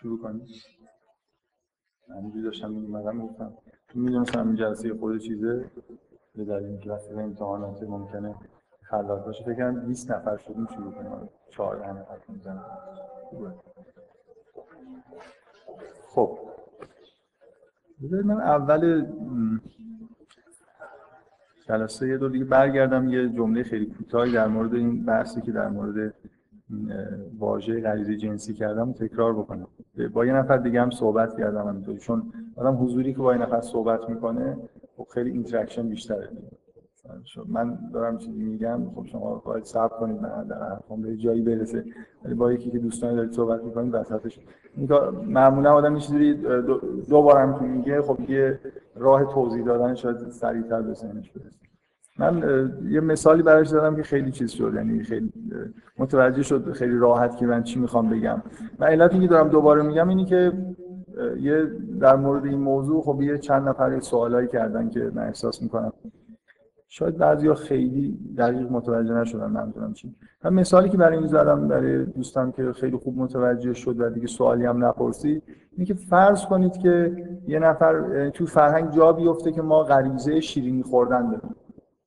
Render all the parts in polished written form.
شروع کنیم. من داشتم می‌گفتم می‌دونستم این جلسه خود چیزه به دلیل اینکه وقتی امتحانات ممکنه خلاق باشه، فکر کنم 20 نفر شدیم شروع کنیم، 14 نفر می‌زنن. خب بذارید من اول جلسه یه دور دیگه برگردم یه جمله خیلی کوتاهی در مورد این بحثی که در مورد واژه غریزه جنسی کردم تکرار بکنم. با یه نفر دیگه هم صحبت کردم همینطوری، چون آدم حضوری که با یه نفر صحبت میکنه خب خیلی اینتراکشن بیشتره دیگه. من دارم چیزی میگم، خب شما باید صبر کنید من در حرفم به جایی برسه، ولی با یکی که دوستان دارید صحبت میکنید وسطش معمولا آدم یه چیزی دو بارم که میگه خب یه راه توضیح دادن شاید سریعتر به ذهنش برسه. من یه مثالی براش زدم که خیلی چیز شد، یعنی خیلی متوجه شد خیلی راحت که من چی میخوام بگم. و علت اینکه دارم دوباره میگم اینی که یه در مورد این موضوع خب یه چند نفر سوالایی کردن که من احساس میکنم شاید بعضیا خیلی دقیق متوجه نشدن منظورم چی. من مثالی که برای این زدم برای دوستان که خیلی خوب متوجه شد و دیگه سوالی هم نپرسید، اینه که فرض کنید که یه نفر تو فرهنگ جا بیفته که ما غریزه شیرینی خوردن داریم.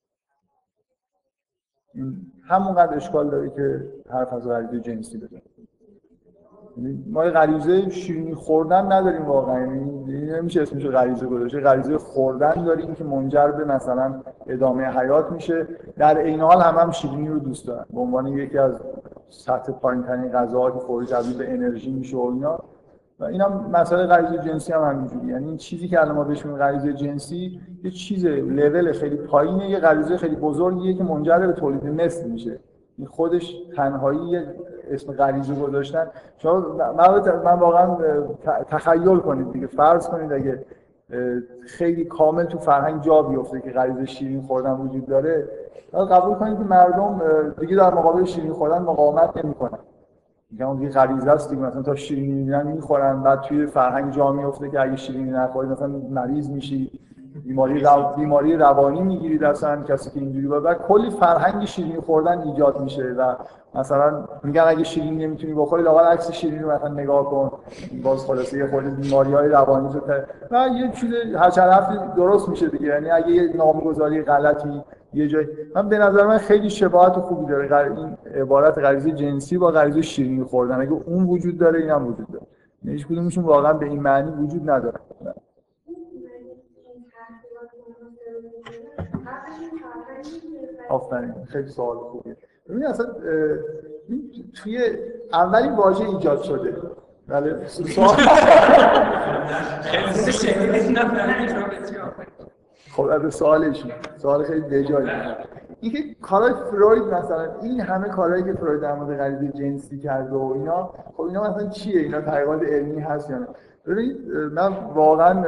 همونقدر اشکال داره که حرف از غریزه جنسی بزنیم. ما غریزه شیرینی خوردن نداریم واقعا، نمیشه اسمش غریزه گذاشت. غریزه خوردن داریم که منجر به مثلا ادامه حیات میشه. در عین حال هم شیرینی رو دوست دارن به عنوان یکی از سطح پایین‌ترین غذاها که فوری تبدیل به انرژی میشه و اینا. و اینم مسئله غریزه جنسی هم همینجوریه. یعنی این چیزی که الان ما بهش میگیم غریزه جنسی یه چیز لول خیلی پایینه، یه غریزه خیلی بزرگیه که منجر به تولید مثل میشه. این خودش تنهایی اسم غریزه گذاشتن. شما من واقعا تخیل کنید دیگه، فرض کنید اگه خیلی کامل تو فرهنگ جا بیفته که غریزه شیرین خوردن وجود داره، قبول کنید که مردم دیگه در مقابل شیرین خوردن مقاومت نمی‌کنن. میگم اون غریزه است دیگه، مثلا تا شیرینی میبینن میخورن، بعد توی فرهنگ جا میفته که اگه شیرینی نخوری مثلا مریض میشی، بیماری روانی میگیرید. اصلا کسی که اینجوری باشه کلی فرهنگ شیرینی خوردن ایجاد میشه و مثلا میگن اگه شیرینی نمیتونی بخوری لااقل عکس شیرینی رو مثلا نگاه کن، باز خلاصه یه خورده بیماری‌های روانی رو و یه چیز هر چند هفته درست میشه دیگه. یعنی اگه یه نامگذاری غلطی یه جای، من به نظر من خیلی شباهت خوبی داره این عبارت غریزه جنسی با غریزه شیرینی خوردن. اگه اون وجود داره اینم وجود داره، هیچ کدومشون واقعا به این معنی وجود نداره. آفرین، خیلی سوال خوبیه. ببین اصلا توی اولین واژه ایجاد شده، ولی سوال خیلی شدید خب از سوال خیلی بجایی. اینکه کارهای فروید مثلا این همه کارهایی که فروید در مورد غریزه جنسی کرده و اینا، خب اینا مثلا چیه؟ اینا تحقیقات علمی هست یا نه؟ ببینید من واقعا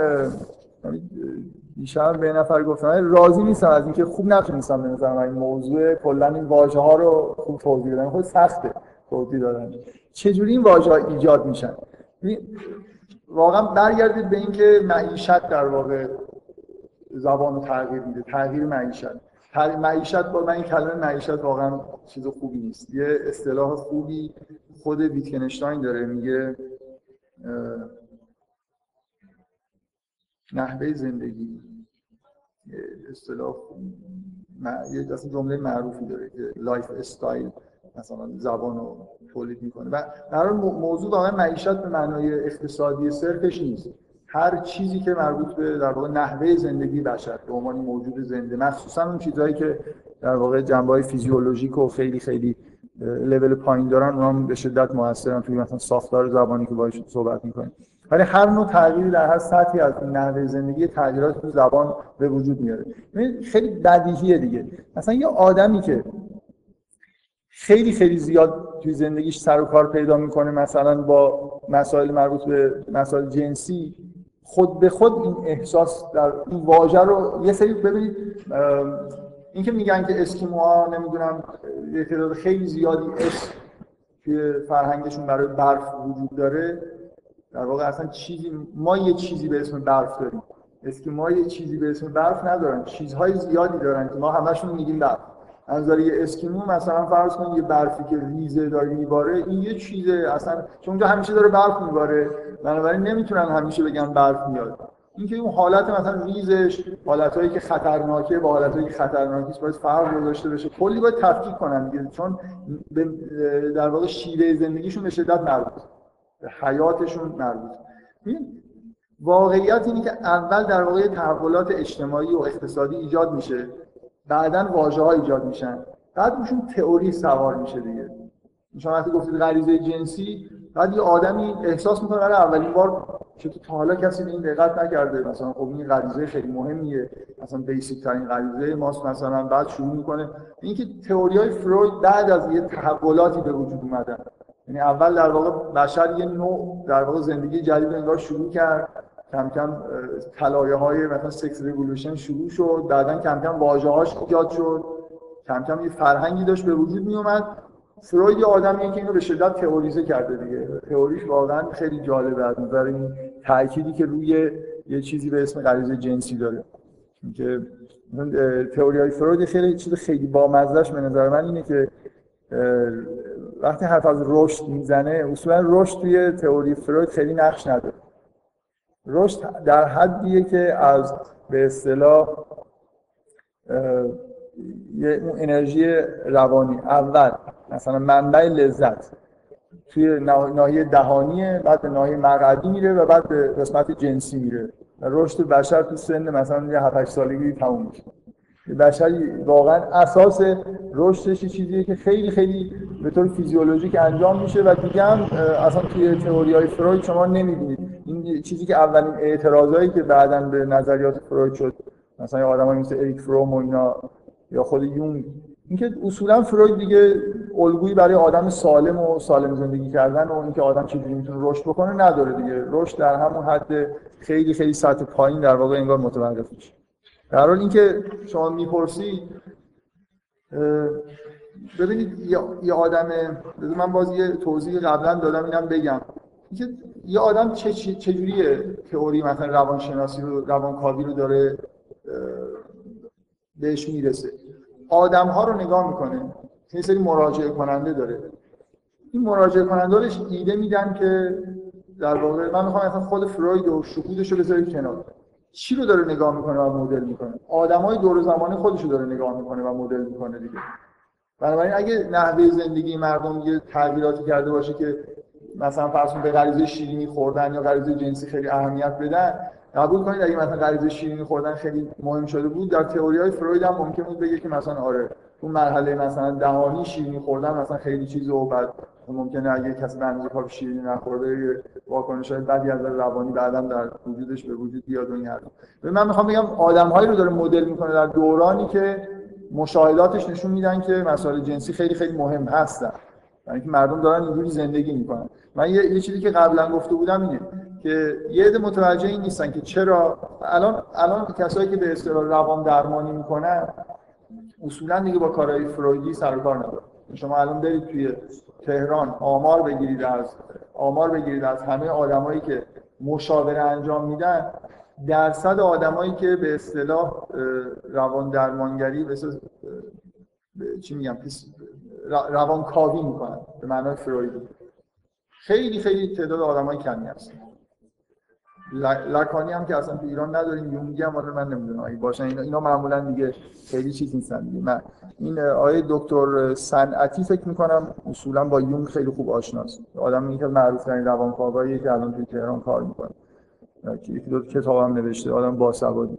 بیشتر به نفر گفتم راضی نیستم از اینکه خوب نتونستم به نظر من این موضوع کلا این واژه‌ها رو خوب توضیح بدم. خود سخته توضیح دادن چجوری این واژه‌ها ایجاد میشن. واقعا برگردید به اینکه معیشت در واقع زبان رو تغییر میده، تغییر معیشت با من این کلمه معیشت واقعا چیز خوبی نیست. یه اصطلاح خوبی خود ویتکنشتاین داره، میگه نحوه زندگی. اصطلاح یه جمله معروفی داره که لایف استایل مثلا زبان رو تولید میکنه و در حال موضوع واقعا معیشت به معنای اقتصادی صرفش نیست. هر چیزی که مربوط به در واقع نحوه زندگی بشر به عنوان موجود زنده، مخصوصا اون چیزهایی که در واقع جنبه‌های فیزیولوژیک و خیلی خیلی لول پایین دارن، اونها به شدت موثرن توی مثلا ساختار زبانی که باهاش صحبت میکنیم. ولی هر نوع تغییری در هر سطحی از نحوه زندگی تغییرات تو زبان به وجود میاره. خیلی بدیهیه دیگه. مثلا یه آدمی که خیلی خیلی زیاد توی زندگیش سر و کار پیدا میکنه مثلا با مسائل مربوط به مسائل جنسی، خود به خود این احساس در این واژه رو یه سری ببینید، این که میگن که اسکیموها نمیدونم یه تعداد خیلی زیادی اسم توی فرهنگشون برای برف وجود داره، در واقع اصلا ما یه چیزی به اسم برف داریم، اسکیموها یه چیزی به اسم برف ندارن، چیزهای زیادی دارن که ما همشون میگیم برف. از نظر یه اسکیمو مثلا فرض کن یه برفی که ریزه داره میباره، این یه چیزه اصلا، چون اونجا همیشه داره برف میباره، بنابراین نمیتونن همیشه بگن برف میاد. اینکه اون حالت مثلا ریزش، حالتایی که خطرناکه با حالتایی که خطرناک نیست باید فرق گذاشته بشه، کلی باید تفکیک کنن دیگه، چون در واقع شیوه زندگیشون به شدت مربوطه، به حیاتشون مربوطه. واقعیت اینه که اول در واقع تحولات اجتماعی و اقتصادی ایجاد میشه، بعداً واژه‌ها ایجاد میشن، بعد روشون تئوری سوار میشه دیگه. شما وقتی گفتید غریزه جنسی، بعد یه آدمی احساس میکنه برای اولین بار که تا حالا کسی به این دقت نکرده، مثلا خب این غریزه خیلی مهمیه، مثلا بیسیک ترین غریزه ماست مثلا، بعد شروع میکنه. اینکه تئوریای فروید بعد از یه تحولاتی به وجود اومدن، یعنی اول در واقع بشر یه نوع در واقع زندگی جدید انگار شروع کرد، کم کم طلایه‌های مثلا سکس ریولوشن شروع شد، بعداً کم کم واژه‌هاش ایجاد شد، کم کم یه فرهنگی داشت به وجود می اومد. فروید یه آدمیه که اینو به شدت تئوریزه کرده دیگه. تئوریش واقعاً خیلی جالبه از نظر این تأکیدی که روی یه چیزی به اسم غریزه جنسی داره. که تئوریای فروید خیلی چیز خیلی بامزه‌اش به نظر من اینه که وقتی حرف از رشد میزنه، اصولاً رشد توی تئوری فروید خیلی نقش نداره. رشد در حدیه که از به اصطلاح یه اون انرژی روانی اول مثلا منبع لذت توی ناحیه دهانیه، بعد به ناحیه مقعدی میره و بعد به قسمت جنسی میره و رشد بشر تو سن مثلا یه 7-8 سالگی تموم میشه. بشر واقعا اساس رشدش چیزیه که خیلی خیلی به طور فیزیولوژیک انجام میشه و دیگه هم اصلا توی تئوریای فروید شما نمیبینید. این چیزی که اولین اعتراضایی که بعداً به نظریات فروید شد، مثلا آدمایی مثل اریک فروم و اینا یا خود یونگ، اینکه اصولا فروید دیگه الگویی برای آدم سالم و سالم زندگی کردن و اینکه آدم چجوری میتونه رشد بکنه نداره دیگه. رشد در همون حد خیلی خیلی سطح پایین در واقع انگار متوقف میشه. در حال اینکه شما میپرسید ببینید یه آدم، من باز یه توضیح قبلا دادم اینم بگم، اینکه یه آدم چجوریه تئوری مثلا روانشناسی رو، روانکاوی رو داره بهش میرسه. آدم‌ها رو نگاه میکنه، یه سری مراجعه کننده داره، این مراجعه کننده‌اش ایده میدن که در واقع من میخوام مثلا خود فروید و شهودش رو بذارید کنار، چی رو داره نگاه میکنه و مدل میکنه؟ آدمای دور زمانه خودش رو داره نگاه میکنه و مدل میکنه دیگه. بنابراین اگه نحوه زندگی مردم یه تغییراتی کرده باشه که مثلا فرض کنید به غریزه شیرینی خوردن یا غریزه جنسی خیلی اهمیت بدن، قبول کنید اگه مثلا غریزه شیرینی خوردن خیلی مهم شده بود، در تئوریای فروید هم ممکن بود بگه که مثلا آره اون مرحله مثلا دهانی شیرینی خوردن مثلا خیلی چیزه و بعد ممکنه اگه کسی به اندازه کافی شیرینی نخورده واکنش‌های بدی از روانی بعداً در وجودش به وجود بیاد و این حرفا. من میخوام بگم آدم‌هایی رو داره مدل میکنه در دورانی که مشاهداتش نشون میدن که مسائل جنسی خیلی خیلی مهم هستن، یعنی که مردم دارن اینجوری زندگی میکنن. من یه چیزی که قبلا گفته بودم اینه که یه عده متوجه این نیستن که چرا الان کسایی که به اصطلاح روان درمانی میکنن اصولا دیگه با کارهای فرویدی سر و کار ندارن. شما الان برید توی تهران آمار بگیرید از همه آدمایی که مشاوره انجام میدن، درصد آدمایی که به اصطلاح روان درمانگری چی میگم روان کاوی میکنن به معنای فرویدی، خیلی خیلی تعداد آدمای کمی هست. لاکانی هم که اصلا تو ایران نداریم، یونگی هم من نمیدونم اگه باشن اینا معمولا دیگه خیلی چیز نیستن دیگه. من این آقای دکتر صنعتی فکر میکنم اصولا با یونگ خیلی خوب آشناست، آدمی که معروف ترین روانکاویه که الان توی تهران کار میکنه، یکی دو کتابم نوشته، آدم باسوادی.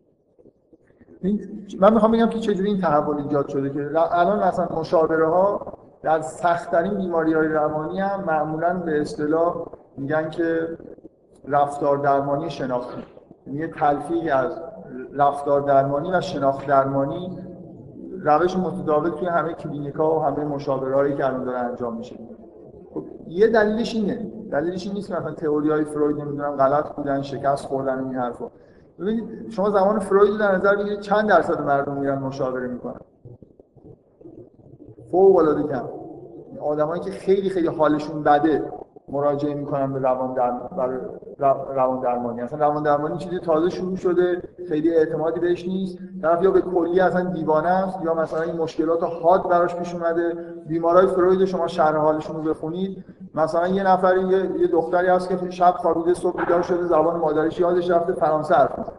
من میخوام بگم که چجوری این تحول ایجاد شده که الان مثلا مشاوره ها در سخت‌ترین بیماری‌های روانی هم معمولاً به اصطلاح میگن که رفتار درمانی شناختی، یعنی تلفیق از رفتار درمانی و شناخت درمانی روش متداول توی همه کلینیک‌ها و همه مشاوره‌هایی که الان داره انجام میشه. خب یه دلیلش این نیست که مثلا تئوری‌های فروید نمیدونم غلط بودن، شکست خوردن این حرفا. ببینید شما زمان فروید رو در نظر بگیرید چند درصد مردم میرن مشاوره میکنن؟ فوق‌العاده کم. آدمایی که خیلی خیلی حالشون بده مراجعه میکنن به روان درمانی. اصلا روان درمانی چیزی تازه شروع شده، خیلی اعتمادی بهش نیست. طرف یا به کلی اصلا دیوانه است یا مثلا این مشکلات حاد براش پیش اومده. بیمارای فروید شما شرح حالشون رو بخونید، مثلا یه نفری یه دختری هست که شب خوابیده صبح بیدار شده زبان مادریش یادش رفته فرانسه حرف می‌زنه.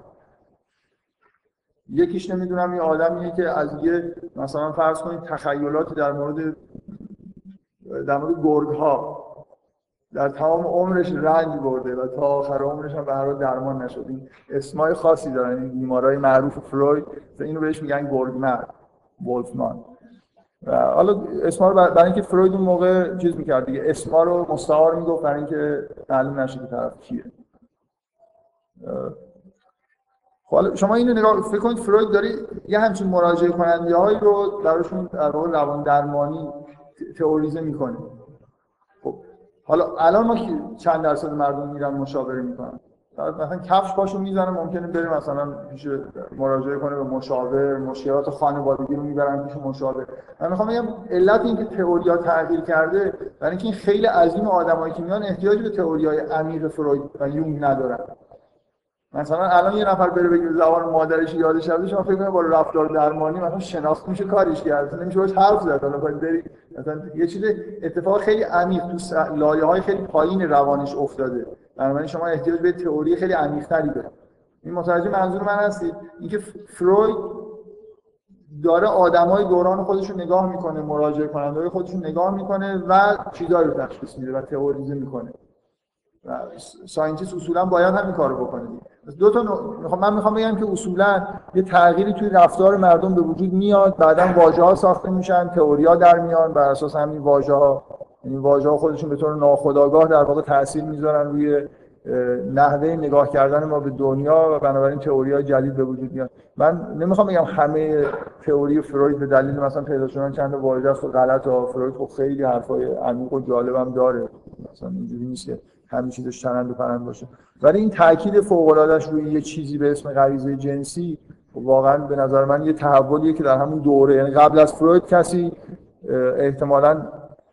یکیش نمیدونم یه آدمیه که از یه مثلا فرض کنید تخیلاتی در مورد گرگ‌ها در تمام عمرش رنج برده و تا آخر عمرش هم به هر حال درمان نشد. این اسمای خاصی دارن این بیمارای معروف فروید، اینو بهش میگن گرگ‌مرد، ولفمان. و حالا اسما رو برای اینکه فروید اون موقع چیز می‌کرد دیگه، اسما رو مستعار میگفت برای اینکه معلوم نشه که طرف کیه. حالا شما اینو نگاه فکر کنید فروید داره یه همچین مراجعه کننده‌هایی رو براشون در واقع روان درمانی تئوریزه می‌کنه. خب حالا الان ما چند درصد مردم میرن مشاوره میکنن؟ مثلا کفش پاشو میزنه، ممکنه بره مثلا پیش مراجعه کنه به مشاور، مشکلات خانوادگی رو میبرن پیش مشاور. من میخوام بگم علت این که تئوریا تغییر کرده برای اینکه این خیلی عظیم آدمایی که میان احتیاج به تئوریای عمیق فروید و یونگ ندارن. مثلا الان یه نفر بره بگه زبان مادرش یادش رفته، شما فکر کنید با رفتار درمانی مثلا شناخت میشه کاریش کرد، نمیشه باش حرف زد. حالا باید بری مثلا یه چیز اتفاق خیلی عمیق تو لایه‌های خیلی پایین روانش افتاده، بنابراین شما احتیاج به تئوری خیلی عمیق‌تری دارید. این متوجه منظور من هستید؟ اینکه فروید داره آدمای دوران خودش رو نگاه میکنه، مراجعه کننده‌های خودش رو نگاه میکنه و چیزایی رو تشخیص میده و تئوریزه میکنه. و ساینتیست اصولا باید همین کارو بکنه. دو تا من میخوام بگم که اصولا یه تغییری توی رفتار مردم به وجود میاد، بعداً واژه‌ها ساخته میشن، تئوریا در میان، بر اساس همین واژه‌ها، یعنی واژه‌ها خودشون به طور ناخودآگاه در واقع تاثیر میذارن روی نحوه نگاه کردن ما به دنیا و بنابراین تئوری‌های جدید به وجود میاد. من نمیخوام بگم همه تئوری فروید به دلیل مثلا پیدا شدن چند تا واژه است غلطه. فروید خب خیلی حرفای عمیق و جالبم داره، مثلا اینجوری نیست که همین چیزش چرند و پرند باشه. ولی این تاکید فوق‌العاده‌اش روی یه چیزی به اسم غریزه جنسی واقعا به نظر من یه تحولیه که در همون دوره، یعنی قبل از فروید کسی احتمالاً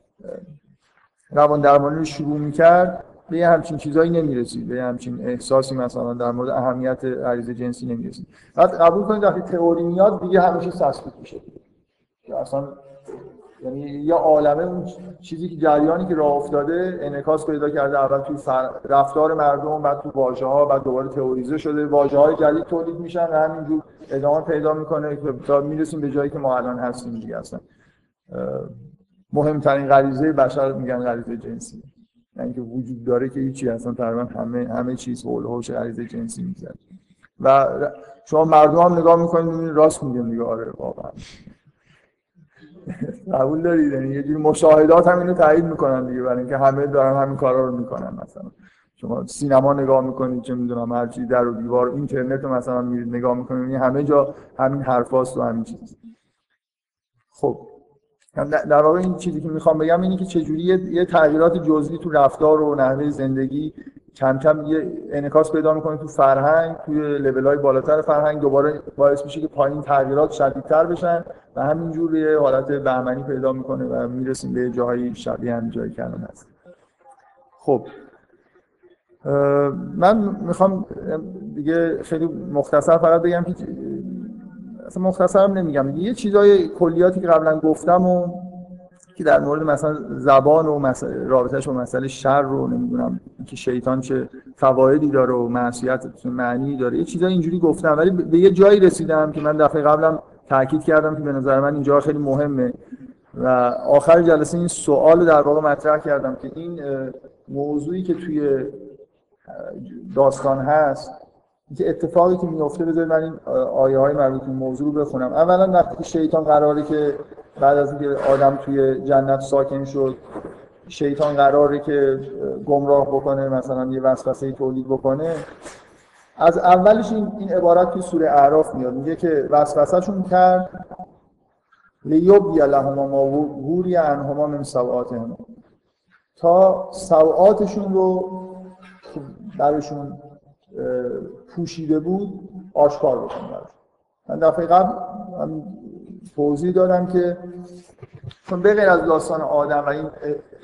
روان درمانی رو شروع می‌کرد به یه همچین چیزایی نمی‌رسید، به همچین احساسی مثلا در مورد اهمیت غریزه جنسی نمی‌رسید. بعد قبول کنید وقتی تئوری میاد دیگه همیشه تثبیت میشه. اصلا یعنی یه عالمه اون چیزی که جریانی که راه افتاده انعکاس پیدا کرده اول توی رفتار مردم، بعد تو واژه‌ها، بعد دوباره تئوریزه شده، واژه‌های جدید تولید میشن و همینجور ادامه پیدا میکنه تا میرسیم به جایی که ما الان هستیم دیگه. اصلا مهمترین غریزه بشر میگن غریزه جنسی، یعنی که وجود داره که هیچی اصلا تقریبا همه چیز حول و حوش غریزه جنسی میگذره و شما مردم هم نگاه میکنید میبینید راست میگن دیگه. آره واقعا قبول دارید؟ یعنی یه جوری مشاهدات هم اینو تایید میکنن دیگه، برای اینکه همه دارن همین کارا رو میکنن. مثلا شما سینما نگاه میکنید، چه میدونم هر چیزی در و دیوار، اینترنت رو مثلا میرید نگاه میکنید میبینید همه جا همین حرفاست و همین چیز. خب در واقع این چیزی که میخوام بگم اینه که چجوری یه تغییرات جزئی تو رفتار و نحوه زندگی کم کم یه انعکاس پیدا میکنه تو فرهنگ، توی لول‌های بالاتر فرهنگ، دوباره باعث میشه که پایین تغییرات شدیدتر بشن و همینجور یه حالت بهمنی پیدا میکنه و میرسیم به جاهای شبیه همین جایی که الان هست. خب من میخوام دیگه خیلی مختصر فقط بگم که اصلا مختصرم نمیگم، یه چیزای کلیاتی که قبلا گفتم و که در مورد مثلا زبان و رابطه‌اش با مسئله شر رو نمیدونم که شیطان چه فوایدی داره و معصیت چه معنی داره، یه چیزای اینجوری گفتم، ولی به یه جایی رسیدم که من دفعه قبلم تاکید کردم که به نظر من اینجا خیلی مهمه و آخر جلسه این سوال در واقع مطرح کردم که این موضوعی که توی داستان هست، اینکه اتفاقی که میفته، بذارید من این آیه‌های مربوط به موضوع رو بخونم. اولا وقتی شیطان قراره که بعد از اینکه آدم توی جنت ساکن شد، شیطان قراره که گمراه بکنه، مثلا یه وسوسه تولید بکنه، از اولش این عبارت توی سوره اعراف میاد، میگه که وسوسه‌شون کرد لیبدی لهما ما وری عنهما من سوآتهما، تا سوآتشون رو براشون پوشیده بود آشکار بکنه براشون. من دفعه قبل توضیح دادم که چون به غیر از داستان آدم و این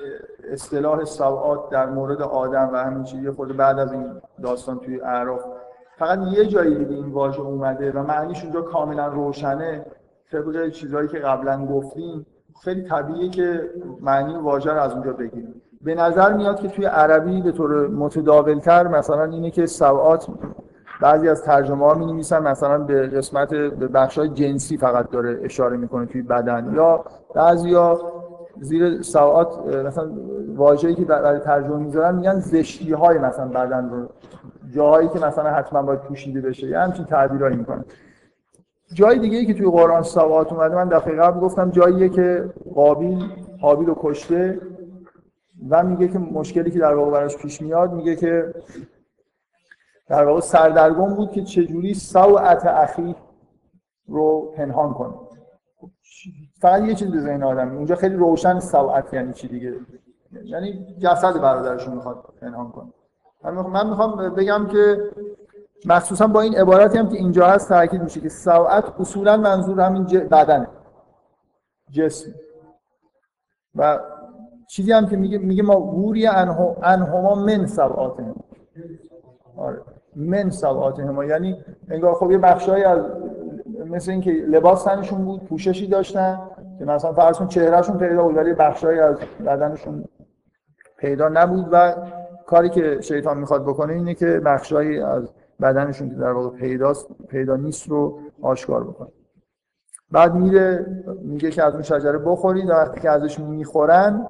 اصطلاح سوءات در مورد آدم و همین چیزی خود بعد از این داستان توی اعراف فقط یه جایی دیگه این واژه اومده و معنیش اونجا کاملا روشنه. طبق چیزایی که قبلا گفتیم خیلی طبیعیه که معنی واژه رو از اونجا بگیریم. به نظر میاد که توی عربی به طور متداول‌تر مثلا اینه که سوءات بعضی از ترجمه‌ها می‌نویسن مثلا به قسمت به بخش‌های جنسی فقط داره اشاره می‌کنه توی بدن، یا بعضیا زیر سوءات مثلا واژه‌ای که برای ترجمه می‌ذارن میگن زشتی‌های مثلا بدن رو، جاهایی که مثلا حتما باید پوشیده بشه، یا همچین تعبیرایی می‌کنن. جای دیگه‌ای که توی قرآن سوءات اومده من دفعه قبل گفتم جاییه که قابیل حابیل رو کشته و میگه که مشکلی که در واقع براش پیش میاد، میگه که در واقع سردرگم بود که چجوری سوءت اخی رو پنهان کنه. فقط یه چیز به ذهن آدم اونجا خیلی روشن سوءت یعنی چی دیگه، یعنی جسد برادرش رو میخواد پنهان کنه. من میخوام بگم که مخصوصا با این عبارتی هم که اینجا هست تاکید میشه که سوءت اصولا منظور همین بدنه، جسم، و چیزی هم که میگه ما ووری انهما من سوءاتهم. آره من سوءاتهم، یعنی انگار خب یه بخشایی از مثل این که لباس تنشون بود، پوششی داشتن که مثلا فرض کن چهرهشون پیدا بود ولی بخشایی از بدنشون پیدا نبود و کاری که شیطان میخواد بکنه اینه که بخشایی از بدنشون که در واقع پیدا نیست رو آشکار بکنه. بعد میگه که از اون شجره بخورید و وقتی که ازش میخورن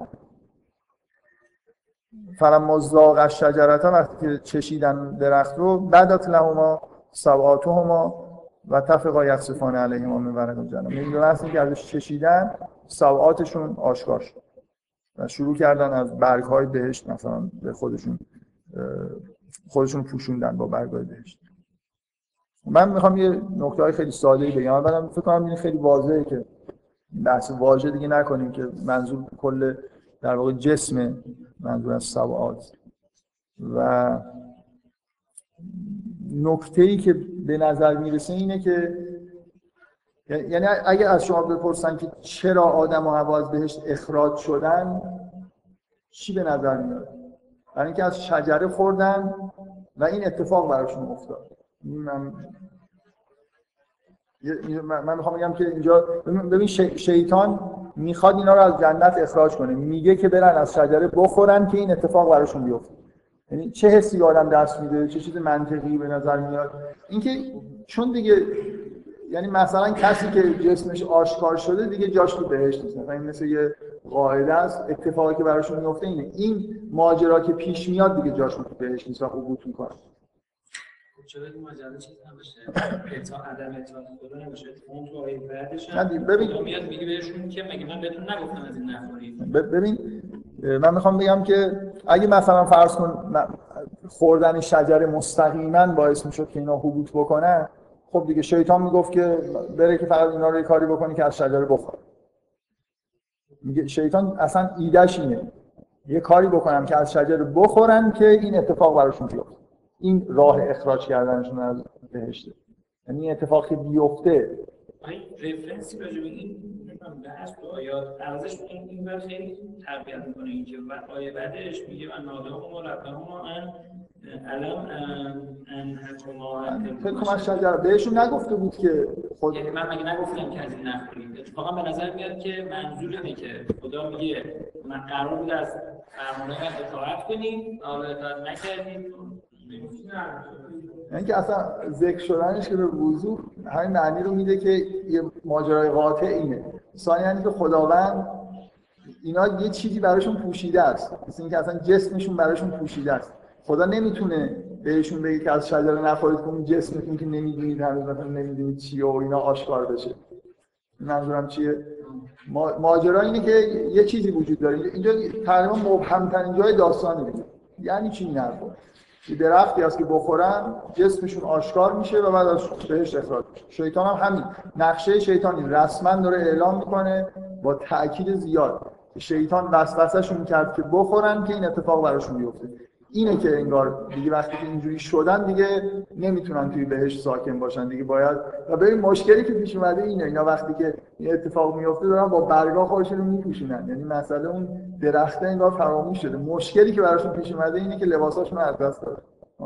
فلما ذاقا الشجرة، وقتی که چشیدن درخت رو، بدت لهما سوآتهما و طفقا یخصفان علیهما من ورق الجنة، میگه وقتی که ازش چشیدن سوآتشون آشکار شد و شروع کردن از برگ‌های بهشت مثلا به خودشون پوشوندن با برگ‌های بهشت. من میخوام یه نکته‌های خیلی ساده‌ای بگم، بعدم فکر کنم این خیلی واضحه که بحث واژه دیگه نکنیم که منظور کل در واقع جسم منظور از سوءات. و نکته‌ای که به نظر میرسه اینه که یعنی اگه از شما بپرسن که چرا آدم و حوا از بهشت اخراج شدن، چی به نظر میاد؟ برای اینکه از شجره خوردن و این اتفاق براشون افتاد. من میخوام بگم که اینجا ببین شیطان میخواد اینا رو از جنت اخراج کنه، میگه که برن از شجره بخورن که این اتفاق براشون بیفته. یعنی چه حسی به آدم دست میده، چه چیز منطقی به نظر میاد اینکه چون دیگه یعنی مثلا کسی که جسمش آشکار شده دیگه جاش تو بهشت نیست، مثلا این مثل یه قاعده است، اتفاقی که براشون میفته اینه، این ماجرا که پیش میاد دیگه جاش تو بهشت نیست و عبور میکنه. چرا این ماجرا چیز نباشه؟ اطاعت عدم اطاعت خدا نباشه؟ اون تو آیه بعدش ببین میاد میگه بهشون که مگه من بهتون نگفتم از این نخورید. ببین من میخوام بگم که اگه مثلا فرض کن خوردن شجره مستقیما باعث میشد که اینا هبوط بکنن، خب دیگه شیطان میگفت که بره که فقط اینا رو یه کاری بکنی که از شجره بخور. میگه شیطان اصلا ایدهش اینه یه کاری بکنم که از شجره بخورن که این اتفاق براشون بیفته. این راه اخراج کردنشون از بهشته، یعنی این اتفاق که بیفته. این رفرنسی راجع به این بحث تو آیات ارزش این بر خیلی تربیت میکنه اینکه آیه بعدش میگه من ناداهم و ربهم علم ان حکما فکر کنم از شجره بهشون نگفته بود که خود، یعنی من مگه نگفتم که از این نخورید. اتفاقا به نظر میاد که منظور اینه که خدا میگه من قرار بود از فرمانه من اطاعت کنیم، حالا اطاعت نکردید. یعنی که اصلا ذکر شدنش که به وضوح همین معنی رو میده که یه ماجرای قاطع اینه. ثانیاً که خداوند اینا یه چیزی براشون پوشیده است، مثل اینکه اصلا جسمشون براشون پوشیده است. خدا نمیتونه بهشون بگه که از شجره نخورید که اون جسمتون که نمیدونید هنوز مثلا نمیدونید چیه و اینا آشکار بشه. منظورم چیه؟ ماجرا اینه که یه چیزی وجود داره. اینجا تقریبا مبهم‌ترین جای داستانه دیگه. یعنی چی این حرفا؟ یه درختی هست که بخورن جسمشون آشکار میشه و بعد از بهش اخراج میشه. شیطان هم همین نقشه شیطانی رسما داره اعلام میکنه با تأکید زیاد. شیطان وسوسه‌شون کرد که بخورن که این اتفاق براشون بیفته. اینه که انگار دیگه وقتی که اینجوری شدن دیگه نمیتونن توی بهشت ساکن باشن دیگه باید و ببین مشکلی که پیش اومده اینه اینا وقتی که این اتفاق میفته دارن با برگا خودشون رو میپوشونن یعنی مسئله اون درخته انگار فراموش شده مشکلی که براشون پیش اومده اینه که لباساشون از دست دادن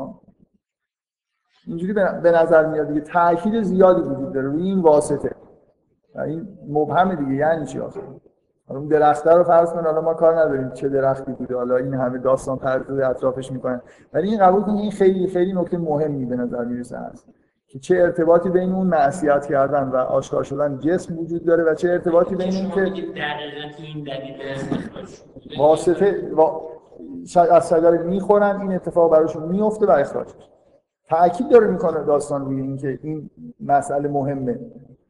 اینجوری به نظر میاد دیگه تأکید زیادی وجود داره روی این واسطه این مبهمه دیگه یعنی چی آخه اون درخته رو فرض کن حالا ما کار نداریم چه درختی بوده حالا این همه داستان پردازی اطرافش میکنن ولی این قبول کنید این خیلی خیلی نکته مهمی به نظر میرسه هست که چه ارتباطی بین اون معصیت کردن و آشکار شدن جسم وجود داره و چه ارتباطی بین این که دقیقاً این دلیل واسطه از شجره میخورن این اتفاق براشون میفته و اخراجش تأکید داره میکنه داستان روی این که این مسئله مهمه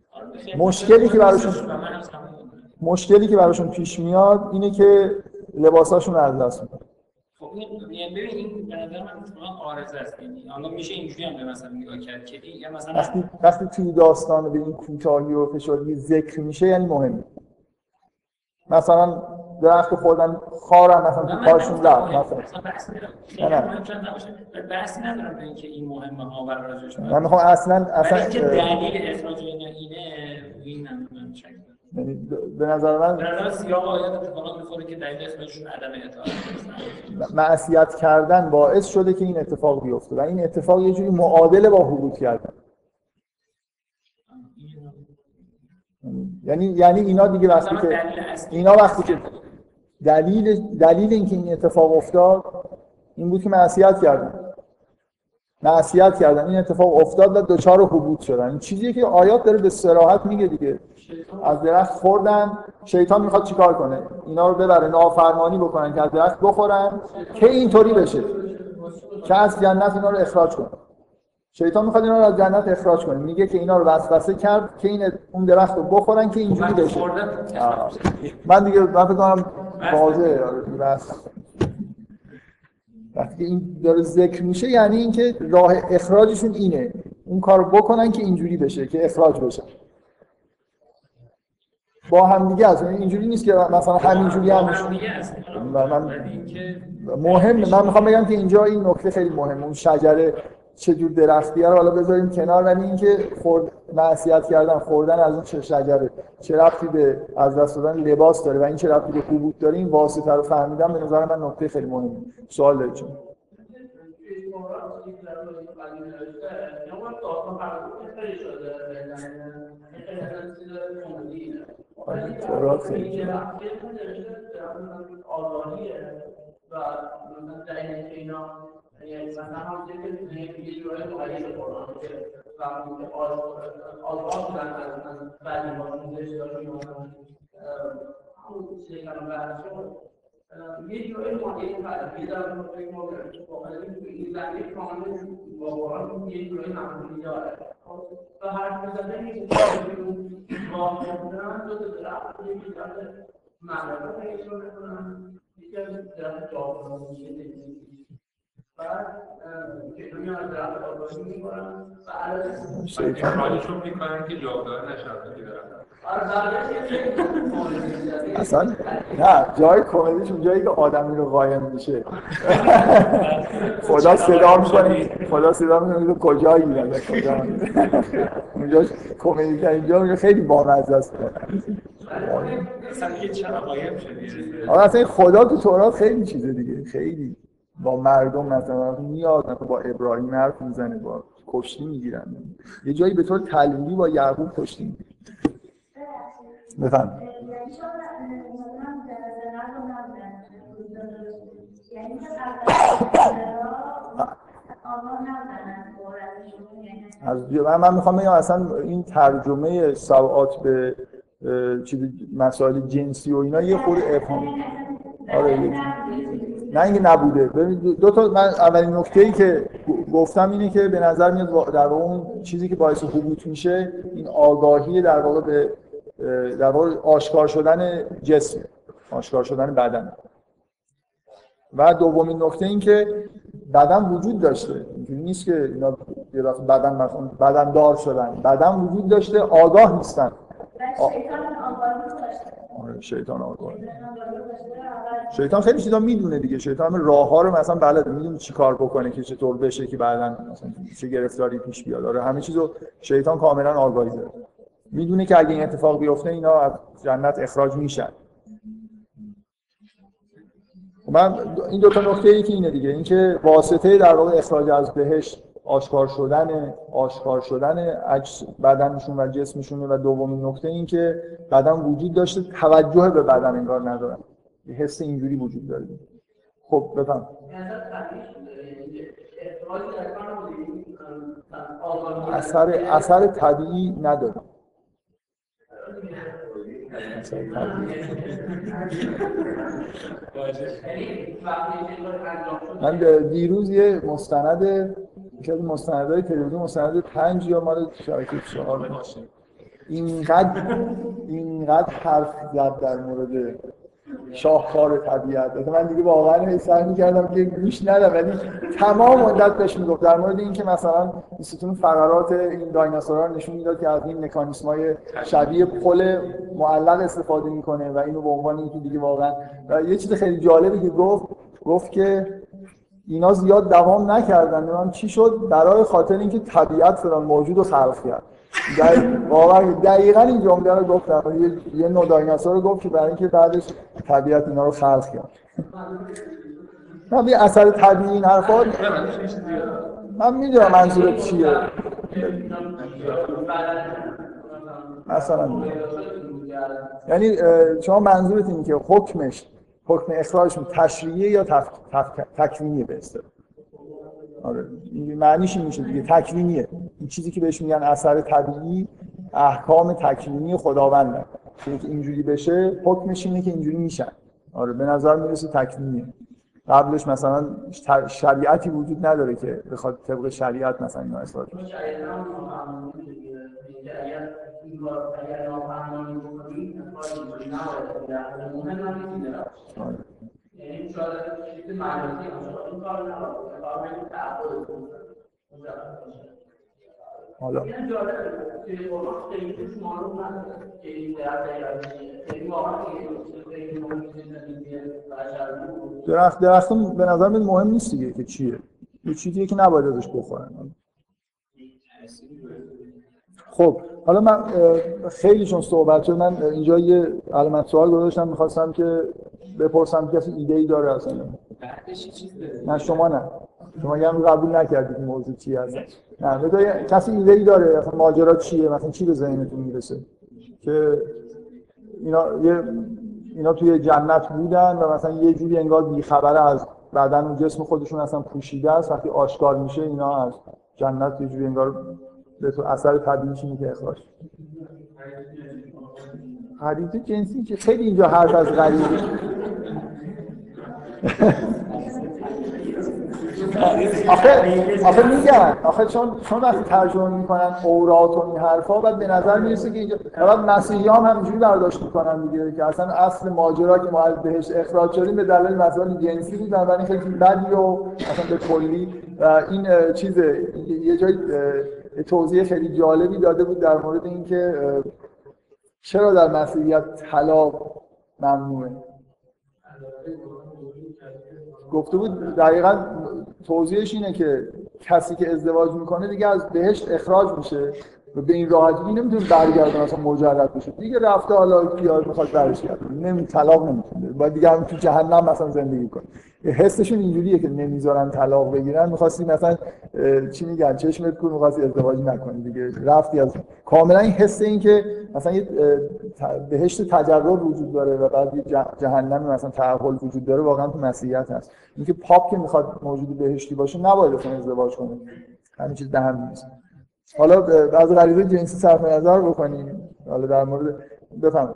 مشکلی که براشون پیش میاد اینه که لباساشون از دست میدن خب این ببین این به نظر من عارضه است حالا میشه اینجوری هم به مثلا نگاه کرد که این مثلا وقتی توی داستان به این کوتاهی و فشردگی ذکر میشه یعنی مهمه مثلا درخت خوردن خارم مثلا تو پاشون رفت مثلا بحثی ندارم به اینکه این مهمه ها و راجعش من میخوام اصلا که دلیل اخراج اینه این نمیدونم چه به نظر من سیاق آیات اتفاقات میخوره که دلیل اخراجشون عدم اطاعت معصیت کردن باعث شده که این اتفاق بیفته و این اتفاق یه جوری معادله با حبوط کردن یعنی اینا دیگه وقتی که دلیل اینکه این اتفاق افتاد این بود که معصیت کردن این اتفاق افتاد و دچار حبوط شدن این چیزیه که آیات داره به صراحت میگه دیگه از درخت خوردن شیطان میخواد چیکار کنه اینا رو ببره نافرمانی بکنن که از درخت بخورن که اینطوری بشه که از جنت اینا رو اخراج کنه شیطان میخواد اینا رو از جنت اخراج کنه میگه که اینا رو وسوسه کرد که اون درخت رو بخورن که اینجوری بشه من دیگه فکر کنم واضحه وقتی که این داره ذکر میشه یعنی اینکه راه اخراجشون اینه اون کارو بکنن که اینجوری بشه که اخراج بشن با هم دیگه است اینجوری نیست که مثلا همینجوری هم مهمه من میخوام بگم که اینجا این نکته خیلی مهمه اون شجره چه جور درختیه رو حالا بذاریم کنار ولی اینکه معصیت کردن خوردن از اون شجره چه ربطی به از دست دادن لباس داره و این چه ربطی به حبوط داره این واسطه رو فهمیدم به نظر من نکته خیلی مهمه سوال دارید چون یعنی مثلا همونجوری که یه جورایی مقایسه قرآن که وقتی که آزاد بودن از بعدی بازمونزش داشتیم همون چیزی که الان بحث شد یه جورایی مقایسه فرضی دارم که ما واقعا این زمینه کاملا با قرآن یه جورایی معمولی داره و هر میزنه میشه واقعا بودن دو تا درخت یکی درخت معرفت نگهشون میکنن یکی از درخت جاودانه میشه بعد که دنیا از درخت آبادی میکنن و اخراجشون میکنن که جاودانه نشن اصلا نه جای کمدیشون جایی که آدمی رو قایم میشه خدا صدا میکنه کجایی میگه کجا اونجا کمدی که اینجا خیلی بامزه است اصلا دیگه چرا قایم شدی اصلا خدا تو تورات خیلی چیزه دیگه خیلی با مردم مثلا میاد با ابراهیم حرف میزنه با کشتی میگیرن یه جایی به طور تلویحی با یعقوب کشتی میگیرن بفهم من میخوام بگم اصلا این ترجمه سوعات به مسائل جنسی و اینا یه خورده ابهامی آره نه اینکه نبوده ببین دو تا من اولین نکته‌ای که گفتم اینه که به نظر میاد در واقع اون چیزی که باعث حبوط میشه این آگاهی در واقع به در واقع آشکار شدن جسم آشکار شدن بدن و دومین نکته این که بدن وجود داشته اینجوری نیست که اینا یه دفعه بدن مثلا بدن دار شدن بدن وجود داشته آگاه نیستن شیطان آگاه. شیطان خیلی چیزا میدونه دیگه. شیطان راه‌ها رو مثلا بلده، میدونه چی کار بکنه که چطور بشه که بعداً مثلا چه گرفتاری پیش بیاد. آره همه چیزو شیطان کاملا آگاهی داره. میدونه که اگه این اتفاق بیفته اینا از جنت اخراج میشن. من این دو تا نکته ای که اینه دیگه، اینکه واسطه در واقع اخراج از بهشت آشکار شدن عکس بدنشون و جسمشونه، و دومین نکته این که بدن وجود داشته توجه به بدن انگار ندارن، یه حس اینجوری وجود داره. خب بفهم اثر طبیعی نداره. من دیروز یه مستند که از مستندهای تلویزیون، مستند 5 یا مال شبکه 4 اینقدر حرف زد در مورد شاهکار طبیعت. من دیگه واقعا سعی می‌کردم که گوش ندم، ولی تمام مدت بهش میگفت در مورد اینکه مثلا ستون فقرات این دایناسورها رو نشون میداد که از این مکانیزم‌های شبیه پل معلق استفاده میکنه و اینو به عنوان اینکه دیگه واقعا. و یه چیز خیلی جالبی که گفت که اینا زیاد دوام نکردن. من چی شد؟ برای خاطر اینکه طبیعت فلان موجود رو خلق کرد. واقعا دقیقاً این جمله رو گفتم. یه نوع دایناسور رو گفت که برای اینکه بعدش طبیعت اینا رو خلق کرد. من یه اثر طبیعی این حرفا من میدونم منظورت چیه. مثلا یعنی شما منظورت اینه که حکم اخراجش تشریعیه یا تکوینیه به اصطلاح. آره معنیش این میشه دیگه، تکوینیه. این چیزی که بهش میگن اثر طبیعی احکام تکوینی خداونده که اینجوری بشه حکمش اینه که اینجوری میشن. آره به نظر میرسه تکوینیه. قبلش مثلا شریعتی وجود نداره که بخواد طبق شریعت مثلا اینا اصلاح بشه. یعنی شاید چیز معنوی این کار حالا این جالبه که واقعا خیلی توش معلوم نداره که این خیلی واقعا خیلی درخت به نظر من مهم نیست دیگه که چیه. یه چیزیه که نباید ازش بخورن. خب حالا من خیلی چون صحبت شد، من اینجا یه علامت سوال گذاشتم، می‌خواستم که بپرسم کسی ایده‌ای داره اصلا. نه شما نه. شما یه هم قبول نکردید این موضوع چیه اصلا. نه مثلا کسی ایده‌ای داره اصلا ماجرا چیه، مثلا چی به ذهنتون میرسه که اینا توی جنت بودن و مثلا یه جوری انگار بی‌خبره از بدن و جسم خودشون اصلا پوشیده است، وقتی آشکار میشه اینا از جنت یه جوری انگار به تو اثر طبیعیش اینه که اخراج. غریزه جنسی که خیلی اینجا حرف از غریزه آخه میگن چون وقتی ترجمه میکنن اورات و این حرفا، بعد به نظر میرسه که اینجا بعد مسیحیان هم همینجوری برداشت میکنن دیگه که اصلا اصل ماجرا که ما از بهشت اخراج شدیم به دلیل مسائل جنسی بود، بنابراین خیلی بدی و اصلا به کلی. و این چیز یه جای توضیح خیلی جالبی داده بود در مورد اینکه چرا در مسیحیت طلاق ممنوعه. گفته بود دقیقاً توضیحش اینه که کسی که ازدواج میکنه دیگه از بهشت اخراج میشه و به این راحتی نمیتونه برگرده مثلا مجرد بشه دیگه، رفته حالا پیار میخواد برگرده، طلاق نمیتونه، باید دیگه هم تو جهنم مثلا زندگی کنه. حسشون اینجوریه که نمیذارن طلاق بگیرن. می‌خواستی مثلا چی میگن چشمت کور، می‌خواستی ازدواج نکنی دیگه، رفتی از کاملا این حس این که مثلا یه بهشت تجرد وجود داره و بعد یه جهنم مثلا تعهل وجود داره، واقعا تو مسیحیت هست. اینکه پاپ که میخواد موجود بهشتی باشه نباید اصلا ازدواج کنه، همین چیز به هم نیست. حالا از غریزه جنسی صرف نظر بکنیم، حالا در مورد بفهم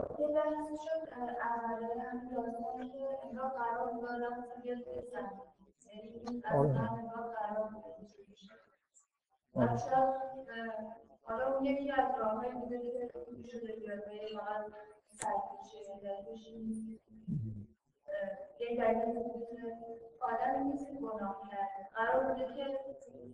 حالا اون یکی از راه‌های بوده که شده بیاد به واقعا سرکشه یه دلیل بوده آدم نیست که گناه کرده، قرار بوده که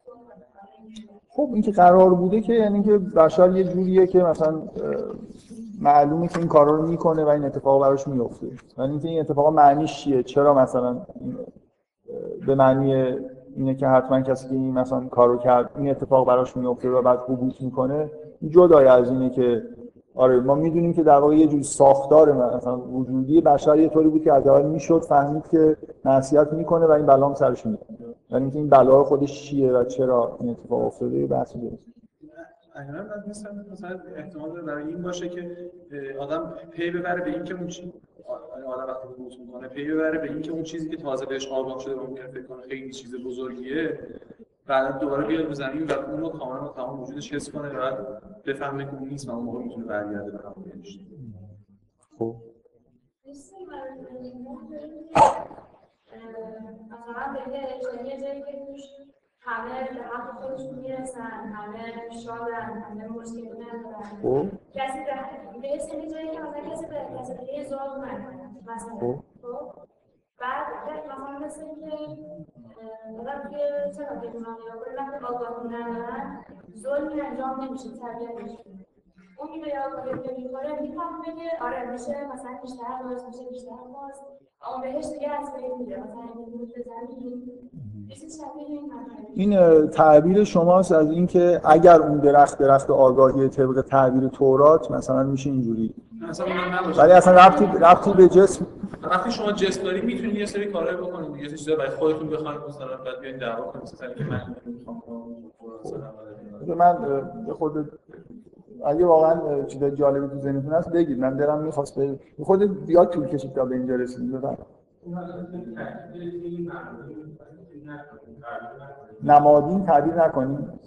خب این که قرار بوده که یعنی که بشر یه جوریه که مثلا معلومه که این کارا رو میکنه و این اتفاق براش میفته. ولی اینکه این اتفاق معنیش چیه؟ چرا مثلا به معنی اینه که حتما کسی که این مثلا کارو کرد این اتفاق براش میفته و بعد حبوط میکنه، جدای از اینه که آره ما میدونیم که در واقع یه جور ساختار مثلا وجودی بشر یه طوری بود که از اول میشد فهمید که معصیت میکنه و این بلا هم سرش میاد. یعنی اینکه این بلا خودش چیه و چرا این اتفاق افتاده بحث درست. احیانا مثلا احتمال داره برای این باشه که آدم پی ببره به این که اون چیز آدم وقتی حبوط میکنه پی ببره به این که اون چیزی که تازه بهش آگاه شده ممکنه فکر کنه خیلی چیز بزرگیه، بعد دوباره بیاد به زمین و اون رو کاملا تمام وجودش حس کنه و بفهمه که اون نیست و اون موقع میتونه برگرده به همونش. خب مثلا به یه جایی که توش همه به حق خودشون میرسن، همه شادن، همه مشکلی ندارن. کسی به یه سری جایی که مثلا کسی به کسی دیگه ظلم نکنه مثلا. بعد مثلا مثل اینکه آدم توی چرا که دنیا وقتی آگاهی ندارن ظلمی انجام نمیشه طبیعتش. اون که به آگاهی می‌کنه میفهمه که آره میشه مثلا بیشتر باز میشه بیشتر باز اما بهش دیگه از بین میره مثلا این بزنی این تعبیر شماست از اینکه اگر اون درخت آگاهی طبق تعبیر تورات مثلا میشه اینجوری، ولی اصلا ربطی به جسم. وقتی شما جسم دارید میتونید یه سری کارهای بکنید، یه چیزا برای خودتون بخواید مثلا بعد بیاین دعوا کنید مثلا که من میخوام من خود اگه واقعا چیز جالبی تو ذهنتون هست بگید، من دلم می‌خواست خود بیاد طول کشید تا به اینجا رسیدیم. بفرمایید. نمادین تعبیر نکنیم.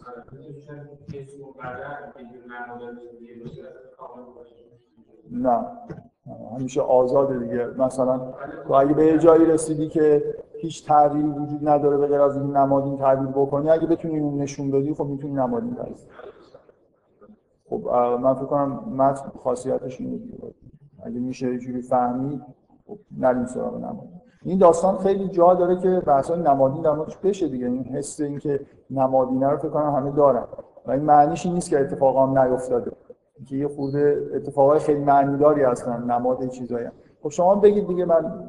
نه همیشه آزاده دیگه. مثلا تو اگه به جایی رسیدی که هیچ تعبیری وجود نداره به غیر از این نمادین تعبیر بکنی، اگه بتونی اون نشون بدی خب میتونی نمادین تعبیر. خب من فکر کنم متن خاصیتش اینه دیگه. اگه میشه یه جوری فهمید خب نریم سراغ نمادین. این داستان خیلی جا داره که بحث‌های نمادین در موردش بشه دیگه. این حس این که نمادینه رو فکر کنم همه دارن و این معنیش این نیست که اتفاقا نیفتاده، که یه خورده اتفاقای خیلی معنیداری هستن، نماد چیزایی. خب شما بگید دیگه. من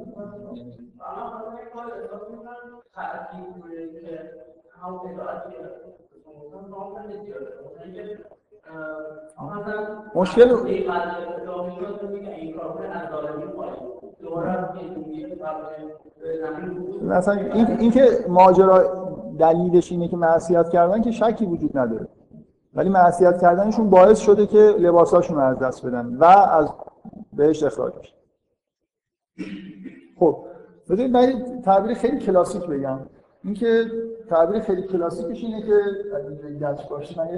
مشکل مثلا این که ماجرا دلیلش اینه که معصیت کردن که شکی وجود نداره، ولی معصیت کردنشون باعث شده که لباساشون رو از دست بدن و از بهشت اخراج بشن. خب بذارید من تعبیر خیلی کلاسیک بگم. این که تعبیر خیلی کلاسیکش اینه که اگه گچ باشه من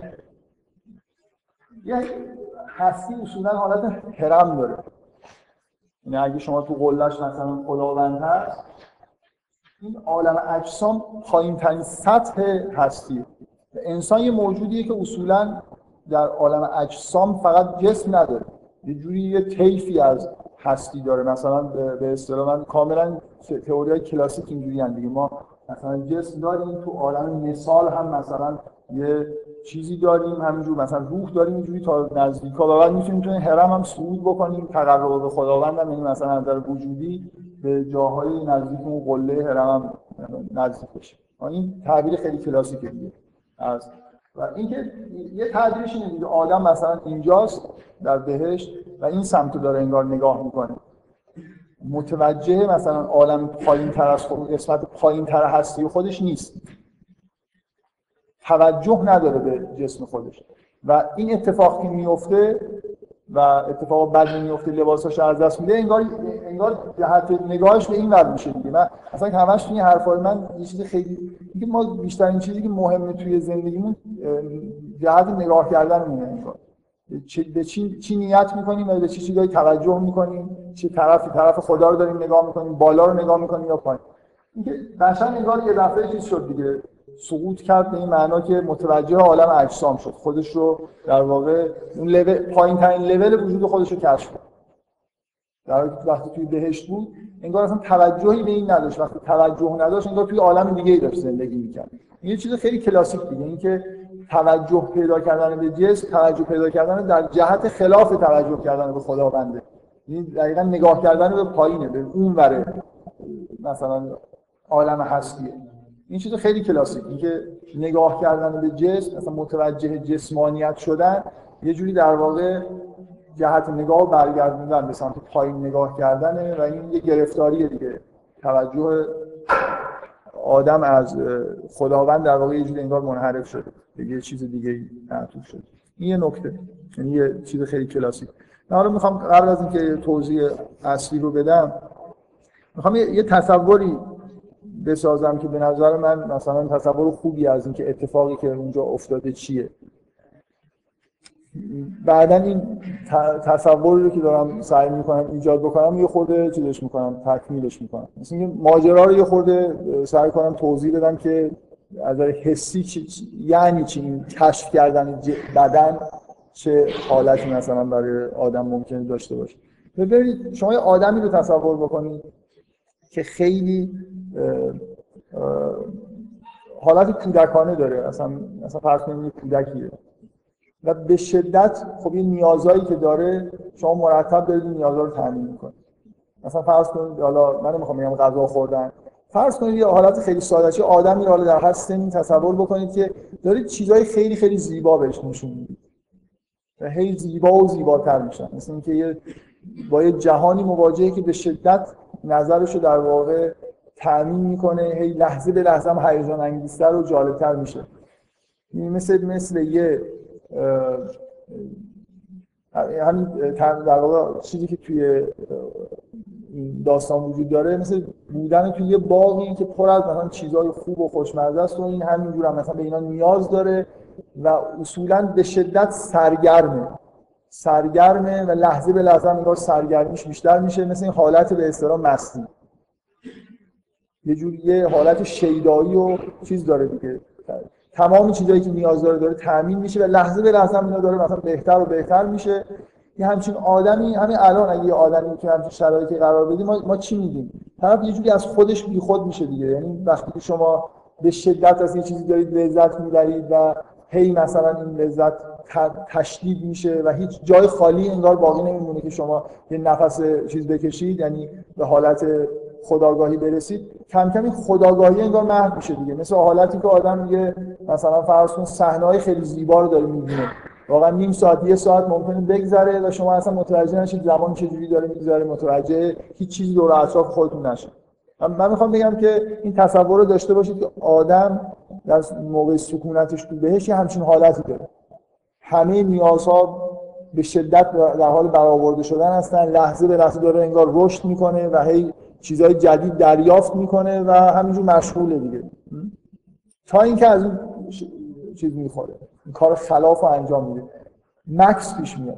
یه هستی اصولا حالت هرم داره. یعنی اگه شما تو قله‌اش مثلا خداوند هست، این عالم اجسام پایین‌ترین سطح هستی. انسان یه موجودیه که اصولا در عالم اجسام فقط جسم نداره، یه جوری یه طیفی از هستی داره. مثلا به اصطلاح من کاملا تئوریای کلاسیک اینجوری ان دیگه. ما مثلا جسم داریم، تو عالم مثال هم مثلا یه چیزی داریم، همینجور مثلا روح داریم اینجوری تا نزدیکا، و بعد میتونیم تو هرم هم صعود بکنیم، تقرب به خداوند هم، یعنی مثلا از نظر وجودی به جاهای نزدیک اون قله هرم هم نزدیک بشیم. این تعبیر خیلی کلاسیکه دیگه. و اینکه یه تعبیرش اینه دیگه، آدم مثلا اینجاست در بهشت و این سمتو داره انگار نگاه میکنه، متوجه مثلا عالم پایین‌تر از خود، قسمت پایین‌تر هستی خودش نیست، توجه نداره به جسم خودش و این اتفاق که میفته و اتفاق بدی میفته، لباساش از دست میده، انگار جهت نگاهش به این ور میشه دیگه. من اصلا همش توی حرفای من یه چیز خیلی دیگه، ما بیشترین چیزی که مهمه توی زندگیمون جهت نگاه کردنمونه. انگار به چی نیت میکنیم و به چه چیزایی توجه میکنیم، چه طرف خدا رو داریم نگاه میکنیم، بالا رو نگاه میکنیم یا پایین. اینکه بشر انگار یه دفعه چیز شد دیگه، سقوط کرد به این معنا که متوجه عالم اجسام شد، خودش رو در واقع اون لول، پایین‌ترین لول وجود خودش رو کشف کرد. در حالی که وقتی توی بهشت بود انگار اصلا توجهی به این نداشت، وقتی توجه نداشت انگار توی عالم دیگه‌ای داشت زندگی می‌کرد. یه چیز خیلی کلاسیک دیگه، این که توجه پیدا کردن به جسم، توجه پیدا کردن در جهت خلاف توجه کردن به خداونده. این دقیقاً نگاه کردن به پایینه، به اون وره مثلا عالم هستیه. این چیز خیلی کلاسیک، این که نگاه کردن به جسم، مثلا متوجه جسمانیت شدن، یه جوری در واقع جهت نگاه برگردوندن به سمت پایین نگاه کردنه و این یه گرفتاریه دیگه. توجه آدم از خداوند در واقع یه جوری انگار منحرف شده، یه چیز دیگه معطوف شده. این یه نکته، یعنی یه چیز خیلی کلاسیک. من حالا میخوام قبل از اینکه توضیح اصلی رو بدم، میخوام یه تصوری بسازم که به نظر من مثلا تصور خوبی از اینکه اتفاقی که اونجا افتاده چیه. بعدن این تصوری رو که دارم سعی میکنم ایجاد بکنم یه خورده چیزش میکنم، تکمیلش میکنم. مثلا این ماجرا رو یه خورده سعی کنم توضیح بدم که از نظر حسی یعنی چی این کشف کردن بدن چه حالتی مثلا برای آدم ممکنه داشته باشه. ببینید شما یه آدمی رو تصور بکنید که خیلی حالت کودکانه داره، مثلا فرض کنید کودکیه و به شدت خب این نیازایی که داره شما مرتب دارید این نیازا رو تامین میکنید. مثلا فرض کنید، حالا من نمیخوام بگم غذا خوردن، فرض کنید یه حالت خیلی ساده‌ای آدمی رو حالا در هر سنی تصور بکنید که دارید چیزای خیلی خیلی زیبا بهش نشون میدید و هی زیبا و زیباتر میشن، مثل اینکه یه با یه جهانی مواجهه که به شدت نظرش رو در واقع تامین میکنه، هی لحظه به لحظه هم هیجان انگیزتر و جالبتر میشه. مثل یه همین در واقع چیزی که توی داستان وجود داره، مثل بودن توی یه باغی که پر از مثلا چیزای خوب و خوشمزه است و این همینجور هم مثلا به اینا نیاز داره و اصولاً به شدت سرگرمه و لحظه به لحظه انگار سرگرمیش بیشتر میشه، مثل این حالت به اصطلاح مستی، یه جوری یه حالت شیدایی و چیز داره دیگه. تمام چیزایی که نیاز داره تامین میشه و لحظه به لحظه اینا داره مثلا بهتر و بهتر میشه. یه همچین آدمی همین الان اگه یه آدمی تو همچین شرایطی قرار بدیم ما چی میگیم؟ طرف یه جوری از خودش بیخود میشه دیگه. یعنی وقتی که شما به شدت از یه چیزی دارید لذت میبرید و هی مثلا این لذت تشدید میشه و هیچ جای خالی انگار باقی نمیمونه که شما یه نفس چیز بکشید، یعنی به حالت خودآگاهی برسید، کم کم این خودآگاهی انگار محو میشه دیگه. مثل حالتی که آدم میگه مثلا فرض کن صحنه‌های خیلی زیبا رو داره میبینه، واقعا نیم ساعت یه ساعت ممکنه بگذره و شما اصلا متوجه نشید زمان چجوری داره میگذره، متوجه هیچ چیزی دور اطراف خودتون نشید. من میخوام بگم که این تصور رو داشته باشید که آدم در موقع سکونتش تو بهش یه همچین حالتی داره، همه نیازها به شدت در حال برآورده شدن هستن، لحظه به لحظه داره انگار رشد میکنه و هی چیزهای جدید دریافت میکنه و همینجور مشغوله دیگه، تا اینکه از این چیز میخوره، این کار خلاف رو انجام میده، مکس پیش میاد،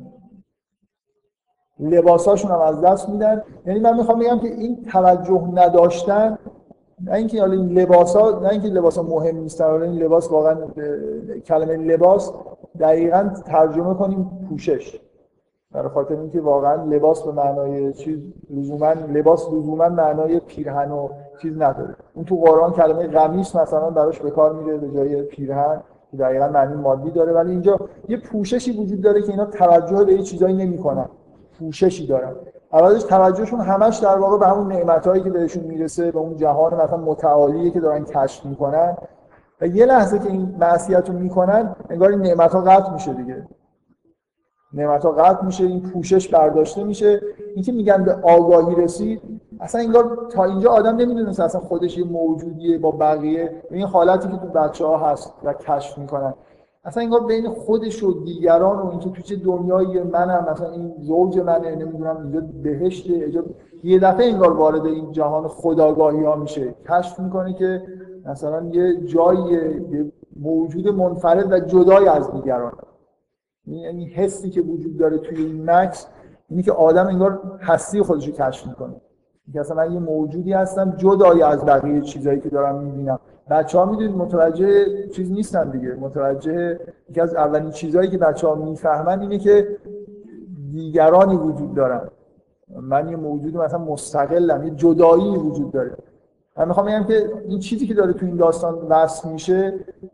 لباساشون هم از دست میدن. یعنی من میخوام بگم که این توجه نداشتن، نه اینکه حالا این لباسا، نه اینکه لباسا مهم نیستن، حالا این لباس واقعا کلمه لباس دقیقاً ترجمه کنیم پوشش، برای خاطر اینکه واقعا لباس به معنای چیز لزوما معنای پیرهن و چیز نداره. اون تو قرآن کلمه قمیص مثلا براش به کار میره به جای پیرهن که دقیقاً معنی مادی داره، ولی اینجا یه پوششی وجود داره که اینا توجه به یه چیزایی نمی‌کنن، پوششی دارن. اولش توجهشون همش در واقع به همون نعمتایی که بهشون میرسه، به اون جهان مثلا متعالی که دارن کشف میکنن و یه لحظه که این معصیت رو میکنن انگار این نعمت‌ها قطع میشه دیگه، نعمت‌ها قطع میشه، این پوشش برداشته میشه. این که میگن به آگاهی رسید، اصلا انگار تا اینجا آدم نمیدونه اصلا خودش یه موجودیه با بقیه، این حالتی که تو بچه‌ها هست و کشف میکنن، اصلا انگار بین خودش و دیگران و اینکه تو چه دنیایی منم، مثلا این زوج منه، نمیدونم اینجا بهشته، اینجا یه دفعه انگار وارد این جهان خودآگاهی ها میشه، کشف میکنه که مثلا یه جایی موجود منفرد و جدای از دیگران. یعنی حسی که وجود داره توی این مکس اینی که آدم انگار هستی خودش رو کشف میکنه، اینکه اصلا من یه موجودی هستم جدای از بقیه چیزایی که دارم میبینم. بچه‌ها میدونید متوجه چیز نیستن دیگه، متوجه یکی از اولین چیزایی که بچه‌ها میفهمن اینه که دیگرانی وجود دارن، من یه موجود مثلا مستقلم، یه جدایی وجود داره. من میخوام بگم که این چیزی که داره تو این داستان وصف میشه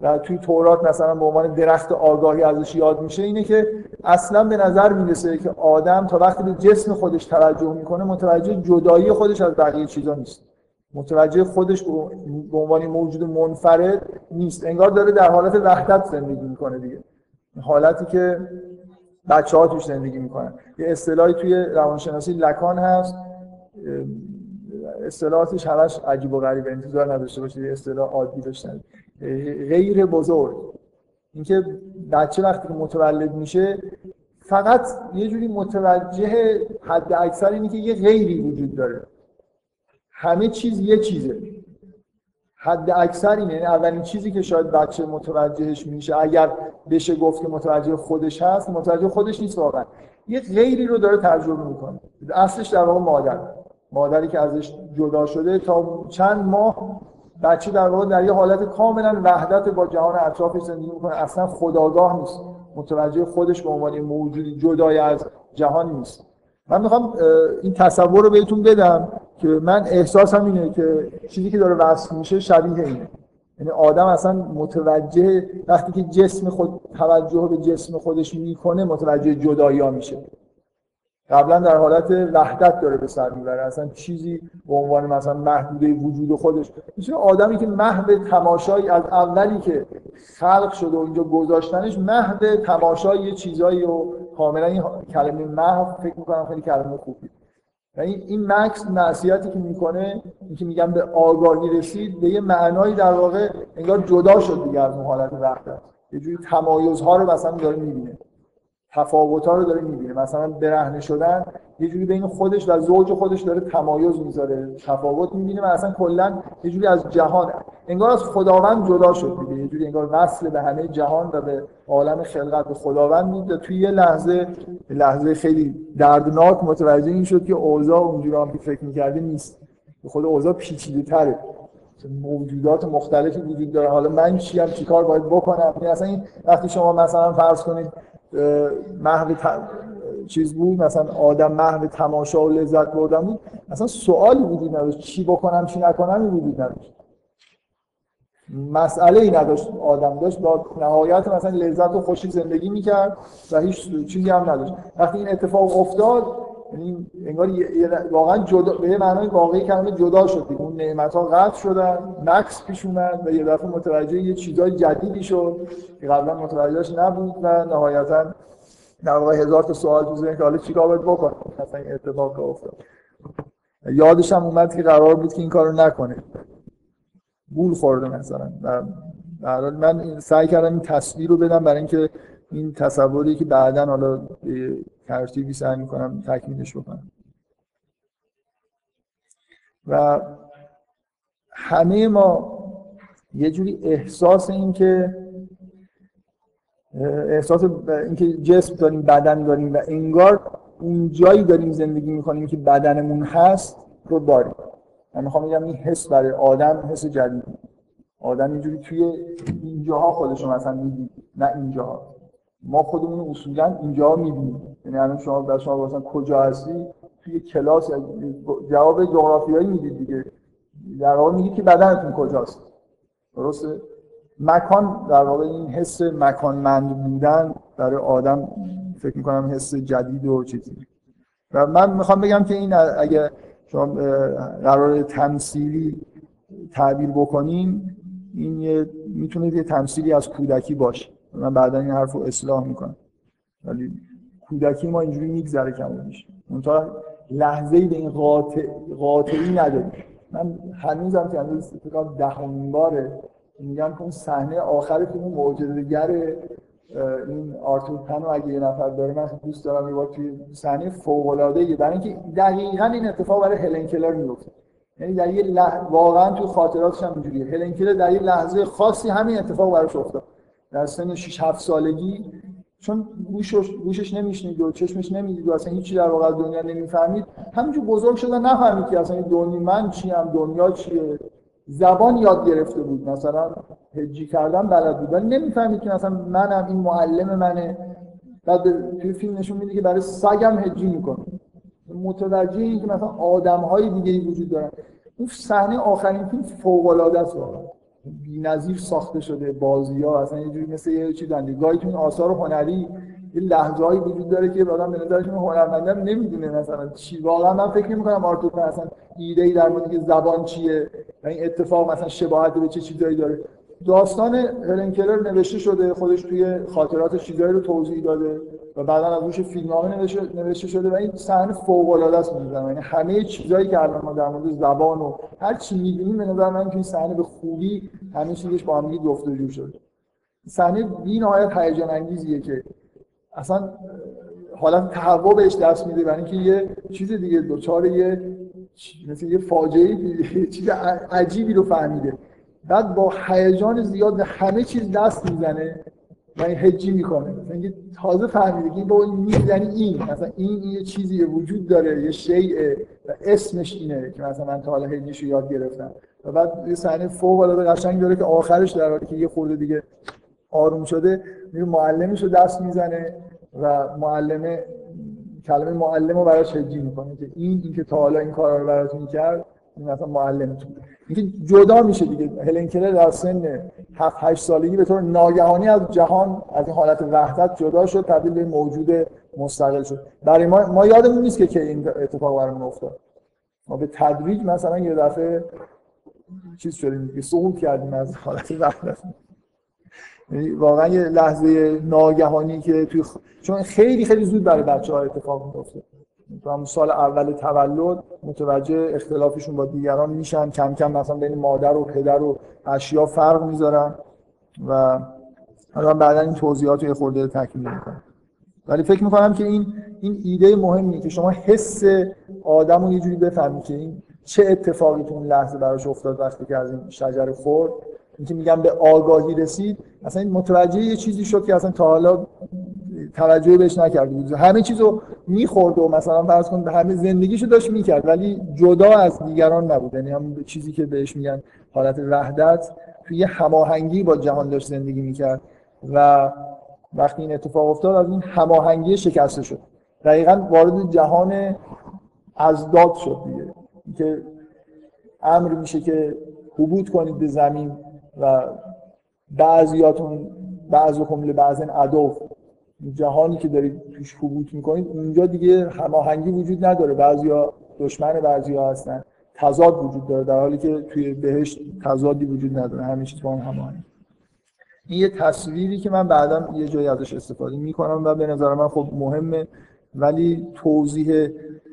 و توی تورات مثلا به عنوان درخت آگاهی ازش یاد میشه اینه که اصلا به نظر میرسه که آدم تا وقتی به جسم خودش توجه میکنه متوجه جدایی خودش از بقیه چیزا نیست، متوجه خودش به عنوان موجود منفرد نیست، انگار داره در حالت وحدت زندگی میکنه دیگه، حالتی که بچه‌ها توش زندگی میکنن. یه اصطلاحی توی روانشناسی لکان هست، اصطلاحاتش همش عجیب و غریبه، انتظار نداشته باشید اصطلاح عادی داشتن. غیر بزرگ، اینکه بچه وقتی که متولد میشه فقط یه جوری متوجه حد اکثر اینه که یه غیری وجود داره، همه چیز یه چیزه، حد اکثر اینه. یعنی اولین چیزی که شاید بچه متوجهش میشه اگر بشه گفت که متوجه خودش هست، متوجه خودش نیست، واقعا یه غیری رو داره تجربه میکنه. اصلش در واقع مادری که ازش جدا شده تا چند ماه بچه در واقع در یه حالت کاملا وحدت با جهان اطرافش زندگی میکنه، اصلا خودآگاه نیست، متوجه خودش به عنوان موجودی جدای از جهان نیست. من میخوام این تصور رو بهتون بدم که من احساسم اینه که چیزی که داره وصف میشه شبیه اینه، یعنی آدم اصلا متوجه وقتی که جسم خود توجه به جسم خودش میکنه متوجه جدایی ها میشه، قبلا در حالت وحدت داره به سر میبره، اصلا چیزی به عنوان مثلا محدوده وجود خودش میشه. آدمی که محو تماشایی از اولی که خلق شده و اینجا گذاشتنش محو تماشای یه چیزایی و کاملا این کلمه محو فکر میکنم خیلی کلمه خوبی، یعنی این مکس معصیتی که میکنه، این که میگم به آگاهی رسید، به یه معنایی در واقع انگار جدا شد دیگه از اون حالت وحدت، یه جوری تمایزها رو مثلا داره میبینه، تفاوت‌ها رو داره می‌بینه، مثلا برهنه شدن یه جوری بین خودش و زوج خودش داره تمایز میذاره، تفاوت می‌بینه و اصلا کلاً یه جوری از جهان انگار از خداوند جدا شد دیگه، یه جوری انگار وصل به همه جهان و به عالم خلقت به خداوند بود. توی یه لحظه خیلی دردناک متوجه این شد که اوضاع اونجوری هم که فکر می‌کرده نیست، خود اوضاع پیچیده‌تره، موجودات مختلفی وجود داره، حالا من چیم، چیکار باید بکنم. اصلا این وقتی شما مثلا فرض کنید محو چیز بود، مثلا آدم محو تماشا و لذت بردن بود، اصلا سوالی وجود نداشت، چی بکنم چی نکنم وجود نداشت، مسئله ای نداشت، آدم داشت با نهایت مثلا لذت و خوشی زندگی میکرد و هیچ چیزی هم نداشت. وقتی این اتفاق افتاد یعنی انگار واقعا جدا به معنای واقعی کلمه جدا شد، اون نعمت‌ها قطع شدن، نقص پیش اومد و یه دفعه متوجه یه چیزای جدیدی شد که قبلا متوجهش نبود و نهایتاً در واقع هزار تا سوال تو ذهن که حالا چیکار باید بکنه مثلا این اتفاق افتاد. یادش هم اومد که قرار بود که این کارو نکنه، گول خورده مثلا. و در حال من سعی کردم این تصویر رو بدم برای اینکه این تصوری که بعداً حالا ترتیبی سعی می‌کنم تکمیلش بکنم. و همه ما یه جوری احساس اینکه جسم داریم، بدن داریم و انگار اون جایی داریم زندگی می‌کنیم که بدنمون هست رو داریم. من می‌خوام بگم این حس برای آدم حس جدیده. آدم اینجوری توی اینجاها خودش رو مثلا می‌دید، نه اینجاها. ما خودمون اصولا اینجا می‌بینیم. یعنی الان شما مثلا کجا هستی توی کلاس جواب جغرافیایی میدید دیگه، در واقع میگید که بدنتون کجاست، درسته؟ مکان در واقع این حس مکانمند بودن برای آدم فکر می‌کنم حس جدید و چیزی. و من می‌خوام بگم که این اگه شما قرار تمثیلی تعبیر بکنیم، این میتونه یه تمثیلی از کودکی باشه. من بعدا این حرفو اصلاح میکنم، ولی کودکی ما اینجوری میگذره کم میشه، اونطور لحظه‌ای به این قاطعی نداریم. من هنوزم که هنوز فکر 10مین باره میگم که اون صحنه آخر فیلم معجزه‌گر این آرتور پنو اگه یه نفر داره من دوست دارم یه بار توی صحنه فوق‌العاده‌ای، برای اینکه دقیقاً این اتفاق برای هلن کلر میفته. یعنی در یه واقعاً تو خاطراتش هم اینجوریه، هلن کلر در یه لحظه خاصی همین اتفاق براش افتاد. در سن 6-7 سالگی چون گوشش نمیشنید و چشمش نمیدید و اصلا هیچی در واقع دنیا نمیفهمید، همینجور بزرگ شده نفهمید که اصلا دنیا من چیم، دنیا چیه. زبان یاد گرفته بود، مثلا هجی کردن بلد بود ولی نمیفهمید که مثلا منم، این معلم منه. بعد توی فیلم نشون میده که برای سگم هجی میکنه، متوجه این که مثلا آدم‌های دیگه‌ای وجود دارن. اون صحنه آخرین فیلم فوق‌العاده است واقعا، بی‌نظیر ساخته شده، بازی‌ها اصلا یه جوری مثل یه چیزن. گاهی تو این آثار هنری یه لحظه‌ای وجود داره که آدم به نظرش هنرمندم نمیدونه مثلا چی. واقعا من فکر نمی‌کنم آرتور اصلا ایده‌ای در مورد زبان چیه و این اتفاق مثلا شباهت به چه چیزایی داره. داستان هلن کلر نوشته شده، خودش توی خاطراتش چیزایی رو توضیح داده و بعداً از روش فیلمنامه نوشته شده و این صحنه فوق‌العاده است می‌ذارم. یعنی همه چیزایی که الان ما در مورد زبان و هر چی می‌دونیم به نظر من تو این صحنه به خوبی همه چیزش با هم دیگه جفت و جور شده. صحنه بی‌نهایت هیجان انگیزیه که اصلا حالت تهوع بهش دست میده، برای اینکه یه چیز دیگه دوچار یه مثل یه فاجعه چیز عجیبی رو فهمیده، بعد با هیجان زیاد به همه چیز دست میزنه و این هجی میکنه. مثلا اینکه تازه فهمیده که با این میزنی این مثلا این یه چیزی وجود داره، یه شیء و اسمش اینه که مثلا من تا حالا هجیشو یاد گرفتم. و بعد یه صحنه فوق العاده قشنگ داره که آخرش در حالی که یه خورده دیگه آروم شده میره معلمش رو دست میزنه و معلمه کلمه معلم رو براش هجی میکنه که این که تا حالا این کارا رو براتون میکرد این مثلا معلمتون. اینکه جدا میشه دیگه. هلن کلر در سن 7-8 سالگی به طور ناگهانی از جهان، از این حالت وحدت جدا شد، تبدیل به موجود مستقل شد. برای ما یادمون نیست که این اتفاق برامون افتاد. ما به تدریج مثلا یه دفعه چیز شدیم، سقوط کردیم از حالت وحدت. یعنی واقعا یه لحظه ناگهانی که چون خیلی خیلی زود برای بچه‌ها اتفاق میفته. تو همون سال اول تولد متوجه اختلافشون با دیگران میشن، کم کم مثلا بین مادر و پدر و اشیا فرق میذارن و حالا بعداً این توضیحات رو یه خورده تکمیل میکنم. ولی فکر میکنم که این ایده مهمیه که شما حس آدمو یه جوری بفهمید که این چه اتفاقی تو اون لحظه براش افتاد وقتی که از این شجره خورد. اینکه میگم به آگاهی رسید، اصلا متوجه یه چیزی شد که اصلا تا حالا توجه بهش نکرده بود. همه چیزو میخورد و مثلا فرض کن همه زندگیشو داشت میکرد ولی جدا از دیگران نبود. یعنی هم چیزی که بهش میگن حالت وحدت، توی یه هماهنگی با جهان داشت زندگی میکرد و وقتی این اتفاق افتاد از این هماهنگی شکسته شد. دقیقاً وارد جهان ازداد شد دیگه، که امر میشه که حبوط کنید به زمین و بعضیاتون بعضکم لبعض عدو. جهانی که دارید توش حبوط میکنید اونجا دیگه هماهنگی وجود نداره، بعضیا دشمن بعضیا هستن، تضاد وجود داره، در حالی که توی بهشت تضادی وجود نداره، همه چیز با هم هماهنگ. این یه تصویری که من بعداً یه جایی ازش استفاده میکنم و به نظر من خب مهمه، ولی توضیح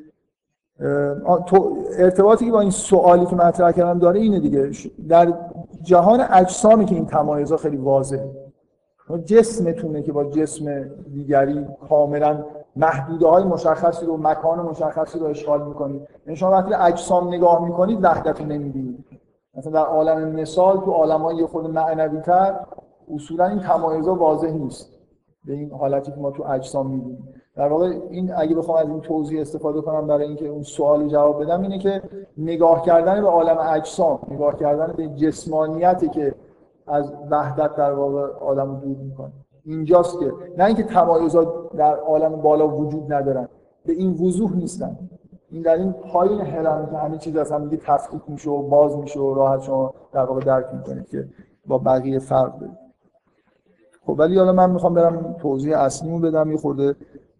ارتباطی که با این سوالی که مطرح کردم داره اینه دیگه. در جهان اجسامی که این تمایزها خیلی واضحه، جسمتونه که با جسم دیگری کاملا محدوده‌های مشخصی رو، مکان مشخصی رو اشغال می‌کنید. یعنی شما وقتی اجسام نگاه می‌کنید وحدت رو نمی‌بینید. مثلا در عالم مثال، تو عالم‌های یه خورده معنوی‌تر اصولا این تمایزها واضح نیست به این حالتی که ما تو اجسام می‌بینیم. در واقع این اگه بخوام از این توضیح استفاده کنم برای اینکه اون سوال جواب بدم، اینه که نگاه کردن به عالم اجسام، نگاه کردن به جسمانیتی که از وحدت در واقع آدمو دور میکنه. اینجاست که نه اینکه تمایزات در عالم بالا وجود ندارن، به این وضوح نیستن. این در این پایین هرم که همه چیز از هم دیگه تفکیک میشه و باز میشه و راحت شما در واقع درک میکنید که با بقیه فرق داره. خب ولی حالا من میخوام برم توضیح اصلیمو بدم. یه خورده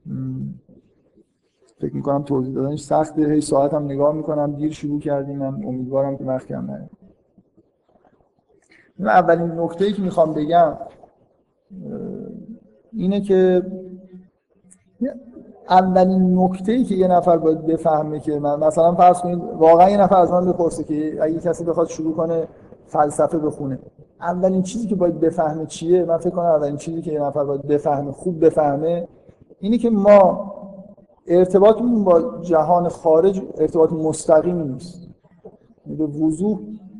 فکر میکنم توضیح دادنش سخته، هی ساعتم نگاه میکنم دیر شروع کردیم، من امیدوارم که وقت کم نیاد. اولین نکته‌ای که میخوام بگم اینه که اولین نکته‌ای که یه نفر باید بفهمه که من مثلا فرض کنید واقعا یه نفر از من بپرسه که اگه کسی بخواد شروع کنه فلسفه بخونه، اولین چیزی که باید بفهمه چیه؟ من فکر کنم اولین چیزی که یه نفر باید بفهمه، خوب بفهمه، اینه که ما ارتباطمون با جهان خارج ارتباط مستقیمی نیست. به وضوح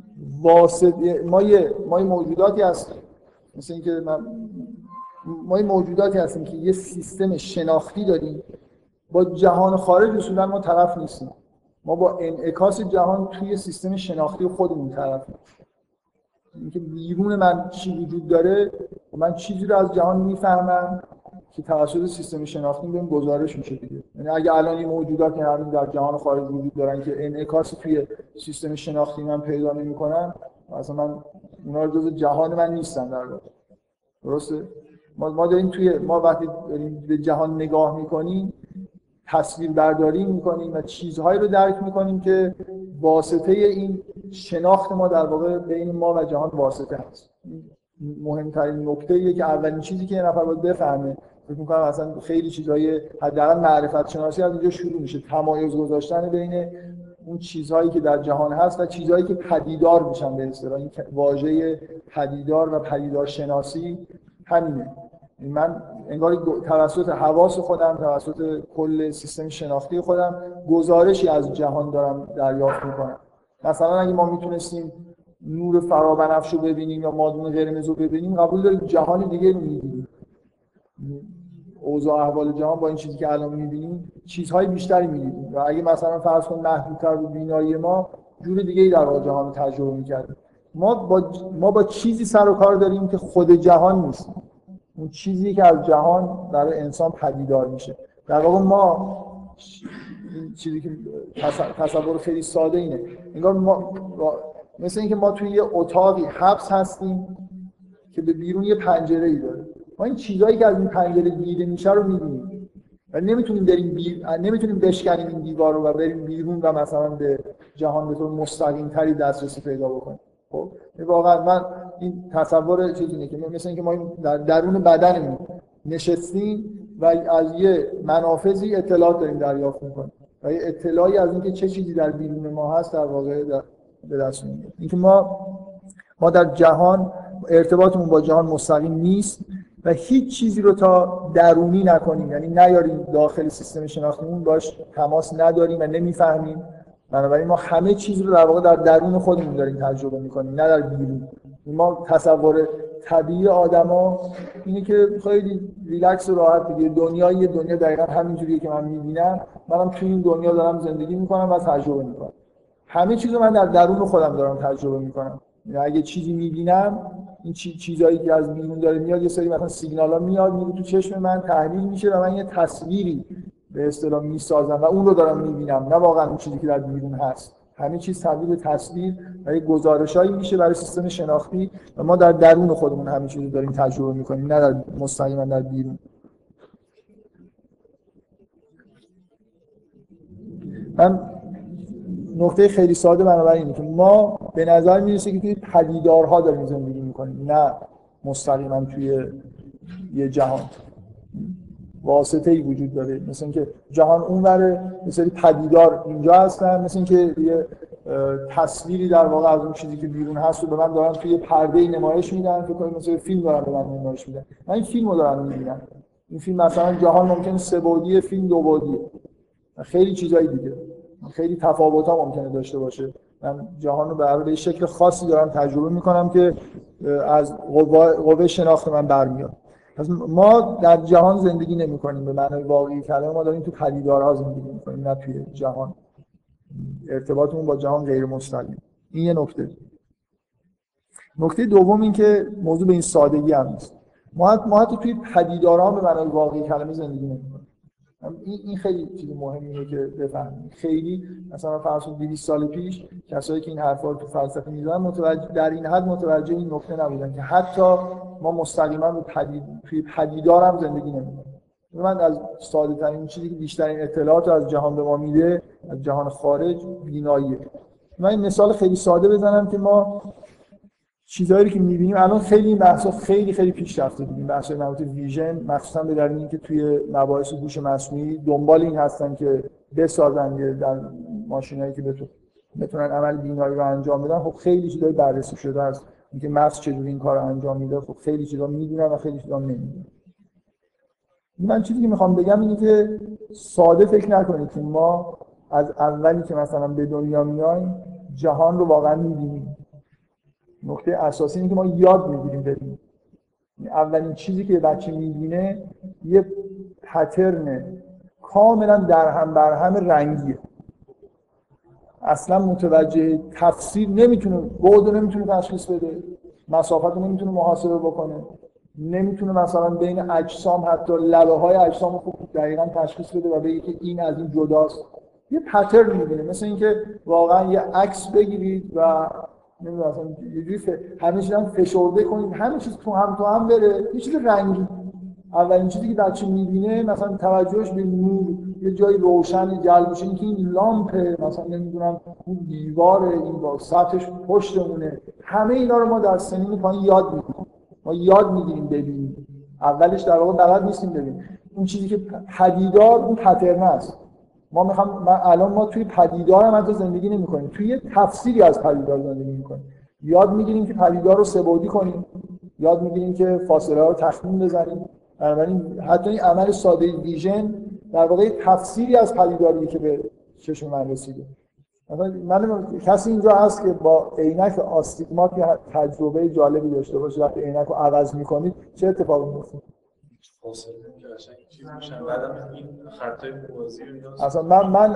ما موجوداتی هستیم، مثل اینکه ما موجوداتی هستیم که یه سیستم شناختی داریم، با جهان خارج اصولا ما طرف نیستیم. ما با انعکاس جهان توی سیستم شناختی خودمون طرفیم. اینکه بیرون من چی وجود داره، من چیزی رو از جهان میفهمم که توسط سیستم شناختی بهم گزارش میشه دیگه. یعنی اگه الان این موجودات که همین در جهان خارج وجود دارن که انعکاس توی سیستم شناختی من پیدا نمی‌کنن، مثلا من اونا جزء جهان من نیستن در واقع. درسته؟ ما داریم ما وقتی داریم به جهان نگاه میکنیم تصویر برداری میکنیم و چیزهایی رو درک میکنیم که واسطه این شناخت ما در واقع بین ما و جهان واسطه هست. مهمترین نکته‌ایه که اولین چیزی که یه نفر باید بفهمه، فکر می‌کنم اصلا خیلی چیزهای حداقل معرفت شناسی از اینجا شروع میشه، تمایز گذاشتن بین اون چیزهایی که در جهان هست و چیزهایی که پدیدار میشن. به اصطلاح این واژه پدیدار و پدیدار شناسی همینه. من انگار توسط حواس خودم، توسط کل سیستم شناختی خودم گزارشی از جهان دارم دریافت میکنم. مثلا اگه ما میتونستیم نور فرابنفش رو ببینیم یا مادون قرمز رو ببینیم، قبول داریم جهان دیگه رو میبینیم. اوضاع احوال جهان با این چیزی که الان میبینیم چیزهای بیشتری میدیدیم و اگه مثلا فرض کن محدودتر بود بینایی ما، جور دیگه‌ای در واقع جهان رو تجربه میکردیم. ما با چیزی سر و کار داریم که خود جهان نیست. اون چیزی که از جهان برای انسان پدیدار میشه. در واقع ما این چیزی که تصور خیلی ساده اینه، انگار ما مثل اینکه ما توی یه اتاقی حبس هستیم که به بیرون یه پنجره‌ای داره. ما این چیزایی که از این پنجره دیده میشه رو می‌بینیم و نمیتونیم بشکنیم این دیوار رو و بریم بیرون و مثلا به جهان به طور مستقیم‌تری دسترسی پیدا بکنیم. خب واقعا من این تصور چیزی اینه که مثل اینکه ما در درون بدنمون نشستیم و از یه منافذی اطلاعات داریم دریافت می‌کنیم و یه اطلاعی از اینکه چه چیزی در بیرون ما هست در واقع به دست میاریم. اینکه ما در جهان ارتباطمون با جهان مستقیم نیست و هیچ چیزی رو تا درونی نکنیم، یعنی نیاریم داخل سیستم شناختیمون باش تماس نداریم و نمیفهمیم. بنابراین ما همه چیز رو در واقع در درون خودمون داریم تجربه میکنیم، نه در بیرون. ما تصور طبیعی آدما اینه که خیلی ریلکس و راحت دیگه، دنیا دقیقاً همینجوریه که من میبینم، منم توی این دنیا دارم زندگی میکنم و تجربه میکنم. همه چیز رو من در درون خودم دارم تجربه میکنم. یعنی اگه چیزی میبینم، این چیزایی که از بیرون داره میاد، یه سری مثلا سیگنالا میاد میره تو چشم من، تحلیل میشه و من یه تصویری به اصطلاح میسازم و اون رو دارم میبینم، نه واقعا اون چیزی که در بیرون هست. همه چیز تبدیل به تصویر و یه گزارشایی میشه برای سیستم شناختی و ما در درون خودمون همه چیز رو داریم تجربه میکنیم، نه در مستقیما در بیرون. من نکته خیلی ساده بنابراین اینه که ما به نظر میرسه که توی پدیدارها داریم زندگی میکنیم، نه مستقیما توی یه جهان. واسطه‌ای وجود داره، مثل اینکه جهان اونوره، یه سری پدیدار اینجا هستن، مثل اینکه یه تصویری در واقع از اون چیزی که بیرون هست رو به من دارن توی پرده‌ای نمایش میدن، فکر کنید مثلا فیلم دارن به من نمایش میدن. من این فیلمو دارم میبینم. این فیلم مثلا جهان ممکنه 3 بعدیه، فیلم 2 بعدیه. خیلی چیزای دیگه، خیلی تفاوت‌ها ممکنه داشته باشه. من جهان رو به شکل خاصی دارم تجربه میکنم که از قوه شناخت من برمیاد. پس ما در جهان زندگی نمی‌کنیم به معنای واقعی کلمه، ما داریم تو پدیدارها زندگی می‌کنیم، نه توی جهان. ارتباطمون با جهان غیر مستقیم. این یه نکته. نکته دوم این که موضوع به این سادگی هم نیست. ما حتی توی پدیدارها به معنای واقعی کلمه زندگی نمی‌کنیم. این خیلی چیز مهمیه که بفهمیم. خیلی مثلا فرض کنید 200 سال پیش کسایی که این حرفا رو تو فلسفه می‌زدن در این حد متوجه این نکته نبودن که حتی ما مستقیما توی پدیدار هم زندگی نمی‌کنیم. من از ساده ترین چیزی که بیشترین اطلاعات از جهان به ما میده، از جهان خارج، بیناییه. من این مثال خیلی ساده بزنم که ما چیزایی که می‌بینیم الان خیلی این بحثا خیلی پیشرفته دیدیم، بحث‌های مربوط به ویژن، مخصوصا به دلیل اینکه توی مباحث هوش مصنوعی دنبال این هستن که بسازن در ماشینایی که بتونن عمل بینایی رو انجام بدن. خب خیلی چیزای بررسی شده است اینکه مغز چجوری این کارو انجام میده. خب خیلی چیزا میدونن و خیلی چیزا نمیدونن. من چیزی که میخوام بگم اینه که ساده فکر نکنید که ما از اولی که مثلا به دنیا میایم جهان رو واقعا می‌بینیم. نکته اساسی اینه که ما یاد می‌گیریم ببینیم. اولین چیزی که بچه می‌بینه یه پترن کاملا درهم برهم رنگیه. اصلا متوجه تفسیر نمیتونه، بعد نمیتونه تشخیص بده، مسافت رو نمیتونه محاسبه بکنه، نمیتونه مثلا بین اجسام حتی لبه‌های اجسام رو خوب دقیقاً تشخیص بده و بگه که این از این جداست. یه پترن می‌بینه، مثل اینکه واقعا یه عکس بگیرید و نمیدونم اصلا یه جوری همه چیز هم فشرده کنیم، همه چیز تو هم بره، یه چیز رنگی. اولین چیزی که بچه میبینه مثلا توجهش به نور، یه جایی روشن جلب میشه، اینکه این لامپه، مثلا نمیدونم اون دیواره، این با سطحش پشتمونه، همه اینا رو ما در سنین پایین یاد میگیریم. ما یاد میگیریم ببینیم. اولش در واقع بلد نیستیم ببینیم. اون چیزی که پدیدار اون پترن است. من الان ما توی پدیدار هم حتی زندگی نمی‌کنیم، توی یه تفسیری از پدیدار زندگی می‌کنیم. یاد می‌گیریم که پدیدار رو سه‌بعدی کنیم، یاد می‌گیریم که فاصله ها رو تخمین بزنیم. بنابراین حتی این عمل ساده ویژن در واقع تفسیری از پدیداریه که به چشم من رسیده. من کسی اینجا هست که با عینک آستیگمات یه تجربه جالبی داشته باشه وقتی عینک رو عوض می‌کنید چه اتفاقی میفته؟ فاصله که قشنگ چیز میشن، بعدم این خطای موازی رو اصلا من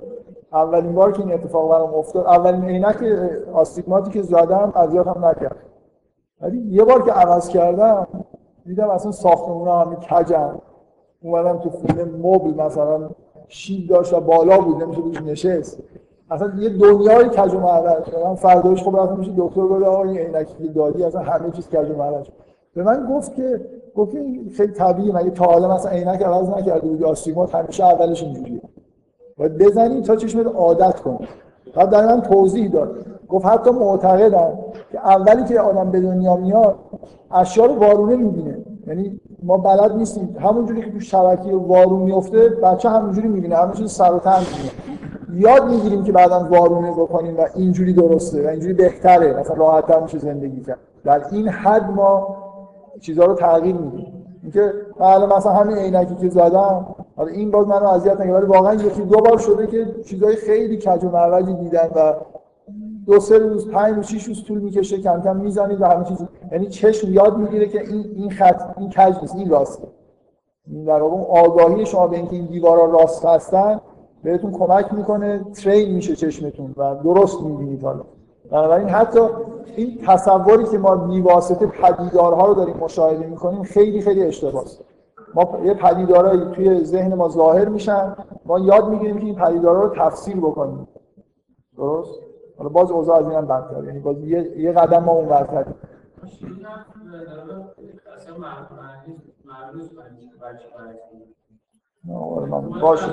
اولین بار که این اتفاق برام افتاد، اولین عینک آستیگماتی که زدم اذیتم نکرد، ولی یه بار که عوض کردم دیدم اصلا ساختمونا همه کجن. اومدم تو خونه مبل مثلا شیب داشت و بالا بود نمیشه روش نشست، اصلا یه دنیای کج و معدن شدم. فرداش خب رفتم پیش دکتر، گفت آقا این عینکی که دادی اصلا همه چیز کج و معدن شد. به من گفت که خیلی طبیعیه، مگه تا حالا مثلا عینک عوض نکرده بودی؟ آستیگمات همیشه اولش اینجوریه، باید بزنی تا چشمت عادت کنه. بعد در من توضیح داد، گفت حتی معتقدن که اولی که آدم به دنیا میاد اشیا رو وارونه میبینه، یعنی ما بلد نیستیم، همونجوری که تو شبکه وارون میفته بچه همونجوری میبینه، همه چیز سر و ته میبینه. یاد میگیریم که بعداً وارونه بکنیم و اینجوری درسته و اینجوری بهتره، مثلا راحت‌تر میشه زندگی کرد. در این حد ما چیزا رو تغییر میدیم. اینکه من مثلا همین عینکی که زدم، حالا این باز منو اذیت نگه، ولی واقعا یکی دو بار شده که چیزای خیلی کج و معوجی دیدن و 2-3 روز 5 روز 6 روز طول میکشه کم کم میزنید و همه چیز، یعنی چشم یاد میگیره که این خط این کج نیست، این راسته. این در واقع آگاهی شما به اینکه این دیوارا راست هستن بهتون کمک میکنه، ترین میشه چشمتون و درست میبینید. حالا بنابراین حتی این تصوری که ما بی‌واسطه پدیدارها رو داریم مشاهده میکنیم خیلی خیلی اشتباهه. ما یه پدیدارایی توی ذهن ما ظاهر میشن، ما یاد میگیریم که این پدیدارها رو تفسیر بکنیم. درست؟ حالا باز اوضاع از اینم بدتر، یعنی باز یه قدم ما اون ورتریم. اصلا معروض من باشه.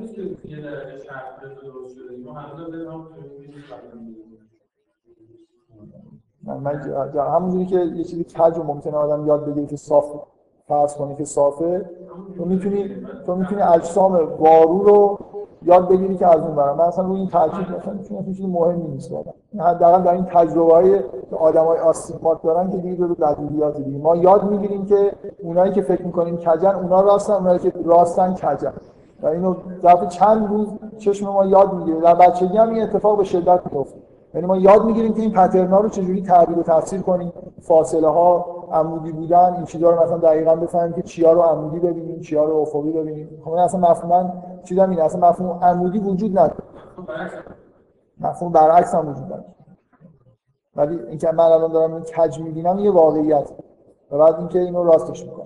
من همونجوری که یه چیزی کج و ممکنه آدم یاد بگیره که صاف فرض کنه که صافه، تو میتونی اجسام وارو رو یاد بگیری که از اون برام. من اصلا روی این تاکید مثلا چون چیز مهمی نیست واقعا. حداقل در این تجربه‌های که آدمای آستیگمات دارن که دیگه ضروریات دیگه ما یاد میگیریم که اونایی که فکر می‌کنیم کجن اونا راستن، اونایی که راستن کجن. و اینو ظرف چند روز چشم ما یاد میگیره. در بچگی هم این اتفاق به شدت میفته. یعنی ما یاد میگیریم که این پترنا رو چجوری تعبیر و تفسیر کنیم، فاصله ها، عمودی بودن، این چیزا رو مثلا دقیقاً بفهمیم که چیا رو عمودی ببینیم، چیا رو افقی ببینیم. خب اصلا مفهوماً چیزا اینه، اصلا مفهوم عمودی وجود نداره. مفهوم برعکس هم وجود داره. ولی اینکه من الان دارم این کج می‌بینم یه واقعیت. و بعد اینکه اینو راستش می‌کنم.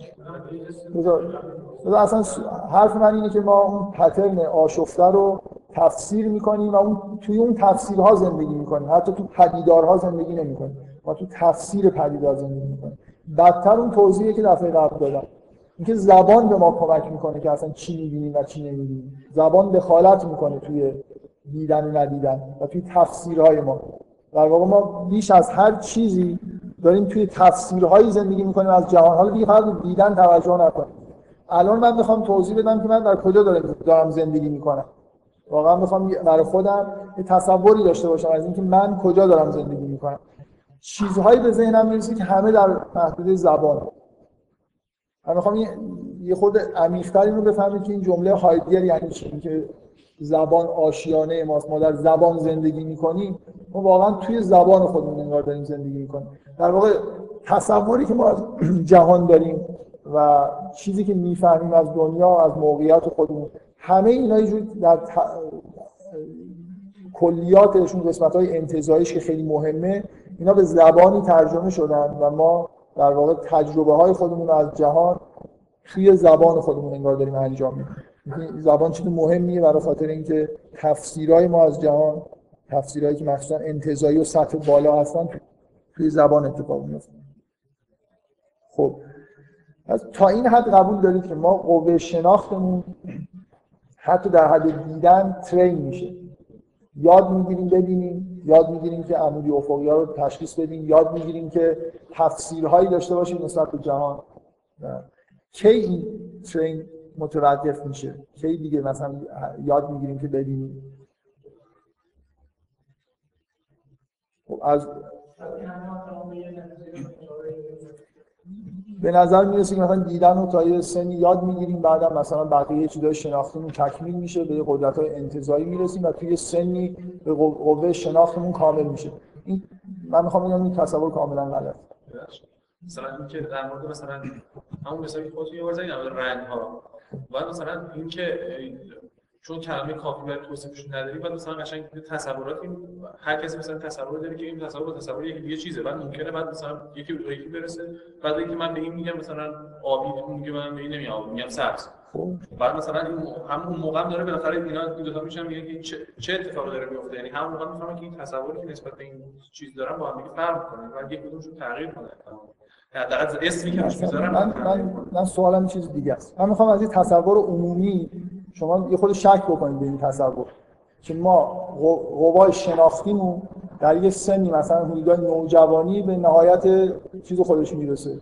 اصلا حرف من اینه که ما اون پترن آشفته رو تفسیر می‌کنیم و اون توی اون تفسیرها زندگی می‌کنیم. حتی تو پدیدارها زندگی نمی‌کنیم. ما تو تفسیر پدیدار زندگی می‌کنیم. بدتر اون توضیحی که دفعه قبل دادم. اینکه زبان به ما کمک می‌کنه که اصلا چی می‌بینیم و چی نمی‌بینیم. زبان دخالت می‌کنه توی دیدن و ندیدن و توی تفسیرهای ما. در واقع ما بیش از هر چیزی داریم توی تفسیرهای زندگی می‌کنیم از جهان. حالا دیگه فقط دیدن توجه نکنیم. الان من می‌خوام توضیح بدم که من در کجا دارم زندگی می‌کنم. واقعا می‌خوام برای خودم یه تصوری داشته باشم از اینکه من کجا دارم زندگی می‌کنم. چیزهایی به ذهنم میرسه که همه در محدوده زبان. من می‌خوام یه خود عمیق‌تر اینو بفهمید که این جمله هایدگر یعنی چی، که زبان آشیانه ماست، ما در زبان زندگی می‌کنیم. ما واقعا توی زبان خودمون انگار داریم زندگی می‌کنیم. در واقع تصوری که ما از جهان داریم و چیزی که می‌فهمیم از دنیا، از موقعیت خودمون، همه اینا یه جور در کلیاتشون، قسمت‌های انتزاعیش که خیلی مهمه، اینا به زبانی ترجمه شدن و ما در واقع تجربه‌های خودمون رو از جهان توی زبان خودمون انگار داریم انجام میدیم. زبان چیز مهمیه برای خاطر اینکه تفسیرهای ما از جهان تفسیرهایی که مخصوصا انتزاعی و سطح بالا هستن توی زبان اتفاق میفته. خب تا این حد قبول دارید که ما قوه شناختمون حتی در حد دیدن ترین میشه. یاد میگیریم ببینیم، یاد میگیریم که عمودی افقی‌ها رو تشخیص بدیم، یاد میگیریم که تفسیرهایی داشته باشیم نسبت به جهان. کی این ترین متوقف میشه؟ کی دیگه مثلا یاد میگیریم که ببینیم؟ خب از به نظر میرسه که مثلا دیدن رو تا یه سنی یاد میگیریم، بعدم مثلا بقیه چیزای شناختیمون تکمیل میشه، به قدرت‌های انتزاعی میرسیم و توی سنی به قوه شناختمون کامل میشه. این من میخوام بگم این تصور کاملا غلطه. مثلا اینکه در مورد مثلا همون مثلا خودتون یه بار زدید رنگ‌ها، بعد مثلا اینکه چون کلمه کافی برای توصیفش نداری، بعد مثلا قشنگ تصوراتی هر کسی مثلا تصور داره که این تصور یکی دیگه چیزه، بعد ممکنه بعد مثلا یکی به یکی برسه، بعد اینکه من به این میگم مثلا آبی، اون میگه من به این نمیگم آبی، میگم سبز. بعد مثلا این همون موقع داره بالاخره اینا این دو تا میشن میگن که چه اتفاقی داره میفته، یعنی همون موقع میفهمن که این تصوری که نسبت به این چیز دارن با هم دیگه فرق میکنه و یک کدومشون تغییر کنه. در اسمی که روش میذارم من سوالم چیز دیگه است. من میخوام از این تصور عمومی شما یه خود شک بکنید به این تصور که ما قوای شناختیمون در یه سنی مثلا حدود نوجوانی به نهایت چیز خودش میرسه.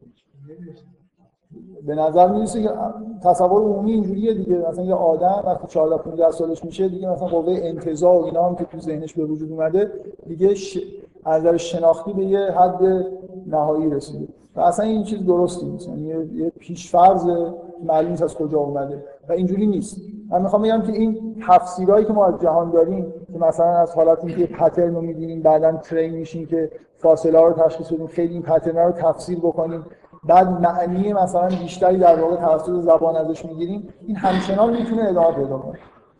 به نظر میرسه که تصور عمومی اینجوریه دیگه، مثلا یه آدم وقتی 14 15 سالش میشه دیگه مثلا قوه انتزاع و اینا هم که تو ذهنش به وجود اومده دیگه از نظر شناختی به یه حد نهایی رسیده و اصلا این چیز درستی نیست، یه پیش‌فرض معلوم نیست از کجا اومده و اینجوری نیست. من میخوام بگم که این تفسیرهایی که ما از جهان داریم که مثلا از حالتی که پترن رو می‌بینیم بعداً ترین میشیم که فاصله ها رو تشخیص بدیم، خیلی این پترن رو تفسیر بکنیم، بعد معنی مثلا بیشتری در واقع توسط زبان ازش میگیریم، این همچنان میتونه ادامه پیدا کنه.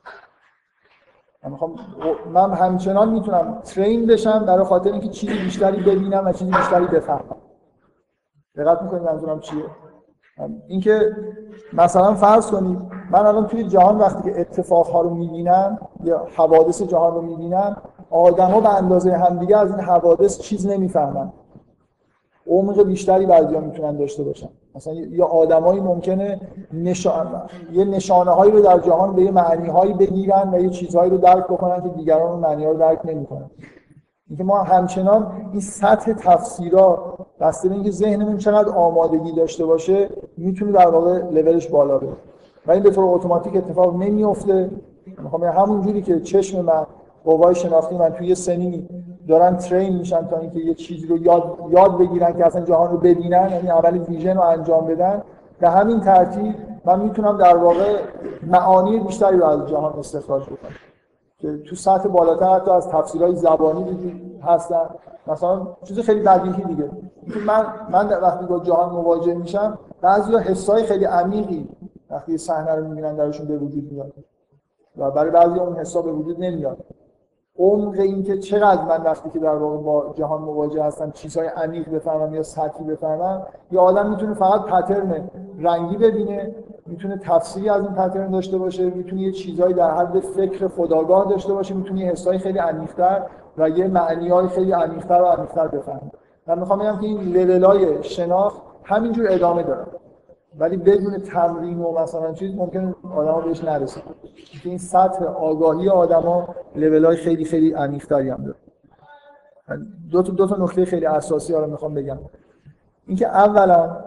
من همچنان میتونم ترین بشم برای خاطر اینکه چیزی بیشتری ببینم و چیزی بیشتری بفهمم. دقت میکنید منظورم چیه؟ اینکه مثلا فرض کنید من الان توی جهان وقتی که اتفاقها رو میبینم یا حوادث جهان رو میبینم، آدما به اندازه همدیگه از این حوادث چیز نمیفهمن. عمق بیشتری بعضیا میتونن داشته باشن. مثلا یه آدمایی ممکنه یه نشانه‌هایی رو در جهان به یه معنی‌هایی بگیرن و یه چیزهایی رو درک بکنن که دیگران اون معنی‌ها رو درک نمی‌کنن. اینکه ما همچنان این سطح تفسیرها بسته به اینکه ذهنمون چقدر آمادگی داشته باشه میتونه در واقع لولش بالا بره و این به طور اتوماتیک اتفاق نمیفته. میخوام همون جوری که چشم من، قوای شناختی من توی سنی دارن ترین میشن تا اینکه یه چیزی رو یاد بگیرن که اصلا جهان رو ببینن، یعنی اول ویژن رو انجام بدن، به همین ترتیب من میتونم در واقع معانی بیشتری رو از جهان استخراج بکنم که تو سطح بالاتر حتی از تفسیرهای زبانی هستن. مثلا چیز خیلی بدیهی دیگه، من وقتی با جهان مواجه میشم بعضیا حسای خیلی عمیقی وقتی صحنه رو میبینن درشون به وجود میاد و برای بعضی اون حسا به وجود نمیاد. عمق این که چقدر من وقتی که در واقع با جهان مواجه هستم چیزهای عمیق بفهمم یا سطحی بفهمم، یه آدم میتونه فقط پترن رنگی ببینه، میتونه تفسیری از این پترن داشته باشه، میتونه یه چیزایی در حد فکر خودآگاه داشته باشه، میتونه یه حسای خیلی عمیق‌تر و یه معنی‌های خیلی عمیق‌تر و عمیق‌تر بفهمه. من میخوام بگم که این لول‌های شناخت همینجور ادامه داره ولی بدون تمرین و مثلا چیز ممکنه آدم‌ها بهش نرسن. این سطح آگاهی آدم‌ها لول‌های خیلی خیلی عمیق‌تری هم داره. دو تا نکته خیلی اساسی رو میخوام بگم. اینکه اولا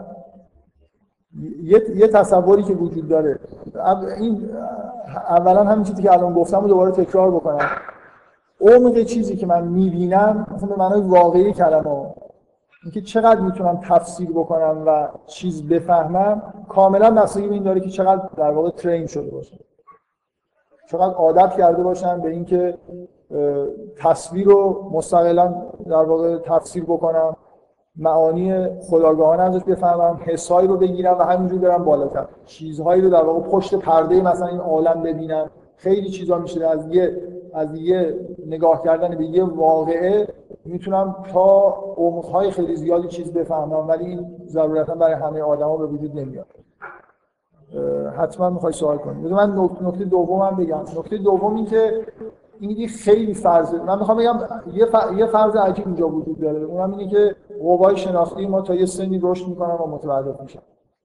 یه تصوری که وجود داره، این اولا همین چیزی که الان گفتم رو دوباره تکرار بکنم، عمق چیزی که من میبینم مثلا به معنای واقعی کلمه، اینکه چقدر میتونم تفسیر بکنم و چیز بفهمم کاملا بستگی به این داره که چقدر در واقع ترین شده باشم، چقدر عادت کرده باشم به اینکه تصویر رو مستقلا در واقع تفسیر بکنم، معانی خودآگاهانه ازش بفهمم، حسایی رو بگیرم و همینجوری برم بالاتر، چیزهایی رو در واقع پشت پرده مثلا این عالم ببینم. خیلی چیزا میشه از یه نگاه کردن به یه واقعه میتونم تا عمق‌های خیلی زیادی چیز بفهمم، ولی این ضرورتا برای همه آدما به وجود نمیاد. حتما میخوای سوال کنید. من نکته دومم بگم. نکته دوم این که این خیلی فرضه. من میخوام بگم یه فرض عجیب اینجا وجود داره، اونم اینه که قوای شناختی ما تا یه سنی رشد میکنن و متوقف میشن.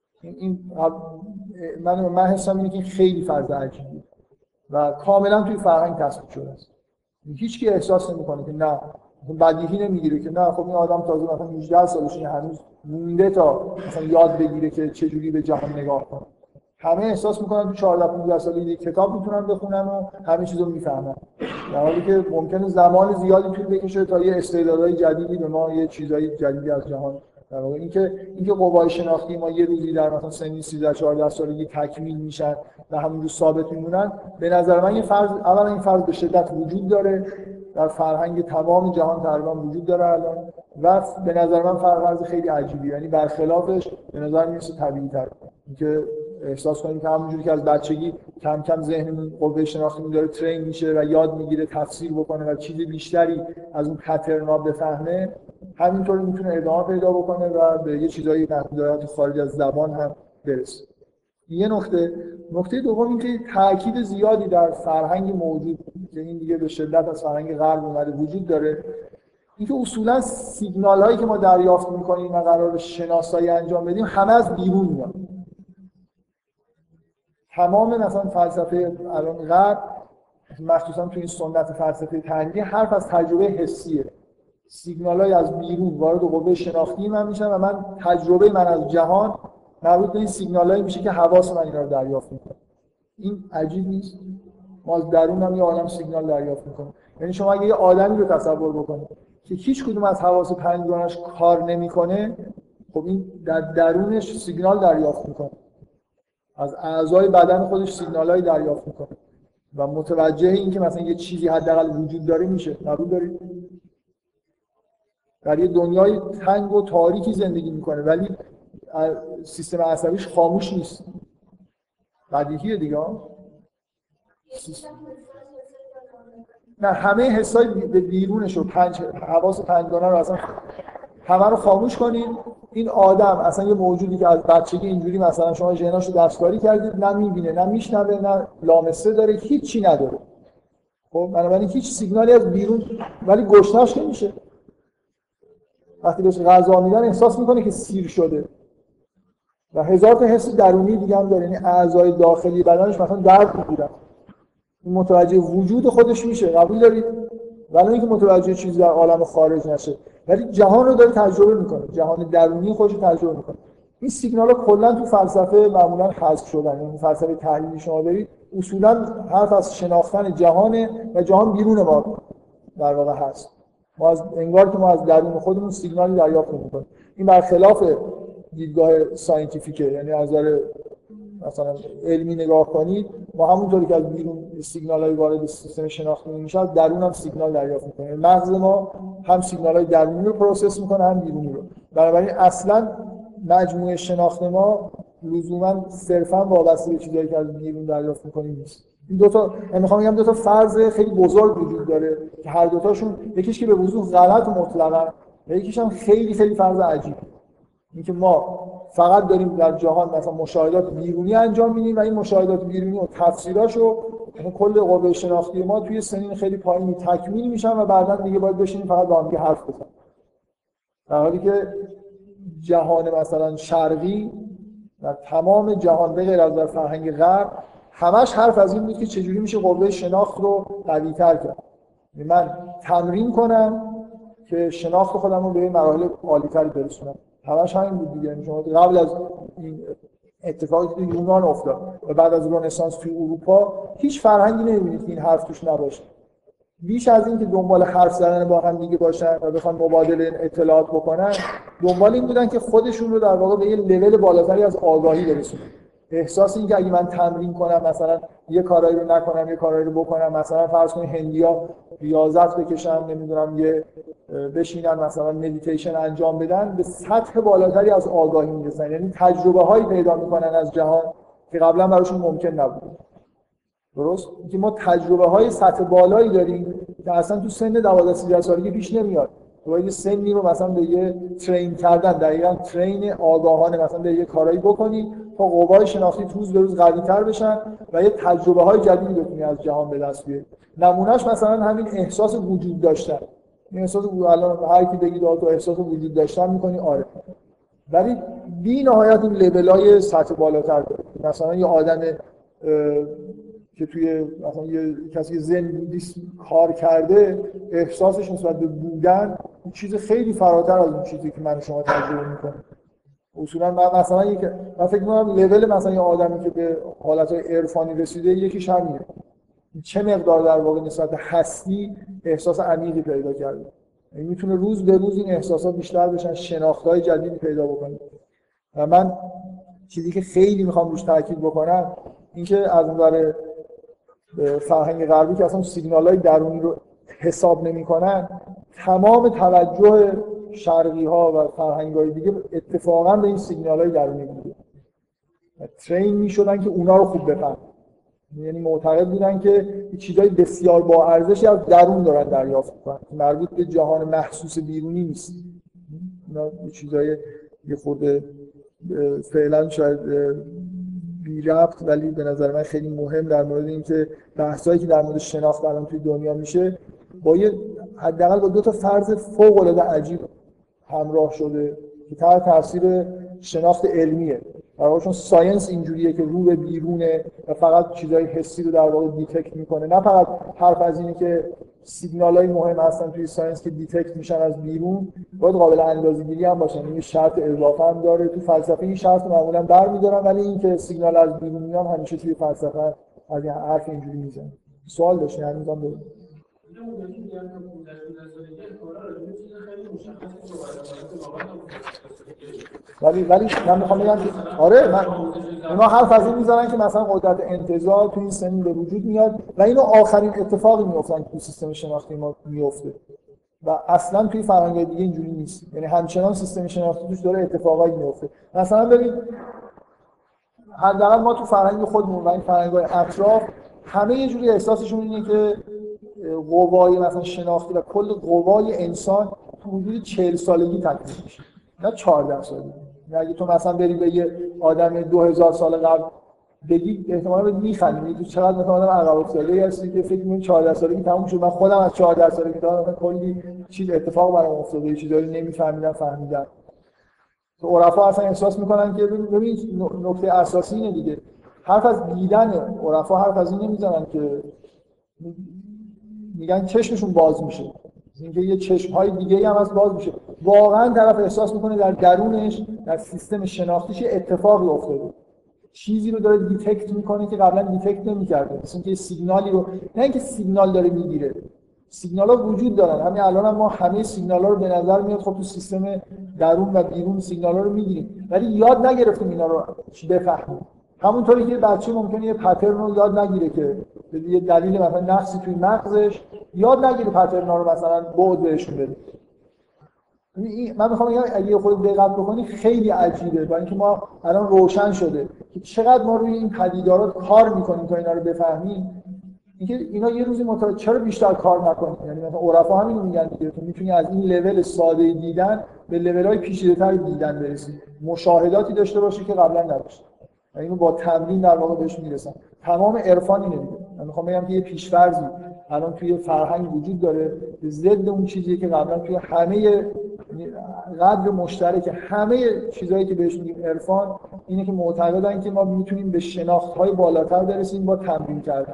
من حسم اینه که این خیلی فرض عجیبیه و کاملا توی فرهنگ تصویب شده است. هیچ کی احساس نمیکنه که نه، بدیهی نمیگیره که نه خب این آدم تازه مثلا 18 سالشه هنوز مونده تا مثلا یاد بگیره که چه جوری به جهان نگاه کنه. همه احساس میکنن تو 14 15 سالگی یک کتاب میتونن بخونن و همه چیزو میفهمن، در حالی که ممکنه زمان زیادی طول بکشه تا یه استعدادهای جدیدی به ما یه چیزای جدیدی از جهان در واقع اینکه قوای شناختی ما یه روزی در مثلا سن 13 14 سالگی تکمیل میشن و همونجور ثابت میمونن. به نظر من اولا این فرض به شدت وجود داره در فرهنگ تمام جهان تقریبا وجود داره الان و به نظر من فرض خیلی عجیبی، یعنی برخلافش به نظر میاد طبیعی تر اینکه احساس کنیم که همونجوری که از بچگی کم کم ذهنمون قوه شناختیمون داره ترین میشه و یاد میگیره تفسیر بکنه و چیز بیشتری از اون پترنا بفهمه، همینطور میتونه ادامه پیدا بکنه و به یه چیزایی محدودیت خارج از زبان هم برسه. یه نکته دوم این که تاکید زیادی در فرهنگ موجود که این دیگه به شدت از فرهنگ غرب اومده وجود داره، اینکه اصولا سیگنال هایی که ما دریافت میکنیم و قرار شناسایی انجام بدیم همه از بیرون میاد. تمام مثلا فلسفه الان غرب مخصوصا تو این سنت فلسفه تحلیلی حرف از تجربه حسیه. سیگنالای از بیرون وارد قوه شناختی من میشن و من تجربه من از جهان مربوط به این سیگنالایی میشه که حواس من اینا رو دریافت میکنه. این عجیب نیست؟ ما از درون هم یه عالم سیگنال دریافت میکنیم. یعنی شما اگه یه آدمی رو تصور بکنید که هیچ کدوم از حواس پنجگانش کار نمیکنه، خب این در درونش سیگنال دریافت میکنه، از اعضای بدن خودش سیگنالایی دریافت میکنه و متوجه این که مثلا یه چیزی حداقل وجود داره میشه. قبول دارید؟ در یه دنیای تنگ و تاریکی زندگی میکنه ولی سیستم عصبیش خاموش نیست. بدیهیه دیگه. نه همه حسای به بیرونش رو حواس پنجگانه رو اصلا همه رو خاموش کنید. این آدم اصلا یه موجودی که از بچگی اینجوری مثلا شما ژناشو دستکاری کردید، نه میبینه نه میشنوه نه لامسه داره، هیچی نداره. خب بنابراین هیچ سیگنالی از بیرون، ولی گشنش نمیشه. وقتی بهش غذا میدن احساس میکنه که سیر شده و هزار تا حس درونی دیگه هم داره، یعنی اعضای داخلی بدنش مثلا درد میگیرن، این متوجه وجود خودش میشه. قبول دارید؟ ولی اینکه متوجه چیزی در عالم خارج نشه، ولی جهان رو داره تجربه میکنه، جهان درونی خودش رو تجربه میکنه. این سیگنال‌ها کلا تو فلسفه معمولا حذف شدن. یعنی فلسفه تحلیلی شما برید اصولا حرف از شناختن جهانه و جهان بیرون ما در واقع هست. انگار که ما از درون خودمون سیگنالی دریافت می‌کنیم. این برخلاف دیدگاه ساینتیفیکه، یعنی از نظر مثلا علمی نگاه کنید ما همونطوری که از بیرون سیگنال‌های وارد سیستم شناختی میشه درون هم سیگنال دریافت می‌کنیم. مغز ما هم سیگنال‌های درونی رو پروسس می‌کنه هم بیرونی رو. بنابراین اصلاً مجموعه شناخت ما لزوماً صرفاً وابسته به چیزایی که از بیرون دریافت می‌کنیم نیست. این دو تا میخوام بگم دو تا فرض خیلی بزرگ وجود داره که هر دو تاشون یکیش که به وضوح غلط مطلقاً و یکیش هم خیلی خیلی فرض عجیبه. اینکه ما فقط داریم در جهان مثلا مشاهدات بیرونی انجام میدیم و این مشاهدات بیرونی و تفسیراشو یعنی کل قوه شناختی ما توی سنین خیلی پایینی تکمیل میشن و بعداً دیگه باید بشینیم فقط با هم دیگه حرف بزنیم. در حالی که جهان مثلا شرقی و تمام جهان به غیر از در فرهنگ غرب همش حرف از این بود که چجوری میشه قوه شناخت رو قوی‌تر کرد. من تمرین کنم که شناخت خودم رو به مراحل عالی‌تری برسونم. همش همین بود دیگه. شما قبل از این اتفاقی که تو یونان افتاد و بعد از رنسانس توی اروپا هیچ فرهنگی نمی‌بینید که این حرف توش نباشه. بیش از این که دنبال حرف زدن با هم دیگه باشن و بخوان مبادله اطلاعات بکنن، دنبال این بودن که خودشون رو در واقع به یه لول بالاتری از آگاهی برسونن. احساس این که اگه من تمرین کنم مثلا یه کارایی رو نکنم یه کارایی رو بکنم، مثلا فرض کنید هندیا ریاضت بکشن، نمیدونم یه بشینن مثلا مدیتیشن انجام بدن، به سطح بالاتری از آگاهی میرسن. یعنی تجربه هایی پیدا میکنن از جهان که قبلا براشون ممکن نبود. درست؟ اینکه ما تجربه های سطح بالایی داریم که اصلا تو سن 12-13 سالگی پیش نمیاد. باید سنی رو مثلا به یه ترین کردن، دقیقاً ترین آگاهانه مثلا به یه کارایی بکنی تا قوای شناختی روز به روز قوی‌تر بشن و یه تجربه‌های جدیدی بتونی از جهان به دست بیاری. نمونهش مثلا همین احساس وجود داشتن. این احساس الان هر کی بگید تو احساس وجود داشتن می‌کنی، آره. ولی بی نهایت این لول‌های سطح بالاتر داره. مثلا یه آدم که توی مثلا یه کسی که ذهن بودیسم کار کرده، احساسش نسبت به بودن این چیز خیلی فراتر از اون چیزی که من و شما تجربه می‌کنیم. اصولا من فکر می‌کنم لول مثلا یه آدمی که به حالت‌های عرفانی رسیده یکیش همینه. چه مقدار در واقع نسبت به هستی احساس عمیقی پیدا کرده. یعنی میتونه روز به روز این احساسات بیشتر بشن، شناخت‌های جدیدی پیدا بکنه. و من چیزی که خیلی میخوام روش تاکید بکنم این که از نظر فرهنگ غربی که اصلا سیگنال‌های درونی رو حساب نمی‌کنن، تمام توجه شرقی‌ها و فرهنگ‌های دیگه اتفاقاً به این سیگنال‌های درونی بوده. ترین می‌شدن که اونا رو خوب بفهمن. یعنی معتقد بودن که چیزای بسیار با ارزشی از درون دارن دریافت می‌کنن، مربوط به جهان محسوس بیرونی نیست. اینا چیزای یه خورده فعلا شاید بی ربط ولی به نظر من خیلی مهم در مورد اینکه بحثایی که در مورد شناخت الان توی دنیا میشه با یه حداقل با دو تا فرض فوق العاده عجیب همراه شده که تحت تاثیر شناخت علمیه. در واقع چون ساینس اینجوریه که رو به بیرونه و فقط چیزای حسی رو در واقع دیتکت میکنه، نه فقط حرف از اینه که سیگنالای مهم هستن توی ساینس که دیتکت میشن از بیرون، باید قابل اندازه‌گیری هم باشن. این شرط اضافه هم داره. تو فلسفه این شرط معمولا برمی‌دارن، ولی این که سیگنال از بیرون میاد همیشه توی فلسفه از این حرف اینجوری میزنه. سوال داشتین همینجوری بگید. ولی من میخوام بگم که آره، من اینا حرف از این میزنن که مثلا قدرت انتزاع تو این سنین به وجود میاد و اینو آخرین اتفاقی میافتن که تو سیستم شناختی ما میفته و اصلا توی فرهنگ دیگه اینجوری نیست. یعنی همچنان سیستم شناختی توش داره اتفاقایی میفته. مثلا ببین حداقل ما تو فرهنگ خودمون و این فرهنگ‌های اطراف همه یه جوری احساسشون اینه که قوای مثلا شناختی و کل قوای انسان تو حدود 40 سالگی تکمیل میشه، نه 14 سالگی. اگه تو مثلا بری به یه آدم 2000 سال قبل بگی احتمالاً میخندی، تو چقدر مثلا آدم عقب افتاده‌ای هستی که فکر می‌کنی 14 سالگی تموم شد. من خودم از 14 سالگی تا مثلا کلی چیز اتفاق برام افتاده، چیزایی نمی‌فهمیدم فهمیدم. تو عرفا اصلا احساس می‌کنن که ببین نکته اساسی اینه دیگه، حرف از دیدن عرفا حرف از این نمی‌زنن که میگن چشمشون باز میشه، اینکه یه چشم‌های دیگه‌ای هم از باز میشه. واقعاً طرف احساس میکنه در درونش، در سیستم شناختیش اتفاقی افتاده، چیزی رو داره دیتکت میکنه که قبلا دیتکت نمی‌کرده. مثلا اینکه سیگنالی رو، نه اینکه سیگنال داره میگیره، سیگنال‌ها وجود دارن. همین الان هم ما همه سیگنال‌ها رو به نظر میاد خب تو سیستم درون و بیرون سیگنال‌ها رو میگیریم، ولی یاد نگرفتیم اینا رو بفهمیم. همونطوری که بچه ممکنه یه پترن رو یاد نگیره که یه دلیل مثلا نقصی توی مغزش یاد نگیره پترنا رو مثلا بعد بهشون بده. من میخوام بگم اگه خود دقت بکنی خیلی عجیبه، با اینکه ما الان روشن شده که چقدر ما روی این پدیدارا کار میکنیم تا اینا رو بفهمیم، اینکه اینا یه روزی چرا بیشتر کار نکنیم. یعنی مثلا عرفا همین رو میگن دیگه، تو میتونی از این لول ساده دیدن به لول‌های پیچیده‌تر دیدن برسی، مشاهداتی داشته باشی که قبلا نداشتی. اینو با تمرین در واقع بهش میرسن. تمام عرفان اینه دیگه. من میخوام بگم که یه پیش‌فرضی الان توی فرهنگ وجود داره ضد اون چیزی که قبلا توی همه قدر مشترک همه چیزایی که بهش میگیم عرفان اینه که معتقدن که ما میتونیم به شناخت‌های بالاتر برسیم با تمرین کردن.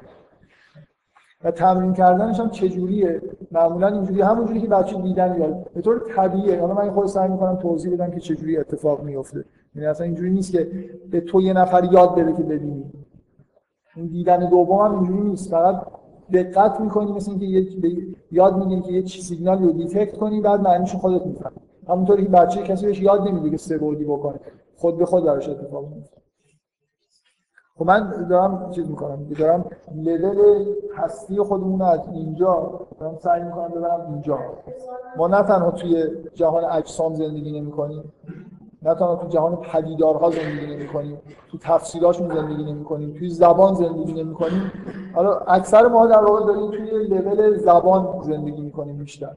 و تمرین کردنش هم چجوریه؟ معمولا اینجوری، همونجوری که بچه دیدن یاد به طور طبیعیه. حالا من خود سعی می‌کنم توضیح بدم که چجوری اتفاق میفته. یعنی اصلا اینجوری نیست که به تو یه نفر یاد بده که ببینی. این دیدن دوم هم اینجوری نیست، فقط دقت می‌کنی، مثل اینکه یاد می‌گیری که یه سیگنالی رو دیتکت کنی بعد معنیشو خودت می‌فهمی. همونطوری که بچه کسی بهش یاد نمیده که سه بعدی بکنه، خود به خود براش اتفاق میفته. خب من دارم چیز میکنم، دارم لول هستی خودمون از اینجا دارم سعی میکنم ببرم اینجا. ما نه تنها توی جهان اجسام زندگی نمی‌کنیم، نه تنها توی جهان پدیدارها زندگی نمی‌کنیم، تو تفسیراشون زندگی نمی‌کنیم، توی زبان زندگی نمی‌کنیم. حالا اکثر ما در واقع داریم توی لول زبان زندگی می‌کنیم بیشتر.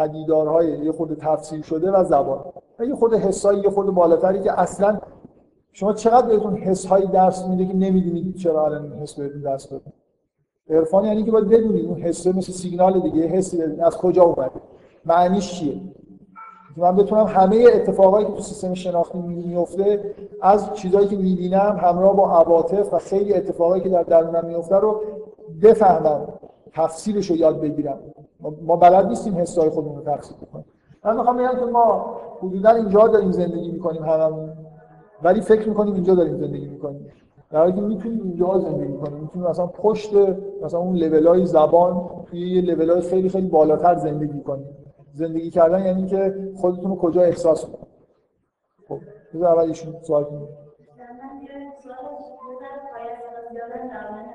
پدیدارهای یه خورده تفسیر شده و زبان. یه خورده حسایی یه خورده بالاتری که اصلاً شما چقدر بهتون حس‌هایی درس میده که نمیدونید چرا الان این حس بهتون درس داده. عرفان یعنی که باید بدونید اون حس مثل سیگنال دیگه، حسی از کجا اومده، معنیش چیه. که من بتونم همه اتفاقایی که تو سیستم شناختی میفته از چیزایی که میبینم همراه با عواطف و خیلی اتفاقایی که در درونم میفته رو بفهمم، تفسیرش رو یاد بگیرم. ما بلد نیستیم حسای خودمون رو تفسیر کنیم. من میخوام بگم که ما حدوداً اینجا داریم زندگی میکنیم هممون، ولی فکر میکنیم اینجا داریم زندگی میکنیم، در حالی که میتونیم اینجا زندگی کنیم. میتونیم مثلا پشت مثلا اون لول‌های زبان توی یه لول‌های خیلی خیلی بالاتر زندگی کنیم. زندگی کردن یعنی که خودتون رو کجا احساس کنید. خب بذار اول ایشون سوال کنید. من یه سوال بودم باید یادم درمان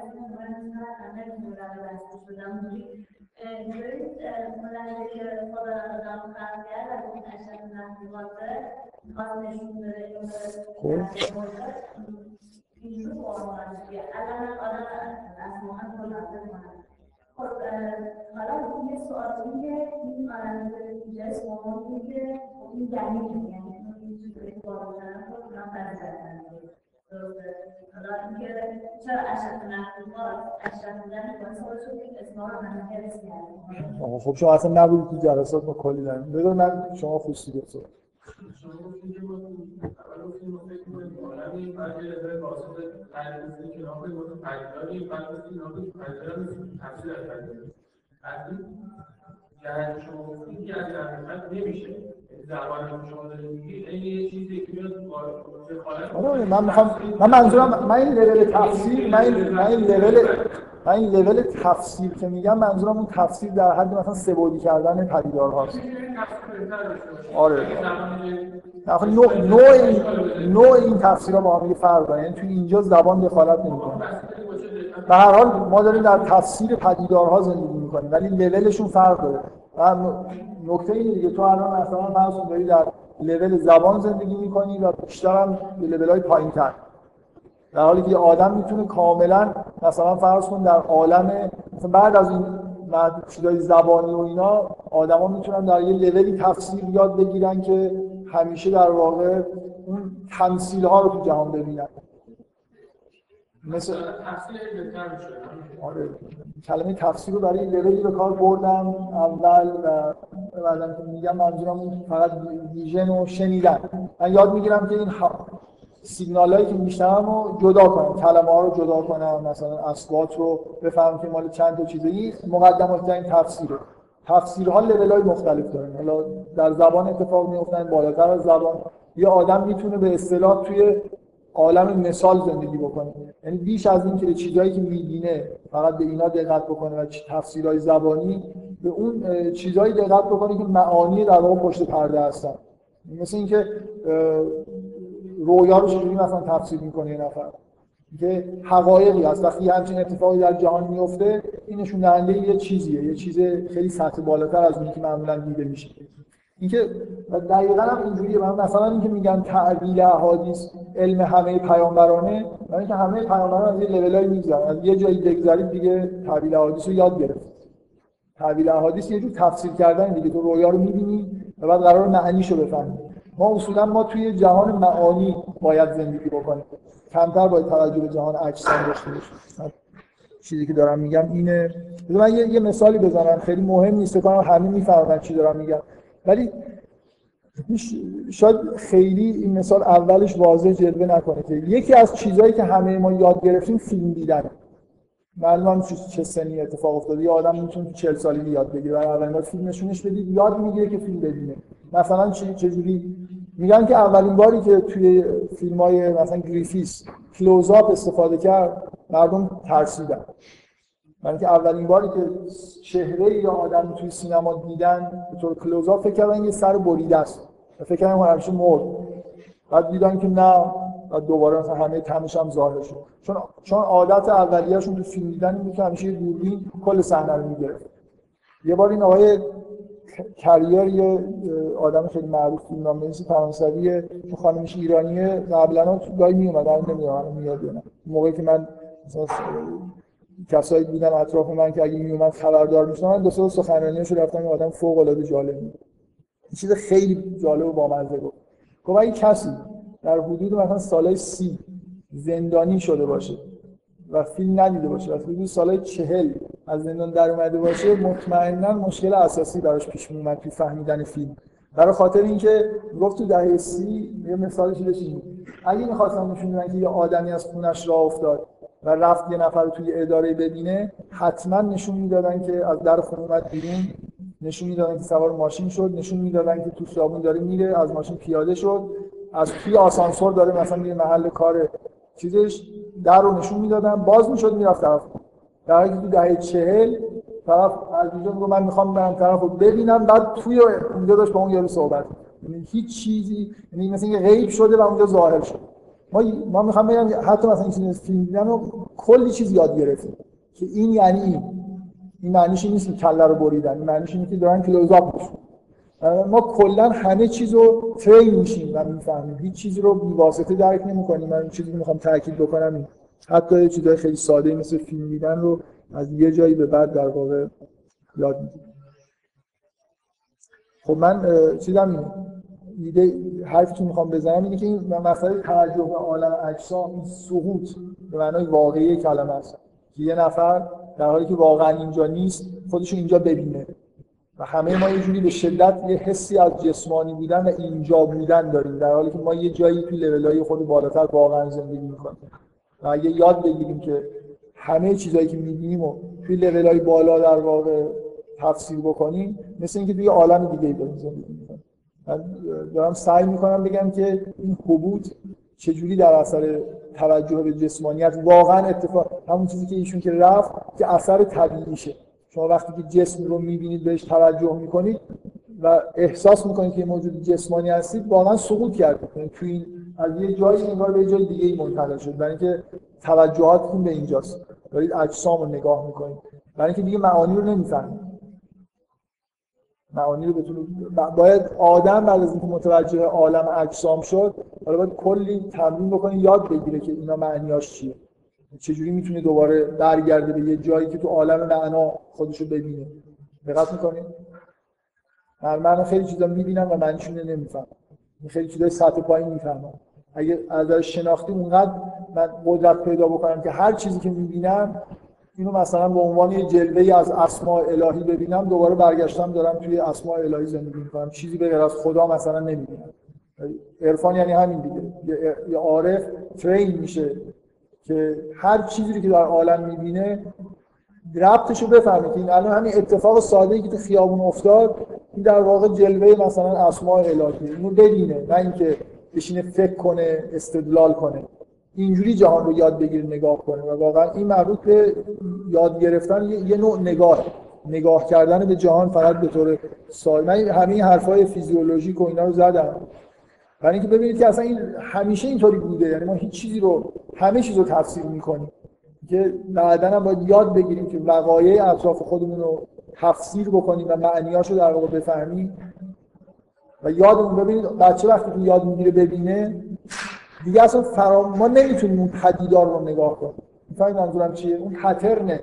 اینجوری ملاحظه که خدا آدم خلق کرد از اون اشیاء محبوباته خواهد نشون بده اینجور بارمان دیگه الان آدم از مهم کنم خب حالا یه سوال که این جسم مهمی که این دلیل یعنی این چیزی که بارمان خود من برزدن حالا اینکه چرا اشرف محبوبات اشرف بودن باعث شد که اسمها رو منحصر کردن. خب شما اصلا نبودید تو جلسات ما کلی داریم. بذار من شما خصوصی بسید. شما گفتید که اول گفتیم فکر می‌کنیم عالمی بعضی از واسط تعریفی که نام بود پدیداری بعد گفتیم نام پدیدار تفسیر از پدیداری. از این جهت شما گفتید که از حقیقت نمیشه. زبانی که شما دارید میگید این یه چیزی که میاد آره من میخوام منظورم من این لول تفسیر من این لول تفسیر که میگم منظورم اون تفسیر در حد مثلا سه‌بعدی کردن پدیدارهاست. آره آخه نوع این تفسیرها با هم فرق داره، یعنی توی اینجا زبان دخالت نمی‌کنه. به هر حال ما داریم در تفسیر پدیدارها زندگی می‌کنیم ولی لولشون فرق داره. و نکته اینه دیگه تو الان مثلا فرض داری در لول زبان زندگی می‌کنی و بیشتر هم به لول‌های پایین‌تر، در حالی که یه آدم میتونه کاملا مثلا فرض کن در عالم مثلا بعد از این چیزای زبانی و اینا آدما میتونن در یه لولی تفسیر یاد بگیرن که همیشه در واقع اون تمثیل‌ها رو تو جهان ببینن. مثل تفسیر بهتر میشه. آره کلمه تفسیر رو برای لولی به کار بردم اول و بعدم که میگم منظورم فقط ویژن و شنیدن. من یاد میگیرم که این سیگنالایی که میشنوم رو جدا کنم، کلمه‌ها رو جدا کنم، مثلا اصوات رو بفهمم که مال چند تا چیزه. این مقدمات این تفسیره. تفسیرها لول‌های مختلف دارن. حالا در زبان اتفاق میفتن، بالاتر از زبان یه آدم میتونه به اصطلاح توی عالم مثال زندگی بکنه، یعنی بیش از این که به چیزایی که می‌بینه فقط به اینا دقت بکنه و تفسیرهای زبانی، به اون چیزایی دقت بکنه که معانی در واقع پشت پرده هستن. مثل اینکه رویا رو چجوری مثلا تفسیر میکنه یه نفر که حقایقی هست، وقتی همچین اتفاقی در جهان میفته این نشون دهنده یه چیزیه، یه چیز خیلی سطح بالاتر از اونی که معمولا دیده میشه. اینکه دقیقاً هم اینجوریه. مثلا اینکه میگن تعبیل احادیث علم همه پیامبرانه، یعنی اینکه همه پیامبران از یه لولایی میگذرن، از یه جایی بگذرید دیگه تعبیل احادیث رو یاد گرفت. تعبیل احادیث یه جور تفسیر کردن دیگه، تو رویا رو می‌بینی و بعد قرار معنیشو بفهمی. ما توی جهان معانی باید زندگی بکنیم، کمتر باید توجه به جهان اجسام داشته باشیم. چیزی که دارم میگم اینه. من یه مثالی بزنم، خیلی مهم نیست، فکر کنم همه میفهمن چی دارم میگم، ولی شاید خیلی این مثال اولش واضح جلوه نکنه که یکی از چیزهایی که همه ما یاد گرفتیم فیلم دیدنه. معلومه چه سنی اتفاق افتاده، یه آدم میتونه تو 40 سالگی یاد بگیره، برای اولین بار فیلم نشونش بدید یاد میگیره که فیلم ببینه. مثلا چجوری میگن که اولین باری که توی فیلم‌های مثلا گریفیس کلوزآپ استفاده کرد مردم ترسیدن. من که اولین باری که چهره یا آدم توی سینما دیدن به طور کلوزآپ فکر کردن یه سر بریده است، فکر کردن همیشه مرد. بعد دیدن که نه، بعد دوباره مثلا همه تمش هم ظاهر شد. چون عادت اولیه‌شون تو فیلم دیدن اینه که همیشه دوربین کل صحنه رو می‌گرفت. یه بار این آقای کریر، یه آدم خیلی معروف فیلمنامه‌نویس فرانسویه، چون خانمش ایرانیه، قبلا تو گاهی میومد، الان نمیاد میاد. موقعی که من مثلا کسایی بودن اطراف من که اگه میومد خبردار میشدن، دو سه سخنرانیاشو رفتم، آدم فوق العاده جالب بود. این چیز خیلی جالب و بامزه بود. گفت اگه کسی در حدود مثلا سالهای 30 زندانی شده باشه و فیلم ندیده باشه و حدود سالهای 40 از زندان در اومده باشه، مطمئنا مشکل اساسی براش پیش میومد توی فهمیدن فیلم. برای خاطر اینکه گفت تو دهه 30 یه مثالش اینه، اگه می‌خواستن نشون بدن که یه آدمی از خونش راه افتاد و رفت یه نفر توی اداره ببینه، حتما نشون میدادن که از در خونه اومد بیرون، نشون میدادن که سوار ماشین شد، نشون میدادن که تو خیابون داره میره، از ماشین پیاده شد، از توی آسانسور داره مثلا میره محل کار چیزش، در رو نشون میدادن، باز میشد میرفت طرف. در حالی که تو دهه 40 طرف از اینجا میگه من میخوام برم طرفو ببینم، بعد توی اونجا داشت با اون یارو صحبت، یعنی هیچ چیزی، یعنی مثلا اینکه غیب شده و اونجا ظاهر شد. ما میخوام بگم حتی مثلا این فیلم دیدن رو کلی چیز یاد گرفتیم که این یعنی این معنیش نیست که کله رو بریدن، این معنیش اینه که دارن کلوزآپ میشن. ما کلا همه چیز رو ترین میشیم و میفهمیم، هیچ چیزی رو بی‌واسطه درک نمی‌کنیم. من چیزی که میخوام تاکید بکنم این حتی چیزای خیلی ساده مثل فیلم دیدن رو از یه جایی به بعد در واقع یاد میگیریم. خب من چیزام ایده حرفی که میخوام بزنم اینه که این مسئله توجه به عالم اجسام، این سقوط به معنای واقعی کلمه است که یه نفر در حالی که واقعا اینجا نیست خودشو اینجا ببینه و همه ما یه جوری به شدت یه حسی از جسمانی بودن و اینجا بودن داریم، در حالی که ما یه جایی توی لول‌های خود بالاتر واقعا زندگی میکنیم. و اگه یاد بگیریم که همه چیزایی که می‌بینیم و توی لول‌های بالا در واقع تفسیر بکنیم، مثل اینکه توی عالم دیگه‌ای داریم زندگی می‌کنیم. من دارم سعی می‌کنم بگم که این هبوط چجوری در اثر توجه به جسمانیت واقعا اتفاق، همون چیزی که ایشون که رفت که اثر طبیعیشه. شما وقتی که جسم رو می‌بینید بهش توجه می‌کنید و احساس می‌کنید که موجود جسمانی هستید، واقعا سقوط کردید. یعنی توی این از یه جایی انگار به جای دیگه‌ای منتقل شد، برای اینکه توجهاتتون به اینجاست، دارید اجسام رو نگاه می‌کنید، برای اینکه دیگه معانی رو نمی‌فهمید. معانی رو باید آدم بعد از اینکه متوجه عالم اجسام شد، حالا باید کلی تمرین بکنه یاد بگیره که اینا معنیاش چیه، چجوری میتونه دوباره برگرده به یه جایی که تو عالم معنا خودشو ببینه. دقت می‌کنید؟ من خیلی چیزا می‌بینم و معنیشون رو نمی‌فهمم. خیلی چیزای سطح پایین می‌فهمم. اگه از نظر شناختی اونقدر من قدرت پیدا بکنم که هر چیزی که می‌بینم اینو مثلا به عنوان یه جلوه‌ای از اسماء الهی ببینم، دوباره برگشتم دارم توی اسماء الهی زندگی می‌کنم، چیزی به غیر از خدا مثلا نمی‌بینم. عرفان یعنی همین دیگه. یه عارف ترین میشه که هر چیزی که در عالم می‌بینه ربطشو بفهمه که این الان همین اتفاق ساده‌ای که تو خیابون افتاد، این در واقع جلوه مثلا اسماء الهی، اینو ببینه، نه اینکه بشینه فکر کنه، استدلال کنه. اینجوری جهان رو یاد بگیره، نگاه کنه. و واقعا این مربوط به یاد گرفتن یه نوع نگاه کردن به جهان فقط به طور ساده. من همه این حرفای فیزیولوژیک و اینا رو زدم برای اینکه ببینید که اصلا این همیشه اینطوری بوده. یعنی ما هیچ چیزی رو، همه چیز رو تفسیر می‌کنیم که بعداً هم باید یاد بگیریم که وقایع اطراف خودمون رو تفسیر بکنیم و معنیاشو در واقع بفهمیم. و یادمون ببینید بچه وقتی که یاد میگیره ببینه دیگه اصلا ما نمیتونیم اون پدیدار رو نگاه کنیم. می‌فهمید منظورم چیه؟ اون پترن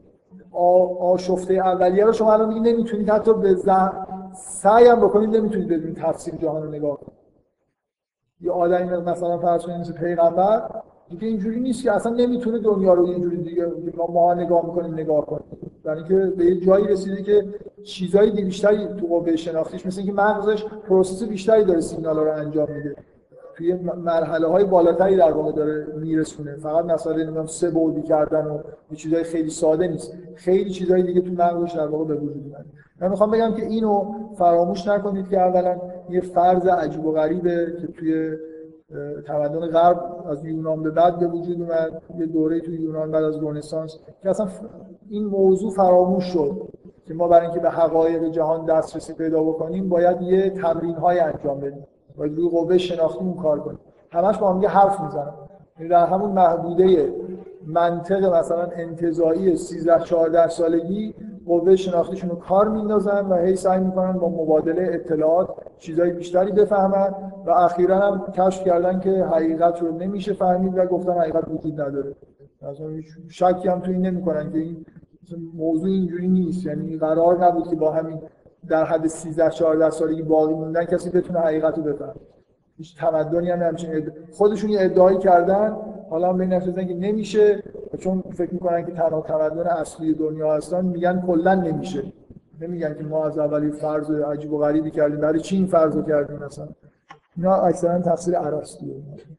آشفته اولیه رو شما الان دیگه نمیتونید حتی به سعی هم بکنید نمیتونید بدون تفسیر جهان رو نگاه کنید. یه آدمی مثلا فرض کنید مثل پیغمبر دیگه اینجوری نیست که اصلا نمیتونه دنیا رو اینجوری دیگه ما نگاه می‌کنیم نگاه کنیم. یعنی که به یه جایی رسیده که چیزای بیشتری تو قوه شناختیش، مثل اینکه مغزش پروسس بیشتری داره سیگنال‌ها رو انجام میده، توی مرحله‌های بالاتری در واقع داره میرسونه. فقط مسئله نمیدونم سه بعدی کردن و یه چیزای خیلی ساده نیست، خیلی چیزای دیگه تو مغزش در واقع به وجود میاد. من میخوام بگم که اینو فراموش نکنید که اولا یه فرض عجیب و غریبه که توی تمدن غرب از یونان به بعد به وجود اومد، یه دوره توی یونان بعد از رنسانس که اصلا این موضوع فراموش شد که ما برای اینکه به حقایق جهان دسترسی پیدا بکنیم باید یه تمرین‌های انجام بدیم، باید روی قوه شناختیمون کار کنیم. همش با هم یه حرف میزنن، یعنی در همون محدوده منطق مثلا انتزاعی 13-14 سالگی قوه شناختیشون رو کار میندازن و هی سعی میکنن با مبادله اطلاعات چیزای بیشتری بفهمن و اخیراً هم کشف کردن که حقیقت رو نمیشه فهمید و گفتن حقیقت وجود نداره. مثلا هیچ شکی هم تو این نمیکنن که این موضوع اینجوری نیست، یعنی قرار نبود که با همین در حد 13-14 سالگی باقی موندن کسی بتونه حقیقت رو بفهمه. هیچ تمدنی هم همچین خودشون یه ادعایی کردن، حالا هم به این نتیجه که نمیشه، چون فکر میکنن که تنها تمدن اصلی دنیا هستن، میگن کلا نمیشه. نمیگن که ما از اولی فرض عجیب و غریبی کردیم، برای چی این فرض رو کردیم مثلا. اینا اکثرا تفسیر ارسطو،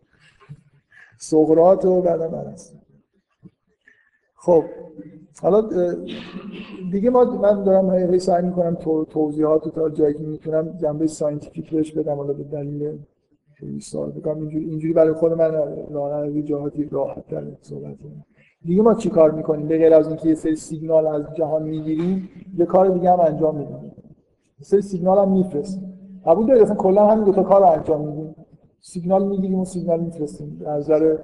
سقراط و بعدم ارسطو. خب حالا دیگه من دارم سعی میکنم توضیحات رو تا جایی که میتونم جنبه ساینتیفیک بهش بدم، حالا به دلیل خیلی ساده بگم اینجوری برای خود من راحت از جهاتی راحت تر صحبت کنم. دیگه ما چی کار میکنیم؟ به غیر از اینکه یه سری سیگنال از جهان میگیریم، یه کار دیگه هم انجام میدیم. یه سری سیگنال هم میفرستیم. قبول دارید اصلا کلا همین دو تا کار رو انجام میدیم. سیگنال میگیریم و سیگنال میفرستیم. از نظر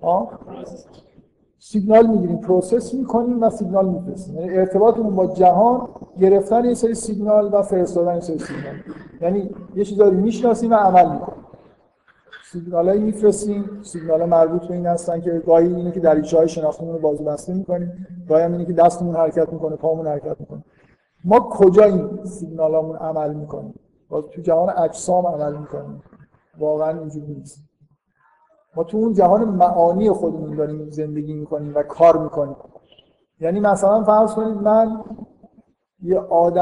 سیگنال میگیریم، پروسس میکنیم و سیگنال میفرستیم. یعنی ارتباطمون با جهان گرفتن یه سری سیگنال و فرستادن یه سری سیگنال. یعنی یه چیزایی رو میشناسیم و عمل میکنیم. سیگنالایی میفرستیم، سیگنالا مربوط به این هستن که گاهی اینه که دریچه‌های شناختیمون رو باز و بسته میکنیم، گاهی هم اینه که دستمون حرکت میکنه، پامون حرکت میکنه. ما کجا این سیگنالامون عمل میکنیم؟ باز تو جهان اجسام عمل میکنیم. واقعا اینجوری نیست. ما تو اون جهان معانی خودمون داریم زندگی میکنیم و کار میکنیم. یعنی مثلا فرض کنید من یه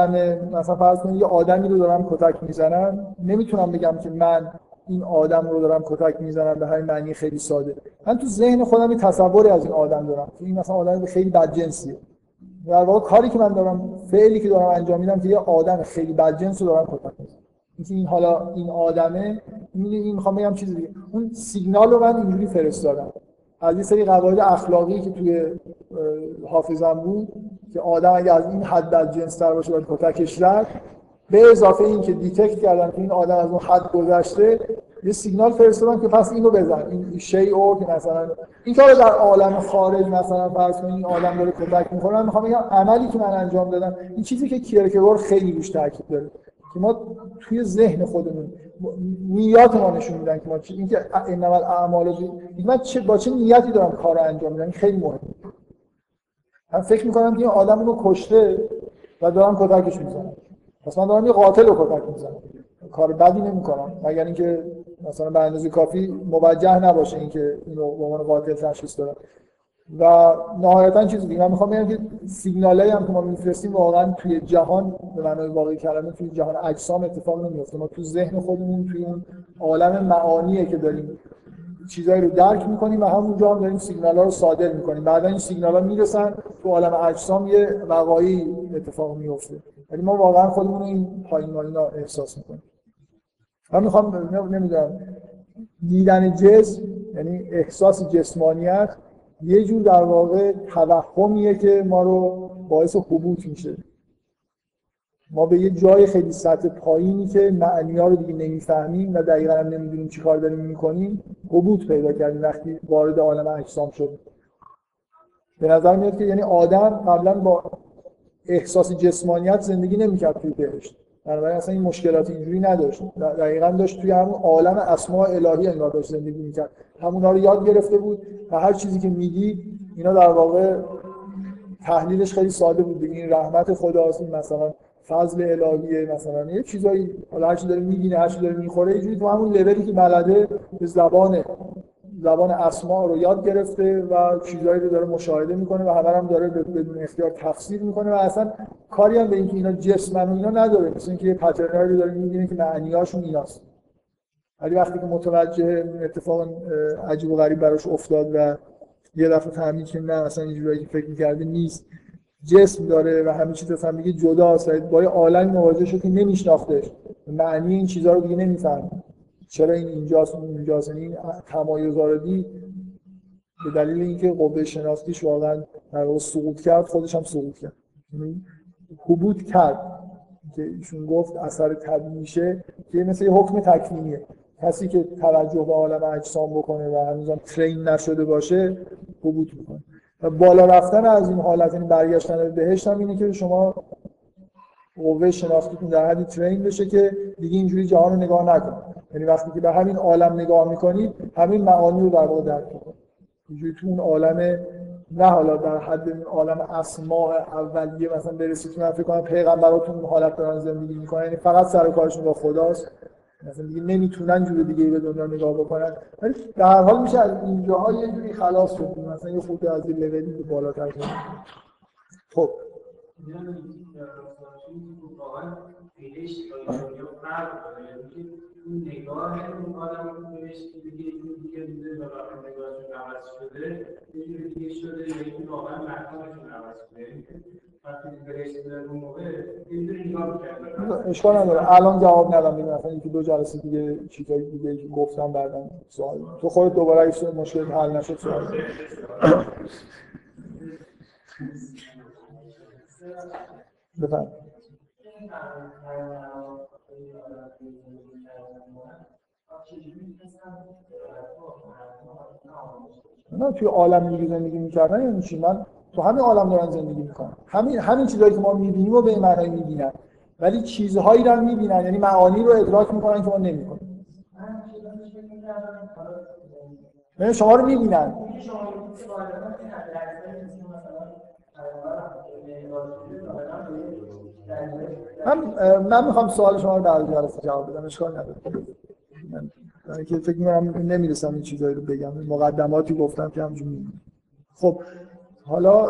آدمی رو دارم کتک میزنم، نمیتونم بگم که من این آدم رو دارم کتک میزنم به همین معنی خیلی ساده. من تو ذهن خودم یه تصوری از این آدم دارم که این مثلا آدم خیلی بدجنسیه. در واقع کاری که من دارم، فعلی که دارم انجام میدم که یه آدم خیلی بدجنس رو دارم کتک میزنم. این حالا این آدمه، این میخوام بگم چیز دیگه. اون سیگنال رو من اینجوری فرستادم از یه سری قواعد اخلاقی که توی حافظم بود که آدم اگه از این حد بدجنس‌تر باشه باید کتکش زد، به اضافه این که دیتکت کردن که این آدم از اون حد گذشته، یه سیگنال فرستادن که پس اینو بزن، این شیء که مثلا این کارو در عالم خارج مثلا فرض کنید این آدم داره کتک می‌خوره. من می‌خوام بگم عملی که من انجام دادم، این چیزی که کیرکگور خیلی روش تاکید داره که ما توی ذهن خودمون نیات ما نشون میدن که ما این که انما الاعمال من با چه نیتی دارم کارو انجام میدم، این خیلی مهمه. من فکر می‌کنم که این آدم رو کشته و دارم کتکش میزنم، پس من دارم یه قاتل رو کتک میزنم، کار بدی نمی‌کنم مگر اینکه مثلا به اندازه کافی موجه نباشه اینکه اینو به عنوان قاتل تشخیص بدم. و نهایتاً چیزی دیگه من می‌خوام بگم که سیگنالایی هم که ما می‌فرستیم واقعاً توی جهان به معنای واقعی کلمه توی جهان اجسام اتفاق نمی‌افته. ما تو ذهن خودمون توی اون عالم معانیه که داریم چیزایی رو درک می‌کنیم و همونجا هم داریم سیگنال‌ها رو صادر می‌کنیم. بعداً این سیگنال‌ها میرسن تو عالم اجسام، یه وقایعی اتفاق می‌افته. ولی ما واقعاً خودمون رو این پایین‌ماینا احساس می‌کنیم. من می‌خوام نمی‌دونم دیدن جسم یعنی احساس جسمانیت یه جور در واقع توهمیه که ما رو باعث حبوط میشه. ما به یه جای خیلی سطح پایینی که معنی‌ها رو دیگه نمی‌فهمیم و دقیقاً هم نمی‌دونیم چی کار داریم می‌کنیم حبوط پیدا کردیم وقتی وارد عالم اجسام شدیم. به نظر میاد که یعنی آدم قبلاً با احساس جسمانیت زندگی نمی‌کرد توی بهشت. بنابراین اصلا این مشکلات اینجوری نداشت. دقیقاً داشت توی همون عالم اسماء الهی انگار داشت زندگی می‌کرد. همون‌ها رو یاد گرفته بود و هر چیزی که میگی اینا در واقع تحلیلش خیلی ساده بود. این رحمت خداست، این مثلا فضل الهیه، مثلا یه چیزایی حالا هر چی داره می‌بینه، هر چی داره می‌خوره، اینجوری تو همون لولی که بلده به زبان اسماء رو یاد گرفته و چیزایی رو داره مشاهده میکنه و همه هم داره بدون اختیار تفسیر میکنه و اصلا کاری هم به اینکه اینا جسمن و اینا نداره، مثل اینکه یه پترنایی رو داره میبینه که معنی‌هاشون ایناست. ولی وقتی که متوجه اتفاق عجیب و غریب براش افتاد و یه دفعه فهمید که نه اصلا اینجوری که فکر می‌کرده نیست، جسم داره و همه چیز اصلا دیگه جداست، با یه عالم مواجه شد که نمیشناختش، معنی این چیزا رو دیگه نمیفهمه. چرا این اینجاست اون اینجاست؟ این تمایزآرادی به دلیل اینکه قوه شناختیش واقعا در واقع سقوط کرد، خودش هم سقوط کرد، حبوط کرد که ایشون گفت اثر طبیعی میشه که مثل یه حکم تکوینیه. کسی که توجه به عالم اجسام بکنه و هنوزم ترین نشده باشه حبوط میکنه. و بالا رفتن از این حالت، یعنی برگشتن به بهشت هم اینه که شما قوه شناختیتون در حدی ترین بشه که دیگه اینجوری جهان رو نگاه نکنید. یعنی وقتی که به همین عالم نگاه میکنید همین معانی رو در واقع درک میکنید. اینجوری تو اون عالم نه حالا در حد این عالم اسماء اولیه مثلا برسید که من فکر کنم پیغمبراتون اون حالت دارن زندگی میکنن، یعنی فقط سر و کارشون با خداست مثلا دیگه نمیتونن جور دیگه به دنیا نگاه بکنن، ولی در هر حال میشه از اینجاها یه جوری خلاص شد، مثلا یه خورده از این لولی به بالاتر کنیم. خب واقعا پیش دنیا فرق داره، اون نگاه اون آدم بهش دیگه نگاهشون عوض شده، یه جوری دیگه شده، یکی واقعا مکانشون عوض شده. وقتی برسید به اون موقع یه جوری نگاه می‌کردن. اشکال نداره الان جواب ندم، دیگه مثلا یکی دو جلسه دیگه چیزای دیگه که گفتم بعداً سوال تو خودت دوباره اگه مشکل حل نشد سوال بفهم. نه توی عالم دیگه زندگی می‌کردن یعنی چی؟ من تو همین عالم دارن زندگی می‌کنن، همین چیزایی که ما می‌بینیم و به این معنی می‌بینن، ولی چیزهایی رو می‌بینن، یعنی معانی رو ادراک می‌کنن که ما نمی‌کنیم. یعنی شما رو می‌بینن. من میخوام سوال شما رو در جلسه جواب بدم، اشکال نداره. من که فکر می‌کنم نمیرسم این چیزایی رو بگم، مقدماتی گفتم که همینجوری می‌مونه. خب حالا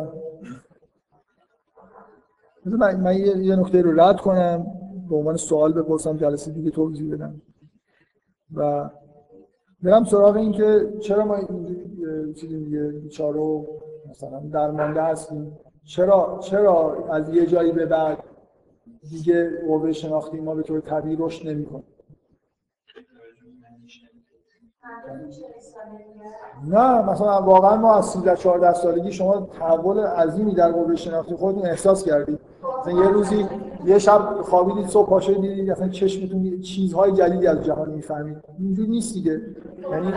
من یه نکته رو رد کنم به عنوان سوال بپرسم، جلسه دیگه توضیح بدم و برم سراغ این که چرا ما چیزی میگه بیچاره مثلا درمانده هستیم، چرا از یه جایی به بعد دیگه قوه شناختی ما به طور طبیعی رشد نمی‌کنه. نه مثلا واقعا ما از 13-14 سالگی شما تحول عظیمی در قوه شناختی خودتون احساس کردید؟ مثلا یه روزی یه شب خوابیدید صبح پا شدید دیدید مثلا چشمتون چیزهای جدیدی از جهان میفهمید. اینجوری نیست دیگه. یعنی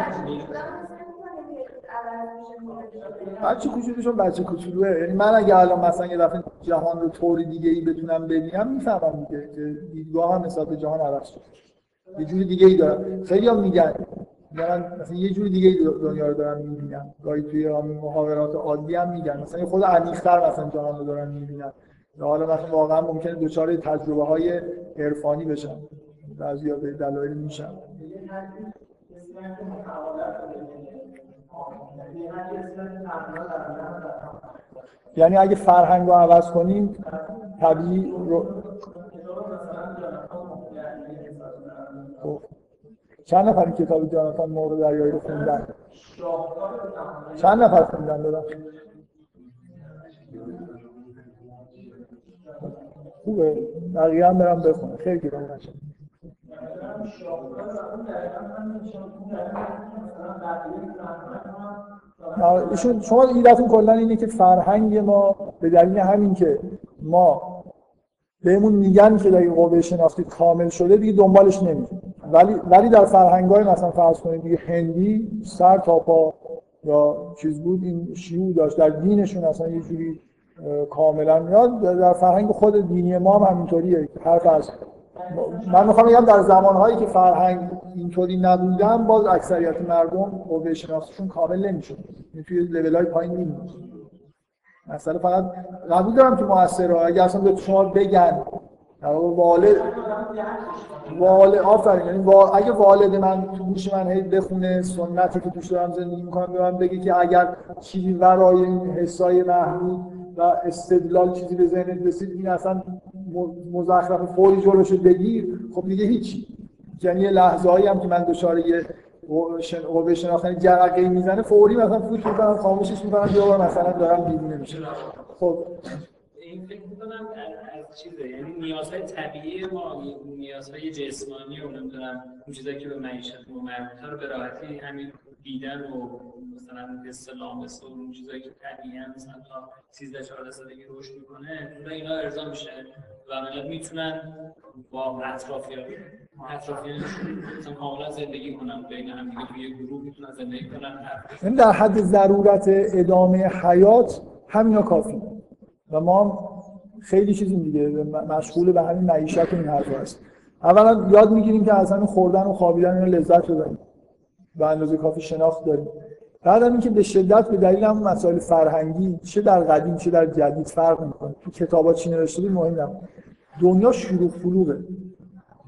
بچه کوچولوشون بچه کوچولوئه، یعنی من اگه الان مثلا یه دفعه جهان رو طوری دیگه‌ای بتونم ببینم میفهمم دیگه که دیدگاهم نسبت به جهان عوض شده. یه جوری دیگه‌ای دارم. خیلی‌ها میگن من مثلا یه جوری دیگه دنیا رو دارم می‌بینم، گاهی توی محاورات عادی هم میگن مثلا خود عمیق‌تر مثلا جهان رو دارن می‌بینن، یا حالا مثلا واقعا ممکنه دچار تجربه‌های عرفانی بشن، بعضیا به دلایل میشن. یعنی اگه فرهنگ رو عوض کنیم طبیعی رو چند نفر کتاب جاناتان مور دریایی رو خوندن؟ چند نفر خوندن دادم؟ خوبه، بقیه هم برم بخونم، خیلی کتاب قشنگه. شما ایده‌تون کلا اینه که فرهنگ ما به دلیل همین که ما بهمون میگن که دیگه قوه شناختی کامل شده دیگه دنبالش نمیریم، ولی در فرهنگ‌های مثلا فرض کنید دیگه هندی سر تا پا یا چیز بود این شیوع داشت، در دینشون اصلا یه جوری کاملا میاد، در فرهنگ خود دینی ما هم همینطوریه. حرف از من میخوام بگم در زمانهایی که فرهنگ اینطوری نبودن باز اکثریت مردم قوه شناختیشون کامل نمیشد، یعنی توی لول‌های پایین میموند. مثلا فقط قبول دارم که موثره، اگه اصلا به شما بگن والد آفرین، یعنی اگه والد من تو گوش من هی بخونه سنتی که توش دارم زندگی میکنم به من بگه که اگر چیزی ورای این حسای محدود و استدلال چیزی به ذهنت رسید این اصلا مزخرف فوری جلوشو بگیر، خب دیگه هیچی. یعنی یه لحظه‌ای هم که من دچار یه قوه شناختی جرقه‌ای میزنه فوری مثلا فوت میکنم خاموشش میکنم یا مثلا دارم دیوونه میشم. خب این فکر میکنم از چیزه، یعنی نیازهای طبیعی ما، نیازهای جسمانی و نمیدونم اون چیزایی که به معیشت ما مربوطه رو به راحتی همین دیدن و مثلا استلام و اون چیزایی که طبیعیه مثلا تا 13-14 سالگی رشد میکنه اون اینا ارضا میشه و ملت میتونن با اطرافیانشون مثلا کاملا زندگی کنن، بین هم دیگه توی گروه میتونن زندگی کنن. این در حد ضرورت ادامه حیات همینا کافیه و ما خیلی چیزیم دیگه مشغول به همین معیشت و این حرفا هست. اولا یاد میگیریم که از همین خوردن و خوابیدن اینا لذت ببریم، به اندازه کافی شناخت داریم. بعد هم اینکه به شدت به دلیل هم مسائل فرهنگی چه در قدیم چه در جدید فرق میکنه. تو کتابا چی نوشته بود مهم نبود. دنیا شلوغ پلوغه،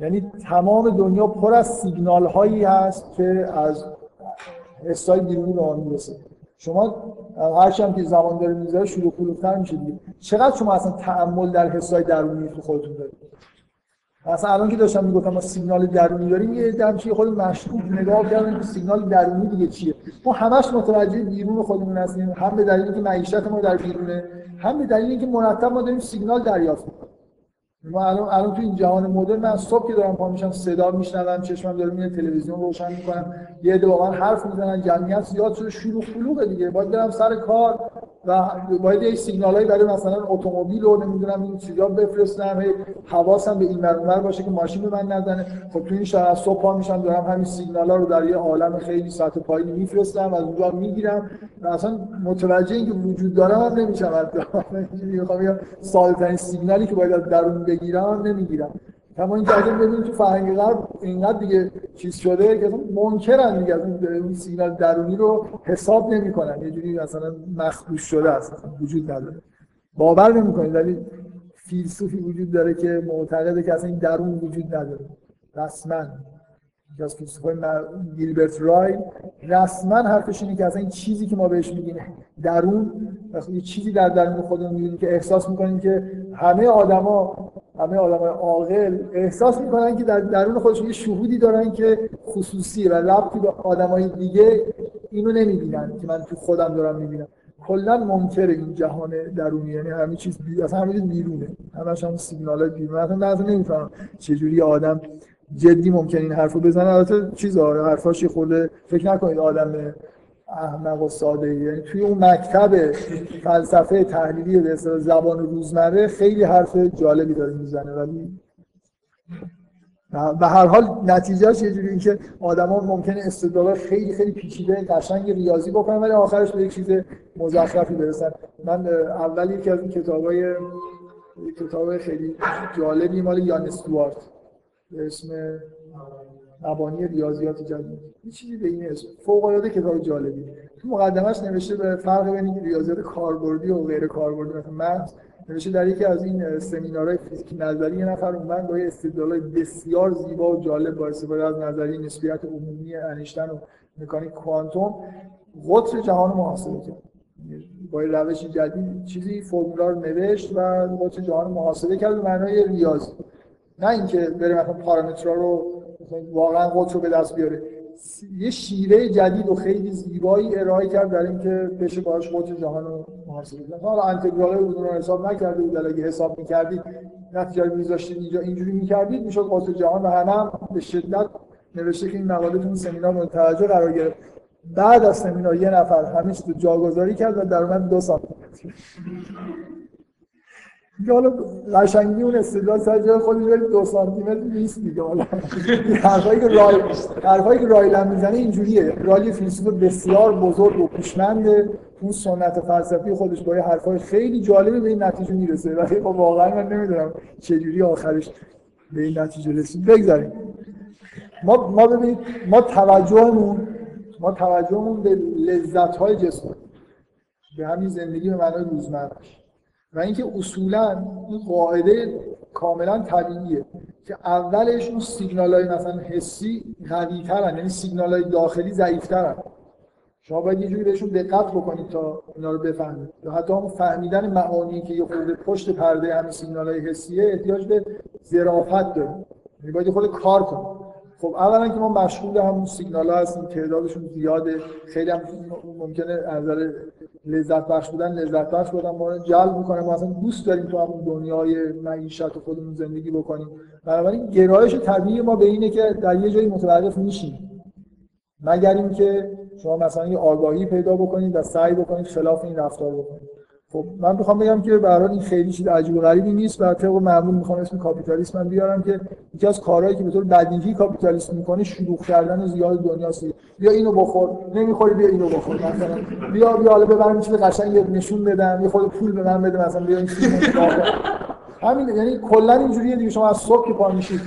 یعنی تمام دنیا پر از سیگنال هایی هست که از حسای بیرونی به ما میرسه. شما هرچی هم که زمان داره میذاره شروع کلوفتر میشه دیگه. چقدر شما اصلا تأمل در حسای درونی تو خودتون دارید؟ مثلا الان که داشتم میگفتم ما سیگنال درونی داریم، یه دمچی خود مشکوک نگاه کردن که سیگنال درونی دیگه چیه. ما همش متوجه بیرون خودمون هستیم، هم به دلیل اینکه معیشت ما در بیرونه، هم به دلیل اینکه مرتب ما داریم سیگنال دریافت می‌کنیم. ما الان تو این جهان مدرن، من صبح که دارم پا میشم صدا میشنوم، چشمم داره میره تلویزیون روشن میکنم، یه عده واقعا حرف میزنن، جمعیت زیاد شده، شلوغ پلوغه دیگه، باید برم سر کار و باید یه سیگنالایی برای مثلا اتومبیل رو نمیدونم این چیزا بفرستم، حواسم به این ور اون ور باشه که ماشین به من نزنه. خب تو این شهر صبح پا میشم دارم همین سیگنالا رو در یه عالم خیلی سطح پایینی میفرستم، از اونجا میگیرم و اصلا متوجه اینکه وجود دارم هم نمیشم. حتی میخوام یا ساده‌ترین سیگنالی که باید از درون بگیرم نمیگیرم. اما این جزم ببینید تو فرهنگ غرب اینقدر دیگه چیز شده که منکرن دیگه، از اون سیگنال درونی رو حساب نمی‌کنن، یه جوری مثلا مخدوش شده است، وجود نداره، باور نمی‌کنید. ولی فیلسوفی وجود داره که معتقده که اصلا این درون وجود نداره. رسما از فیلسوفای گیلبرت رای رسما حرفش اینه که اصلا این چیزی که ما بهش میگیم درون، مثلا یه چیزی در درون خودمون می‌بینیم که احساس می‌کنیم که همه آدمای عاقل احساس میکنن که در درون خودشون یه شهودی دارن که خصوصیه و ربطی به آدمای دیگه اینو نمیبینن که من تو خودم دارم میبینم. کلا منکر این جهان درونی، یعنی همه چیز اصلا همه چیز بیرونه، همش هم سیگنالای بیرونه. مثلا نمیفهمم چه جوری آدم جدی ممکن این حرفو بزنه. البته چیزا حرفاش خورده، فکر نکنید آدم احمق و ساده، یعنی توی اون مکتب فلسفه تحلیلی به اصطلاح زبان روزمره خیلی حرف جالبی داره میزنه، ولی به هر حال نتیجهش یه جوری این که آدما ممکنه استدلال خیلی خیلی پیچیده قشنگ ریاضی بکنن ولی آخرش به یک چیز مزخرفی برسن. من اولی که از این کتاب خیلی جالبی مال یان استوارت به اسم مبانی ریاضیات جدید، یه چیزی به این اسم، فوق‌العاده کتاب جالبی، تو مقدمش نوشته به فرق بین ریاضیات کاربردی و غیر کاربردی. مثلا من نوشته در یکی از این سمینارهای فیزیک نظری یه نفر اومد با استدلالای بسیار زیبا و جالب با استفاده از نظریه نسبیت عمومی انیشتین و مکانیک کوانتوم قطر جهان محاسبه کرد. با روش جدید چیزی فرمولا رو نوشت و قطر جهان محاسبه کرد به معنای ریاضی، نه اینکه بره مثلا پارامترها رو واقعا قطر رو به دست بیاره. یه شیوه جدید و خیلی زیبایی ارائه کرد برای اینکه بشه باهاش قطر جهان رو محاسبه کرد. حالا انتگرال رو حساب نکرده بود، اگه حساب می‌کردید نتیجه رو می‌ذاشتید اینجا اینجوری می‌کردید میشد قطر جهان. و هم به شدت نوشته که این مقاله تو سمینار مورد توجه قرار گرفت. بعد از سمینار یه نفر همین چیزو جاگذاری کرد و در اومد 2 سانتی متر. حالا قشنگی اون استدلال سر جای خودش ولی 2 سانتی متر نیست دیگه. حالا حرفایی که رایلن میزنه اینجوریه. رایل فیلسوف بسیار بزرگ و پیشمنده، اون سنت فلسفی خودش با حرفای خیلی جالبی به این نتیجه میرسه، ولی واقعا من نمیدونم چه جوری آخرش به این نتیجه رسید. بگذاریم ما ببینید ما توجهمون به لذت‌های جسم، به همین زندگی به معنای روزمره‌اش، و اینکه اصولاً این قاعده کاملاً طبیعیه که اولش اون سیگنال‌های مثلا حسی قوی‌ترن، یعنی سیگنال‌های داخلی ضعیف‌ترن. شما باید یه جوری بهشون دقت بکنید تا اینا رو بفهمید. یا حتی هم فهمیدن معانی که یه خورده پشت پرده همین سیگنال‌های حسیه احتیاج به ظرافت داره. یعنی باید یه خورده کار کنید. خب اولا که ما مشغول همون سیگنال‌ها هستیم، تعدادشون زیاده، خیلی هم ممکنه از نظر لذت بخش بودن ما رو جلب می‌کنه. ما اصلا دوست داریم تو همون دنیای معیشت خودمون زندگی بکنیم. بنابراین گرایش طبیعی ما به اینه که در یه جایی متوقف میشیم، مگر اینکه شما مثلا یه آگاهی پیدا بکنید و سعی بکنید خلاف این رفتار بکنید. خب من میخوام بگم که به هر حال این خیلی چیز عجیب و غریبی نیست و طبق معمول میخوام اسم کاپیتالیسم بیارم که یکی از کارهایی که به طور بدیهی کاپیتالیسم میکنه شلوغ کردن زیاد دنیاست. بیا اینو بخور، نمیخوری بیا اینو بخور، مثلا بیا حالا ببرم چیز قشنگ نشون بدم، یه خورده پول به من بده مثلا بیا این چیزو همین. یعنی کلا اینجوریه دیگه. شما از صبح که پا میشید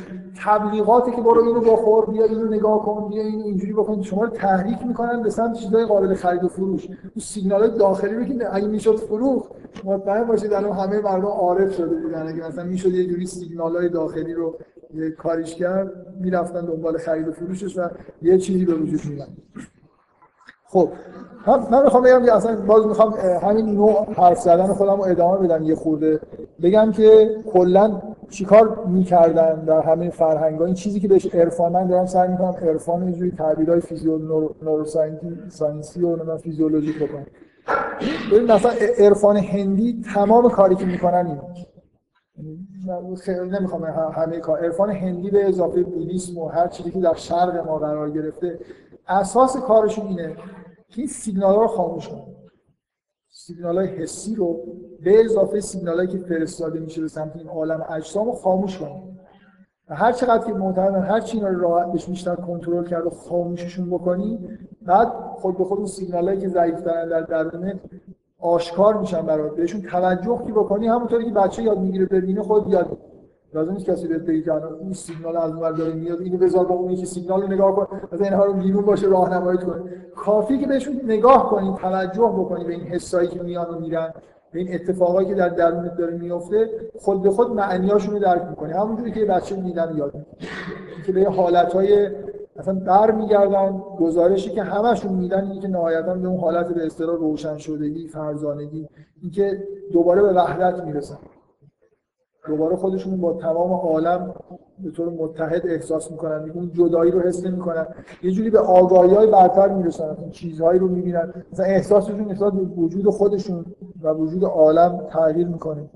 تبلیغاتی که برو اینو بخور، بیا اینو نگاه کن، بیا اینو اینجوری بکن، شما رو تحریک میکنن به سمت چیزای قابل خرید و فروش. اون سیگنالای داخلی رو که اگه میشد فروخت، مطمئن باشید الان همه مردم عارف شده بودن. اگه مثلا میشد یه جوری سیگنالای داخلی رو یه کاریش کرد، میرفتن دنبال خرید و فروشش و یه چیزی به وجود میاد. خب من میخوام بگم که اصلا باز میخوام همین نوع حرف زدن خودم رو ادامه بدم، یه خورده بگم که کلا چیکار میکردن در همین فرهنگ‌ها. این چیزی که بهش عرفان، من دارم سعی میکنم عرفان رو اینجوری تعبیرهای نوروساینسی و فیزیولوژیک بکنم. ببین مثلا عرفان هندی تمام کاری که میکنن اینه. خیلی نمیخوام همه کار، عرفان هندی به اضافه بودیسم و هر چیزی که در شرق ما قرار گرفته، اساس کارشون اینه که این سیگنال‌ها رو خاموش کنن. سیگنال‌های حسی رو به اضافه سیگنالایی که فرستاده میشه به سمت این عالم اجسام رو خاموش کنن. و هر چقدر که معتقدن هر چی اینا رو راحت بهش بیشتر کنترل کرد و خاموششون بکنی، بعد خود به خود اون سیگنالایی که ضعیف‌ترن در درونت آشکار میشن برات. بهشون توجه کی بکنی، همونطوری که بچه یاد میگیره ببینه خود یاد. لازم نیست کسی بهت بگه که این سیگنال از اونور داره میاد، اینو بذار با اون یکی سیگنال رو نگاه کن، مثلا اینها رو بیرون باشه راهنماییت کنه. کافی که بهشون نگاه کنی، توجه بکنی به این حسایی که میان و میرن، به این اتفاقایی که در درونت داره میفته، خود به خود معنیاشون رو درک میکنی. همونجوری که بچه میدن یاد میگیره که به حالتهای مثلا برمیگردن. گزارشی که همشون میدن اینه که نهایتاً به اون حالت به اصطلاح روشن شدگی، فرزانگی، اینکه دوباره به وحدت میرسن، دوباره خودشون با تمام عالم به طور متحد احساس میکنن، میگن جدایی رو حس نمیکنن، یه جوری به آگاهی‌های برتر میرسن، این چیزهایی رو میبینن، مثلا احساسشون نسبت به وجود خودشون و وجود عالم تغییر میکنه.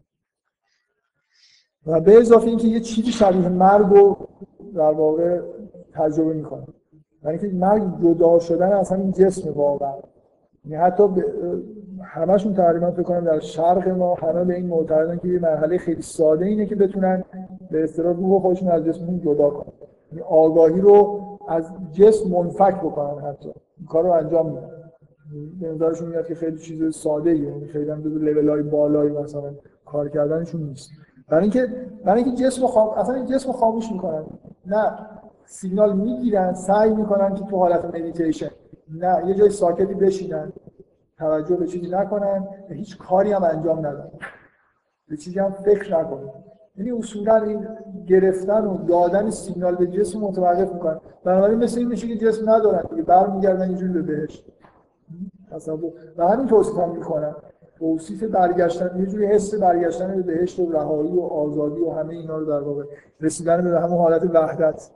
و به اضافه اینکه یه چیزی شبیه مرگ رو در واقع تجربه میکنن، یعنی که مرگ جدا شدن از همین جسم واقعا. یعنی حتی همشون تقریبا فکر کنم در شرق ما همه به این معتقدن که یه مرحله خیلی ساده اینه که بتونن به اصطلاح روح خودشون از جسمشون جدا کنن، یعنی آگاهی رو از جسم منفک بکنن. حتی این کار رو انجام میدن. به نظرشون میاد که خیلی چیز ساده ایه، یعنی خیلی هم به لول‌های بالایی مثلا کار کردنشون نیست. برای اینکه جسم اصلا این جسم خاموش میکنن، نه سیگنال میگیرن، سعی میکنن که تو حالت مدیتیشن، نه یه جای ساکتی بشینن، توجه به چیزی نکنن، هیچ کاری هم انجام ندن، به چیزی هم فکر نکنن. یعنی اصولا این گرفتن و دادن سیگنال به جسم متوقف میکنن. بنابراین مثل این میشه که جسم ندارن دیگه، برمیگردن اینجوری به بهشت. تصور و همین توصیف هم میکنن، توصیف برگشتن، یه جوری حس برگشتن به بهشت و رهایی و آزادی و همه اینا رو در واقع رسیدن به همون حالت وحدت.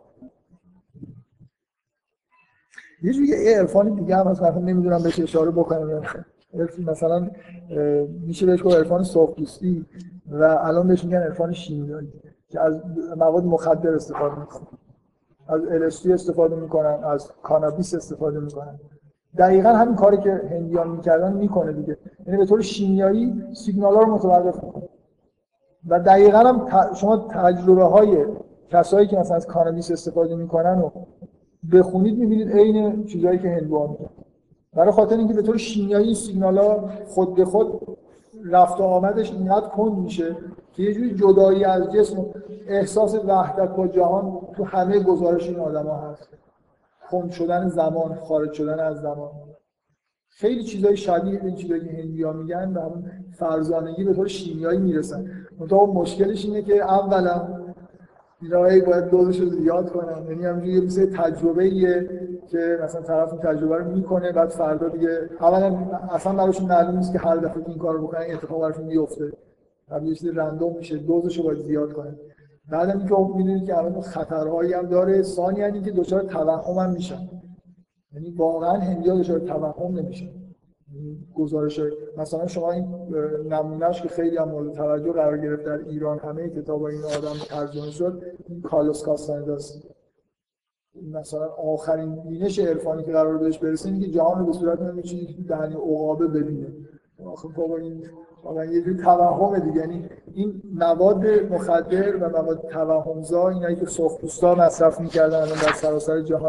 یه جوری یه عرفان دیگه هم مثلا نمیدونم بهش اشاره بکنم، مثلا میشه بهش گفت عرفان سوفیستی و الان بهش میگن عرفان شیمیایی که از مواد مخدر استفاده میکنن، از LSD استفاده میکنن، از کانابیس استفاده میکنن. دقیقاً همین کاری که هندیان میکردن میکنه دیگه، یعنی به طور شیمیایی سیگنال‌ها رو متوقف میکنه. و دقیقاً هم شما تجربه های کسایی که مثلا از کانابیس استفاده میکنن و بخونید میبینید عین چیزایی که هندوها میگن. برای خاطر اینکه به طور شیمیایی سیگنال‌ها خود به خود رفت و آمدش اینقدر کند میشه که یه جوری جدایی از جسم، احساس وحدت با جهان تو همه گزارش این آدم‌ها هست. کند شدن زمان، خارج شدن از زمان، خیلی چیزای شبیه این چیزایی که هندی‌ها میگن به همون فرزانگی به طور شیمیایی میرسن. منتها مشکلش اینه که اولا اینا باید دوزش رو زیاد کنن، یعنی همینجوری یه مثل تجربه‌ایه که مثلا طرف این تجربه رو میکنه، بعد فردا دیگه اولا اصلا براشون معلوم نیست که هر دفعه که این کارو بکنن اتفاق براشون میفته، یه چیز رندوم میشه، دوزش رو باید زیاد کنن. بعدم اینکه می‌دونید که الان خطرهایی هم داره، ثانیاً اینکه دچار توهم هم میشن. یعنی واقعا هندی‌ها دچار توهم نمیشن. گزارش مثلا شما این نمونهش که خیلی هم مورد توجه قرار گرفت در ایران، همه کتابای این آدم ترجمه شد، این کارلوس کاستانیداس. مثلا آخرین بینش عرفانی که قرار بهش برسه اینه که جهان رو به صورت یه چیزی که دهنی عقابه ببینه. آخه بابا این واقعا یه جور توهمه دیگه. یعنی این مواد مخدر و مواد توهمزا، اینایی که سرخپوستا مصرف می‌کردن الان در سراسر جهان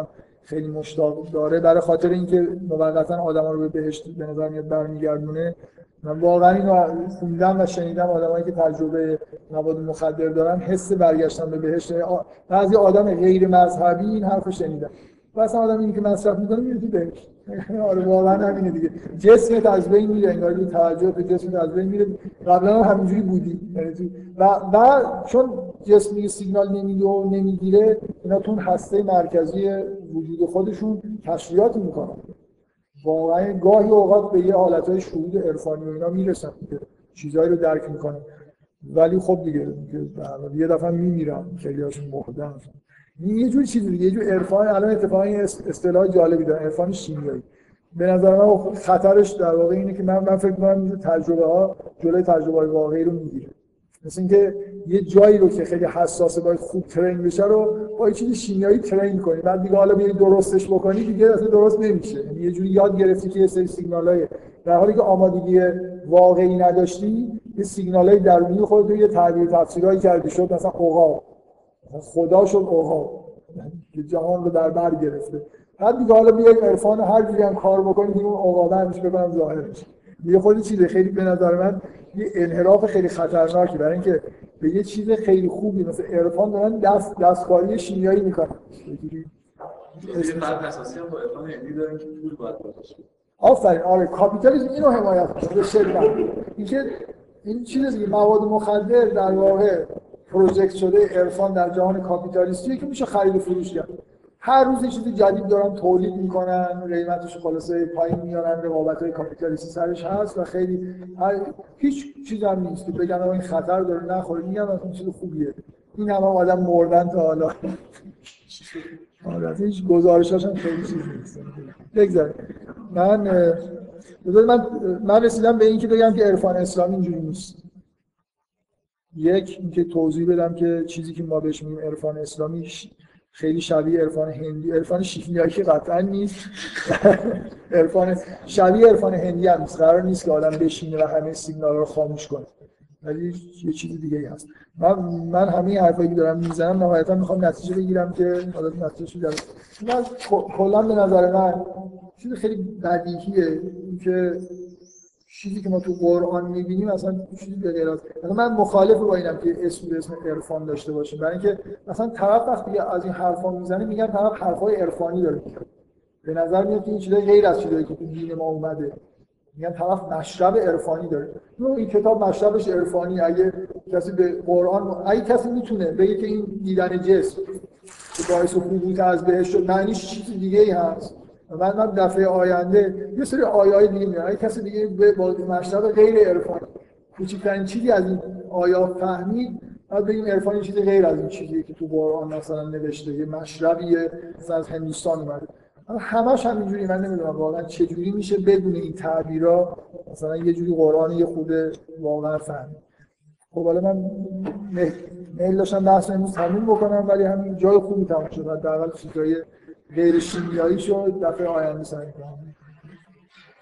خیلی مشتاق داره برای خاطر اینکه موقتا آدما رو به بهشت به نظر میاد برمیگردونه. من واقعا اینو خوندم و شنیدم آدمایی که تجربه مواد مخدر دارن حس برگشتن به بهشت. بعضی آدم غیر مذهبی این حرفو شنیدن. مثلا آدم اینی که مصرف میکنه میره تو بهشت. آره واقعا همینه دیگه. جسمت از بین میره، انگار که توجه به جسمت از بین میره. قبلا هم همینجوری بودی. و چون جسم سیگنال نمیده و نمیگیره، اینا تو هسته مرکزی وجود خودشون تشریحات میکنن. واقعا گاهی اوقات به یه حالتهای شهود عرفانی و اینا میرسن که چیزایی رو درک میکنن، ولی خب دیگه یه دفعه میمیرن، خیلی هاشون مردن. این یه جور چیزی دیگه، یه جور عرفان. الان اتفاقا این اصطلاح جالبی داره، عرفان شیمیایی. به نظر من خطرش در واقع اینه که من فکر می‌کنم این تجربه ها جلوی تجربه های واقعی رو میگیره. مثل اینکه یه جایی رو که خیلی حساسه باید خوب ترین بشه رو با یه چیز شیمیایی ترین کنی، بعد دیگه حالا بیای درستش بکنی دیگه اصلا درست نمیشه. یعنی یه جوری یاد گرفتی که یه سری سیگنالای در حالی که آمادگی واقعی نداشتی، یه سیگنالای درونی خودت رو یه تعبیر تفسیرایی کردی، شد مثلا عقاب، خدا شد عقاب که جهان رو در بر گرفته. بعد دیگه حالا بیای عرفان هر جوری هم کار بکنی دیگه اون عقاب همیشه بکنم ظاهر میشه. یه خود چیز خیلی به نظر من یه انحراف خیلی خطرناکی، برای اینکه به یه چیز خیلی خوبی مثل عرفان دارن دستکاری شیمیایی میکنن. یه فرق اساسی هم با عرفان هندی دارن که پول باید باشه. آفرین. آره کاپیتالیسم اینو حمایت می‌کنه به شدت. اینکه این چیزی که مواد مخدر در واقع پروژکت شده عرفان در جهان کاپیتالیستی که میشه خرید و فروش کرد. هر روز یه چیز جدید دارن تولید میکنن، قیمتش خلاصه پایین میارن، رقابت‌های کاپیتالیستی سرش هست و خیلی هیچ چیزی هم نیست که بگن این خطر داره نخوره. میگم این چیز خوبیه. این همه آدم مردن تا حالا. آره هیچ گزارشاش هم خیلی چیز نیست. بگذاریم. من رسیدم به این که بگم که عرفان اسلامی اینجوری نیست. یک اینکه توضیح بدم که چیزی که ما بهش میگیم عرفان اسلامی خیلی شبیه عرفان هندی، عرفان شیمیایی که قطعا نیست. عرفان شبیه عرفان هندی هم نیست. قرار نیست که آدم بشینه و همه سیگنال رو خاموش کنه. ولی یه چیز دیگه‌ای هست. من همه حرفایی که دارم میزنم نهایتا میخوام نتیجه بگیرم که حالا نتیجه‌شو دارم. من کلا به نظر من چیز خیلی بدیهیه که چیزی که ما تو قرآن می‌بینیم اصلا چیزی به غیر از من مخالف با اینم که اسم عرفان داشته باشیم، برای اینکه مثلا طرف وقتی از این حرفا میزنه میگن طرف حرفای عرفانی داره میگه. به نظر میاد که این چیزای غیر از چیزایی که تو دین ما اومده. میگن طرف مشرب عرفانی داره. این کتاب مشربش عرفانی. اگه کسی به قرآن کسی میتونه بگه که این دیدن جسم که باعث خروج از بهشت شد معنیش چیز دیگه‌ای هست. من دفعه آینده یه سری آیه‌های دیگه میارم. اگه کسی دیگه با مشرب غیر عرفانی کوچکترین چیزی از این آیه فهمید، بعد بگیم عرفان چیز غیر از این چیزیه که تو قرآن مثلا نوشته، یه مشربیه مثلا از هندوستان اومده. همش همینجوری. من نمیدونم واقعا چه جوری میشه بدون این تعبیرا مثلا یه جوری قرآن یه خود واقعا فهمید. خب حالا من میل داشتم بحث امروز تموم بکنم، ولی همین جای خوبی تموم شد. حداقل چیزای غیر شیمیایی شد. دفعه آینده سعی کنم